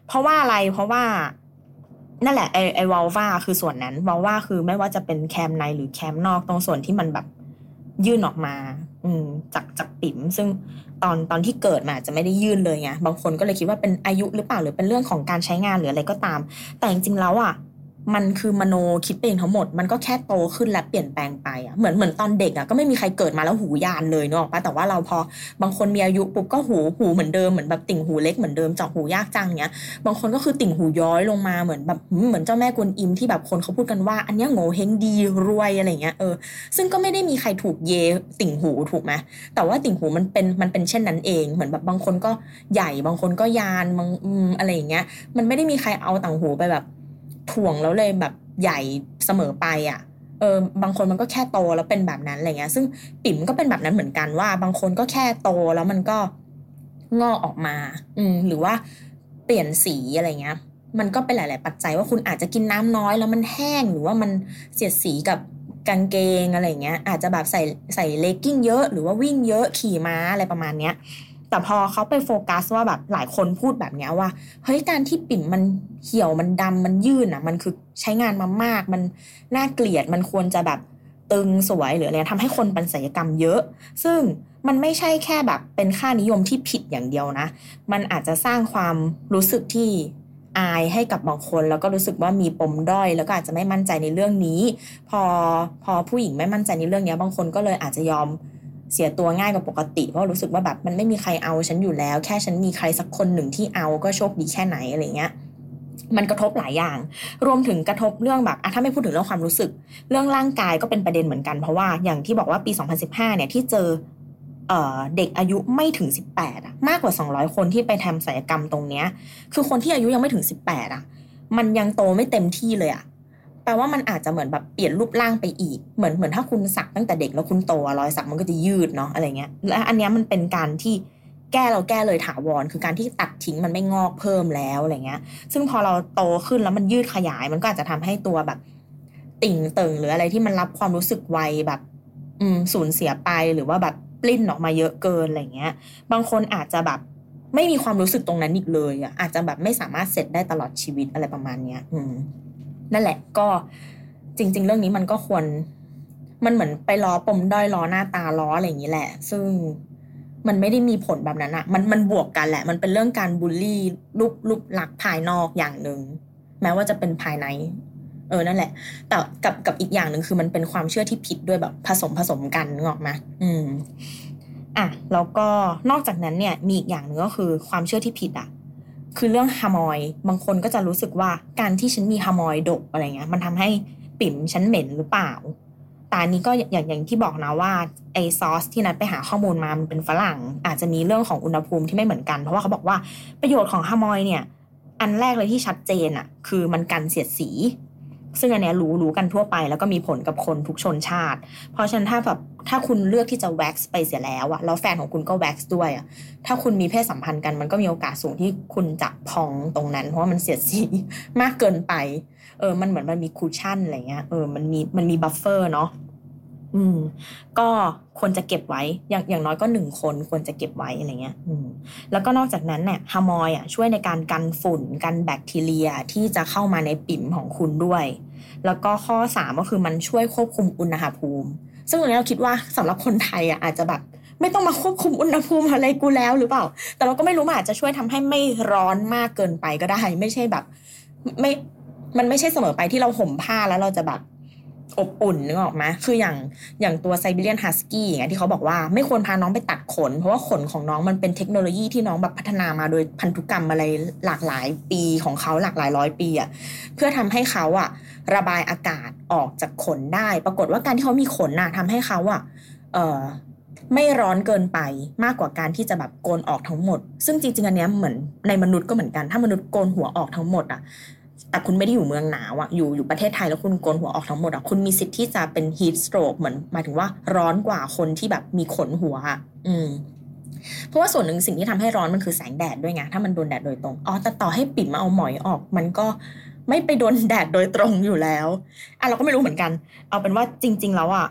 เพราะว่าอะไรเพราะว่านั่นแหละไอวอลวาคือส่วนนั้นวอลวาคือไม่ว่าจะเป็นแคมในหรือแคมนอกตรงส่วนที่มันแบบยื่นออกมาจากปิ่มซึ่งตอนที่เกิดมาจะไม่ได้ยื่นเลยไงบางคนก็เลยคิดว่าเป็นอายุหรือเปล่าหรือเป็นเรื่องของการใช้งานหรืออะไรก็ตามแต่จริงๆแล้วอ่ะมันคือมโนคิดเองทั้งหมดมันก็แค่โตขึ้นและเปลี่ยนแปลงไปอ่ะเหมือนตอนเด็กอ่ะก็ไม่มีใครเกิดมาแล้วหูยานเลยเนอะป่ะแต่ว่าเราพอบางคนมีอายุปุ๊บก็หูเหมือนเดิมเหมือนแบบติ่งหูเล็กเหมือนเดิมเจาะหูยากจังเนี้ยบางคนก็คือติ่งหูย้อยลงมาเหมือนแบบเหมือนเจ้าแม่กวนอิมที่แบบคนเขาพูดกันว่าอันเนี้ยโง่เฮงดีรวยอะไรเงี้ยซึ่งก็ไม่ได้มีใครถูกเยติ่งหูถูกไหมแต่ว่าติ่งหูมันเป็นเช่นนั้นเองเหมือนแบบบางคนก็ใหญ่บางคนก็ยานบางอะไรอย่างเงี้ยมันไม่ได้มีใครเอาต่างหูไปแบบถ่วงแล้วเลยแบบใหญ่เสมอไปอ่ะบางคนมันก็แค่โตแล้วเป็นแบบนั้นอะไรเงี้ยซึ่งปิ่มก็เป็นแบบนั้นเหมือนกันว่าบางคนก็แค่โตแล้วมันก็งอกออกมาหรือว่าเปลี่ยนสีอะไรเงี้ยมันก็เป็นหลายๆปัจจัยว่าคุณอาจจะกินน้ำน้อยแล้วมันแห้งหรือว่ามันเสียดสีกับกางเกงอะไรเงี้ยอาจจะแบบใส่เลกกิ้งเยอะหรือว่าวิ่งเยอะขี่ม้าอะไรประมาณเนี้ยแต่พอเขาไปโฟกัสว่าแบบหลายคนพูดแบบเนี้ยว่าเฮ้ยการที่ปิ่มมันเหี่ยวมันดำมันยื่นอ่ะมันคือใช้งานมามากมันน่าเกลียดมันควรจะแบบตึงสวยหรืออะไรทำให้คนเป็นศัลยกรรมเยอะซึ่งมันไม่ใช่แค่แบบเป็นค่านิยมที่ผิดอย่างเดียวนะมันอาจจะสร้างความรู้สึกที่อายให้กับบางคนแล้วก็รู้สึกว่ามีปมด้อยแล้วก็อาจจะไม่มั่นใจในเรื่องนี้พอผู้หญิงไม่มั่นใจในเรื่องนี้บางคนก็เลยอาจจะยอมเสียตัวง่ายกว่าปกติเพราะรู้สึกว่าแบบมันไม่มีใครเอาฉันอยู่แล้วแค่ฉันมีใครสักคนหนึ่งที่เอาก็โชคดีแค่ไหนอะไรเงี้ยมันกระทบหลายอย่างรวมถึงกระทบเรื่องแบบถ้าไม่พูดถึงเรื่องความรู้สึกเรื่องร่างกายก็เป็นประเด็นเหมือนกันเพราะว่าอย่างที่บอกว่าปี2015เนี่ยที่เจอเด็กอายุไม่ถึง18อ่ะมากกว่า200คนที่ไปทำศัลยกรรมตรงเนี้ยคือคนที่อายุยังไม่ถึง18อ่ะมันยังโตไม่เต็มที่เลยอ่ะแปลว่ามันอาจจะเหมือนแบบเปลี่ยนรูปร่างไปอีกเหมือนถ้าคุณสักตั้งแต่เด็กแล้วคุณโตรอยสักมันก็จะยืดเนาะอะไรเงี้ยและอันเนี้ยมันเป็นการที่แก้เลยถาวรคือการที่ตัดทิ้งมันไม่งอกเพิ่มแล้วอะไรเงี้ยซึ่งพอเราโตขึ้นแล้วมันยืดขยายมันก็อาจจะทำให้ตัวแบบติ่งเติ่งหรืออะไรที่มันรับความรู้สึกไวแบบสูญเสียไปหรือว่าแบบปลิ้นออกมาเยอะเกินอะไรเงี้ยบางคนอาจจะแบบไม่มีความรู้สึกตรงนั้นอีกเลยอ่ะอาจจะแบบไม่สามารถเสร็จได้ตลอดชีวิตอะไรประมาณเนี้ยนั่นแหละก็จริงๆเรื่องนี้มันก็ควรมันเหมือนไปล้อปมด้อยล้อหน้าตาล้ออะไรอย่างนี้แหละซึ่งมันไม่ได้มีผลแบบนั้นอะมันบวกกันแหละมันเป็นเรื่องการบูลลี่รูปลักษณ์ภายนอกอย่างหนึ่งแม้ว่าจะเป็นภายในนั่นแหละแต่กับอีกอย่างหนึ่งคือมันเป็นความเชื่อที่ผิดด้วยแบบผสมกันนึกออกไหมแล้วก็นอกจากนั้นเนี่ยมีอีกอย่างหนึ่งก็คือความเชื่อที่ผิดอะคือเรื่องฮามอยบางคนก็จะรู้สึกว่าการที่ฉันมีฮามอยดกอะไรเงี้ยมันทำให้ปิ่มฉันเหม็นหรือเปล่าแต่อันนี้ก็อย่างที่บอกนะว่าไอซอสที่นัดไปหาข้อมูลมามันเป็นฝรั่งอาจจะมีเรื่องของอุณหภูมิที่ไม่เหมือนกันเพราะว่าเขาบอกว่าประโยชน์ของฮามอยเนี่ยอันแรกเลยที่ชัดเจนอะคือมันกันเสียดสีซึ่งอันเนี้ยรู้กันทั่วไปแล้วก็มีผลกับคนทุกชนชาติเพราะฉะนั้นถ้าคุณเลือกที่จะแว็กซ์ไปเสียแล้วอะแล้วแฟนของคุณก็แว็กซ์ด้วยอะถ้าคุณมีเพศสัมพันธ์กันมันก็มีโอกาสสูงที่คุณจะพองตรงนั้นเพราะว่ามันเสียดสีมากเกินไปมันเหมือนมันมีคูชั่นอะไรเงี้ยมันมีบัฟเฟอร์เนาะก็ควรจะเก็บไว้อย่างน้อยก็1คนควรจะเก็บไว้อะไรเงี้ยแล้วก็นอกจากนั้นเนี่ยฮามอยช่วยในการกันฝุ่นกันแบคทีเรียที่จะเข้ามาในปิ่มของคุณด้วยแล้วก็ข้อ3ก็คือมันช่วยควบคุมอุณหภูมิซึ่งตรงนี้เราคิดว่าสำหรับคนไทยอาจจะแบบไม่ต้องมาควบคุมอุณหภูมิอะไรกูแล้วหรือเปล่าแต่เราก็ไม่รู้มันอาจจะช่วยทำให้ไม่ร้อนมากเกินไปก็ได้ไม่ใช่แบบมันไม่ใช่เสมอไปที่เราห่มผ้าแล้วเราจะแบบอบอุ่นนึกออกไหมคืออย่างตัวไซบีเรียนฮัสกี้อย่างเงี้ยที่เขาบอกว่าไม่ควรพาน้องไปตัดขนเพราะว่าขนของน้องมันเป็นเทคโนโลยีที่น้องแบบพัฒนามาโดยพันธุกรรมอะไรหลากหลายปีของเขาหลากหลายร้อยปีเพื่อทำให้เขาระบายอากาศออกจากขนได้ปรากฏว่าการที่เขามีขนทำให้เขาไม่ร้อนเกินไปมากกว่าการที่จะแบบโกนออกทั้งหมดซึ่งจริงๆอันเนี้ยเหมือนในมนุษย์ก็เหมือนกันถ้ามนุษย์โกนหัวออกทั้งหมดแต่คุณไม่ได้อยู่เมืองหนาวอยู่ประเทศไทยแล้วคุณโกนหัวออกทั้งหมดคุณมีสิทธิ์ที่จะเป็น heat stroke เหมือนหมายถึงว่าร้อนกว่าคนที่แบบมีขนหัวเพราะว่าส่วนหนึ่งสิ่งที่ทำให้ร้อนมันคือแสงแดดด้วยไงถ้ามันโดนแดดโดยตรงแต่ต่อให้ปิ่มมาเอาหมอยออกมันก็ไม่ไปโดนแดดโดยตรงอยู่แล้วเราก็ไม่รู้เหมือนกันเอาเป็นว่าจริงๆแล้ว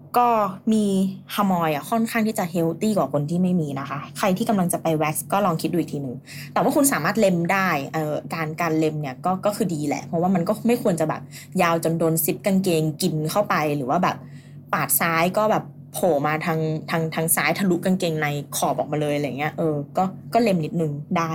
ก็มีฮามอยค่อนข้างที่จะเฮลตี้กว่าคนที่ไม่มีนะคะใครที่กำลังจะไปแว็กซ์ก็ลองคิดดูอีกทีนึงแต่ว่าคุณสามารถเล็มได้การเล็มเนี่ยก็คือดีแหละเพราะว่ามันก็ไม่ควรจะแบบยาวจนโดนซิปกางเกงกินเข้าไปหรือว่าแบบปาดซ้ายก็แบบโผล่มาทางซ้ายทะลุกางเกงในขอบออกมาเลยอะไรเงี้ยก็เล็มนิดนึงได้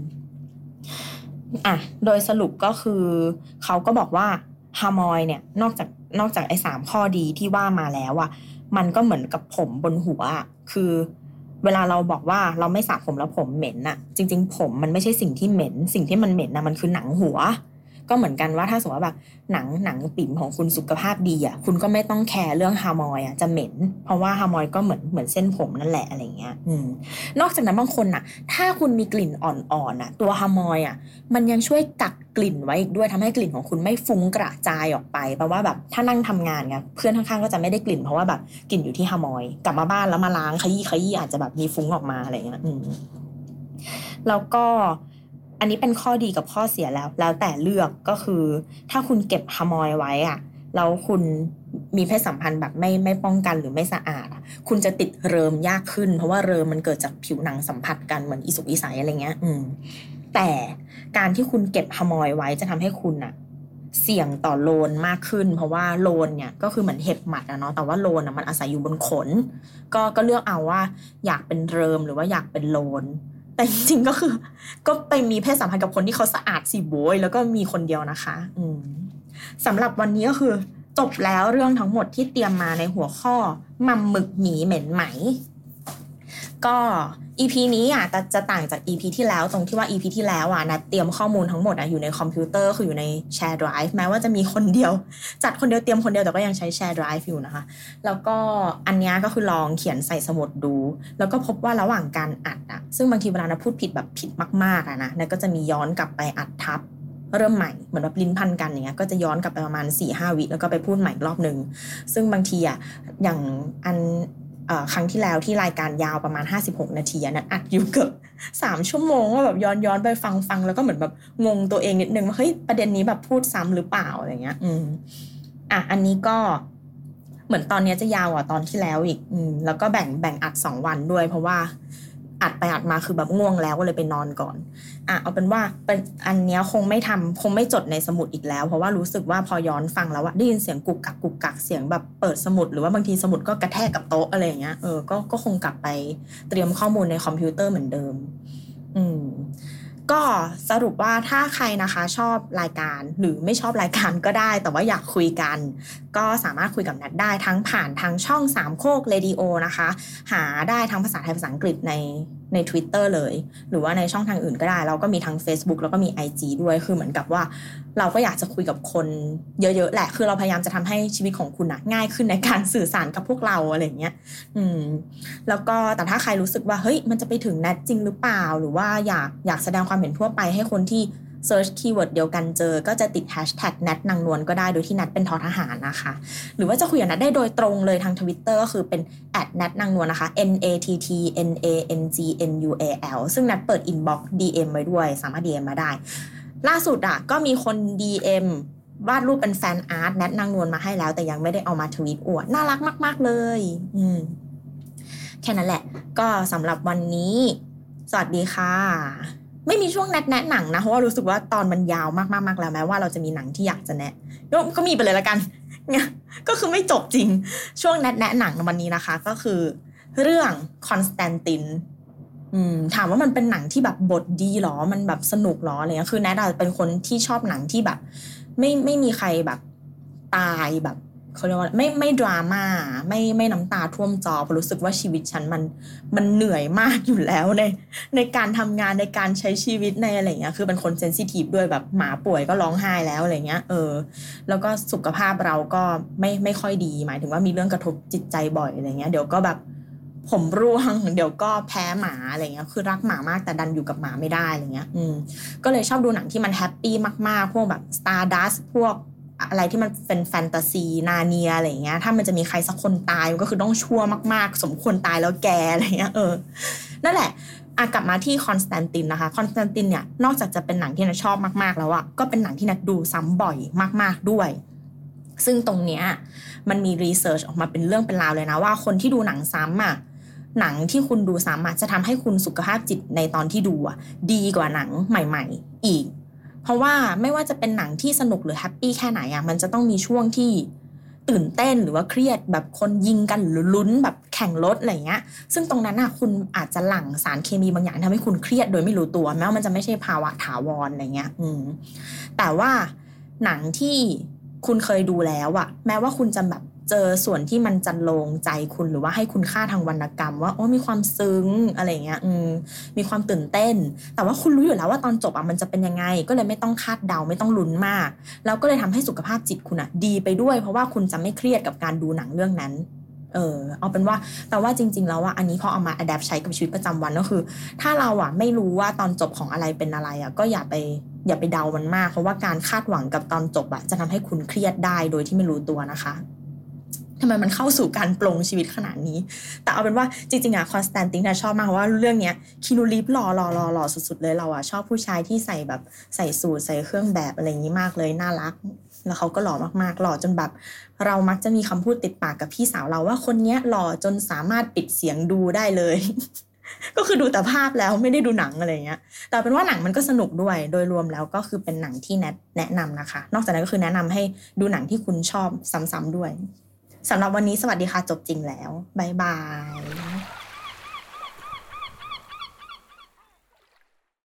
โดยสรุปก็คือเขาก็บอกว่าฮามอยเนี่ยนอกจากไอ้3ข้อดีที่ว่ามาแล้วอ่ะมันก็เหมือนกับผมบนหัวคือเวลาเราบอกว่าเราไม่สระผมแล้วผมเหม็นน่ะจริงๆผมมันไม่ใช่สิ่งที่เหม็นสิ่งที่มันเหม็นน่ะมันคือหนังหัวก็เหมือนกันว่าถ้าสมมติว่าแบบหนังปิ่มของคุณสุขภาพดีอ่ะคุณก็ไม่ต้องแคร์เรื่องฮามอยอ่ะจะเหม็นเพราะว่าฮามอยก็เหมือนเส้นผมนั่นแหละอะไรเงี้ยนอกจากนั้นบางคนน่ะถ้าคุณมีกลิ่นอ่อนๆน่ะตัวฮามอยอ่ะมันยังช่วยกักกลิ่นไว้อีกด้วยทำให้กลิ่นของคุณไม่ฟุ้งกระจายออกไปแปลว่าแบบถ้านั่งทำงานไงเพื่อนข้างๆก็จะไม่ได้กลิ่นเพราะว่าแบบกลิ่นอยู่ที่ฮามอยกลับมาบ้านแล้วมาล้างขยี้อาจจะแบบมีฟุ้งออกมาอะไรเงี้ยแล้วก็อันนี้เป็นข้อดีกับข้อเสียแล้วแต่เลือกก็คือถ้าคุณเก็บฮามอยไว้อ่ะแล้วคุณมีเพศสัมพันธ์แบบไม่ป้องกันหรือไม่สะอาดคุณจะติดเริมยากขึ้นเพราะว่าเริมมันเกิดจากผิวหนังสัมผัสกันเหมือนอีสุกอีใสอะไรเงี้ยแต่การที่คุณเก็บฮามอยไว้จะทำให้คุณอะเสี่ยงต่อโลนมากขึ้นเพราะว่าโลนเนี่ยก็คือเหมือนเห็บหมัดเนาะแต่ว่าโลนมันอาศัยอยู่บนขนก็เลือกเอาว่าอยากเป็นเริมหรือว่าอยากเป็นโลนแต่จริงๆก็คือก็ไปมีเพศสัมพันธ์กับคนที่เขาสะอาดสิโว้ยแล้วก็มีคนเดียวนะคะสำหรับวันนี้ก็คือจบแล้วเรื่องทั้งหมดที่เตรียมมาในหัวข้อมัมหมึกหมีเหม็นไหมก็ EP นี้จะต่างจาก EP ที่แล้วตรงที่ว่า EP ที่แล้วนัดเตรียมข้อมูลทั้งหมดอยู่ในคอมพิวเตอร์คืออยู่ในแชร์ไดรฟ์แม้ว่าจะมีคนเดียวจัดคนเดียวเตรียมคนเดียวแต่ก็ยังใช้แชร์ไดรฟ์อยู่นะคะแล้วก็อันนี้ก็คือลองเขียนใส่สมุดดูแล้วก็พบว่าระหว่างการอัดซึ่งบางทีเวลาพูดผิดแบบผิดมากๆนะก็จะมีย้อนกลับไปอัดทับเริ่มใหม่เหมือนแบบลิ้นพันกันอย่างเงี้ยก็จะย้อนกลับไปประมาณ 4-5 วิแล้วก็ไปพูดใหม่รอบนึงซึ่งบางทีอย่างอันครั้งที่แล้วที่รายการยาวประมาณ56นาทีนะอัดอยู่เกือบ3ชั่วโมงว่าแบบย้อนไปฟังแล้วก็เหมือนแบบงงตัวเองนิดนึงว่าเฮ้ยประเด็นนี้แบบพูดซ้ำหรือเปล่าอะไรเงี้ยอันนี้ก็เหมือนตอนนี้จะยาวกว่าตอนที่แล้วอีกแล้วก็แบ่งอัด2วันด้วยเพราะว่าอัดไปอัดมาคือแบบง่วงแล้วก็เลยไปนอนก่อนเอาเป็นว่าอันเนี้ยคงไม่จดในสมุดอีกแล้วเพราะว่ารู้สึกว่าพอย้อนฟังแล้วได้ยินเสียงกุกกักเสียงแบบเปิดสมุดหรือว่าบางทีสมุดก็กระแทกกับโต๊ะอะไรอย่างเงี้ยก็คงกลับไปเตรียมข้อมูลในคอมพิวเตอร์เหมือนเดิมก็สรุปว่าถ้าใครนะคะชอบรายการหรือไม่ชอบรายการก็ได้แต่ว่าอยากคุยกันก็สามารถคุยกับนัดได้ทั้งผ่านทางช่องสามโคกเรดิโอนะคะหาได้ทั้งภาษาไทยภาษาอังกฤษใน Twitter เลยหรือว่าในช่องทางอื่นก็ได้เราก็มีทั้ง Facebook แล้วก็มี IG ด้วยคือเหมือนกับว่าเราก็อยากจะคุยกับคนเยอะๆแหละคือเราพยายามจะทำให้ชีวิตของคุณง่ายขึ้นในการสื่อสารกับพวกเราอะไรอย่างเงี้ยแล้วก็แต่ถ้าใครรู้สึกว่าเฮ้ยมันจะไปถึงนัดจริงหรือเปล่าหรือว่าอยากแสดงความเห็นทั่วไปให้คนที่search keyword เดียวกันเจอก็จะติด hashtag นัดนางนวลก็ได้โดยที่นัดเป็นททหารนะคะหรือว่าจะคุยกับนัดได้โดยตรงเลยทาง Twitter ก็คือเป็น @natnangnwal นะคะ NATTNANGNUAL ซึ่งนัดเปิด inbox DM ไว้ด้วยสามารถ DM มาได้ล่าสุดก็มีคน DM วาดรูปเป็นแฟนอาร์ตนัดนางนวลมาให้แล้วแต่ยังไม่ได้เอามาทวีตอวดน่ารักมากๆเลยแค่นั้นแหละก็สำหรับวันนี้สวัสดีค่ะไม่มีช่วงแนะหนังนะเพราะว่ารู้สึกว่าตอนมันยาวมากๆแล้วแม้ว่าเราจะมีหนังที่อยากจะแนะก็มีไปเลยละกันเนี่ยก็คือไม่จบจริงช่วงแนะหนังวันนี้นะคะก็คือเรื่องคอนสแตนตินถามว่ามันเป็นหนังที่แบบบทดีหรอมันแบบสนุกหรออะไรเงี้ยคือแนทเป็นคนที่ชอบหนังที่แบบไม่มีใครแบบตายแบบเขาเรียกว่าไม่ดราม่าไม่น้ำตาท่วมจอเพราะรู้สึกว่าชีวิตฉันมันเหนื่อยมากอยู่แล้วในการทำงานในการใช้ชีวิตในอะไรเงี้ยคือเป็นคนเซนซิทีฟด้วยแบบหมาป่วยก็ร้องไห้แล้วอะไรเงี้ยแล้วก็สุขภาพเราก็ไม่ค่อยดีหมายถึงว่ามีเรื่องกระทบจิตใจบ่อยอะไรเงี้ยเดี๋ยวก็แบบผมร่วงเดี๋ยวก็แพ้หมาอะไรเงี้ยคือรักหมามากแต่ดันอยู่กับหมาไม่ได้อะไรเงี้ยก็เลยชอบดูหนังที่มันแฮปปี้มากๆพวกแบบ Stardust พวกอะไรที่มันเป็นแฟนตาซีนาเนียอะไรอย่างเงี้ยถ้ามันจะมีใครสักคนตายมันก็คือต้องชั่วมากๆสมควรตายแล้วแกอะไรเงี้ยนั่นแหละกลับมาที่คอนสแตนตินนะคะคอนสแตนตินเนี่ยนอกจากจะเป็นหนังที่นัทชอบมากๆแล้วก็เป็นหนังที่นัทดูซ้ำบ่อยมากๆด้วยซึ่งตรงเนี้ยมันมีรีเสิร์ชออกมาเป็นเรื่องเป็นราวเลยนะว่าคนที่ดูหนังซ้ำอ่ะหนังที่คุณดูซ้ำอ่ะจะทำให้คุณสุขภาพจิตในตอนที่ดูอ่ะดีกว่าหนังใหม่ๆอีกเพราะว่าไม่ว่าจะเป็นหนังที่สนุกหรือแฮปปี้แค่ไหนอ่ะมันจะต้องมีช่วงที่ตื่นเต้นหรือว่าเครียดแบบคนยิงกันหรือลุ้นแบบแข่งรถอะไรเงี้ยซึ่งตรงนั้นน่ะคุณอาจจะหลั่งสารเคมีบางอย่างทำให้คุณเครียดโดยไม่รู้ตัวแม้ว่ามันจะไม่ใช่ภาวะถาวรอะไรเงี้ยแต่ว่าหนังที่คุณเคยดูแล้วอะแม้ว่าคุณจะแบบเจอส่วนที่มันจันโลงใจคุณหรือว่าให้คุณค่าทางวรรณกรรมว่าโอ้มีความซึ้งอะไรเงี้ยมีความตื่นเต้นแต่ว่าคุณรู้อยู่แล้วว่าตอนจบอะมันจะเป็นยังไงก็เลยไม่ต้องคาดเดาไม่ต้องลุ้นมากแล้วก็เลยทำให้สุขภาพจิตคุณอะดีไปด้วยเพราะว่าคุณจะไม่เครียดกับการดูหนังเรื่องนั้นเอาเป็นว่าแต่ว่าจริงๆแล้วอ่ะอันนี้พอเอามา adapt ใช้กับชีวิตประจำวันก็คือถ้าเราอ่ะไม่รู้ว่าตอนจบของอะไรเป็นอะไรอ่ะก็อย่าไปเดามันมากเพราะว่าการคาดหวังกับตอนจบอ่ะจะทำให้คุณเครียดได้โดยที่ไม่รู้ตัวนะคะทำไมมันเข้าสู่การปลงชีวิตขนาดนี้แต่เอาเป็นว่าจริงๆอ่ะคอนสแตนตินชอบมากเพราะว่าเรื่องเนี้ยคีนูรีฟหล่อสุดๆเลยเราอ่ะชอบผู้ชายที่ใส่แบบใส่สูทใส่เครื่องแบบอะไรอย่างนี้มากเลยน่ารักแล้วเขาก็หล่อมากๆหล่อจนแบบเรามักจะมีคำพูดติดปากกับพี่สาวเราว่าคนเนี้ยหล่อจนสามารถปิดเสียงดูได้เลย ก็คือดูแต่ภาพแล้วไม่ได้ดูหนังอะไรเงี้ยแต่เป็นว่าหนังมันก็สนุกด้วยโดยรวมแล้วก็คือเป็นหนังที่แนะนำนะคะนอกจากนั้นก็คือแนะนำให้ดูหนังที่คุณชอบซ้ำๆด้วยสำหรับวันนี้สวัสดีค่ะจบจริงแล้วบ๊ายบาย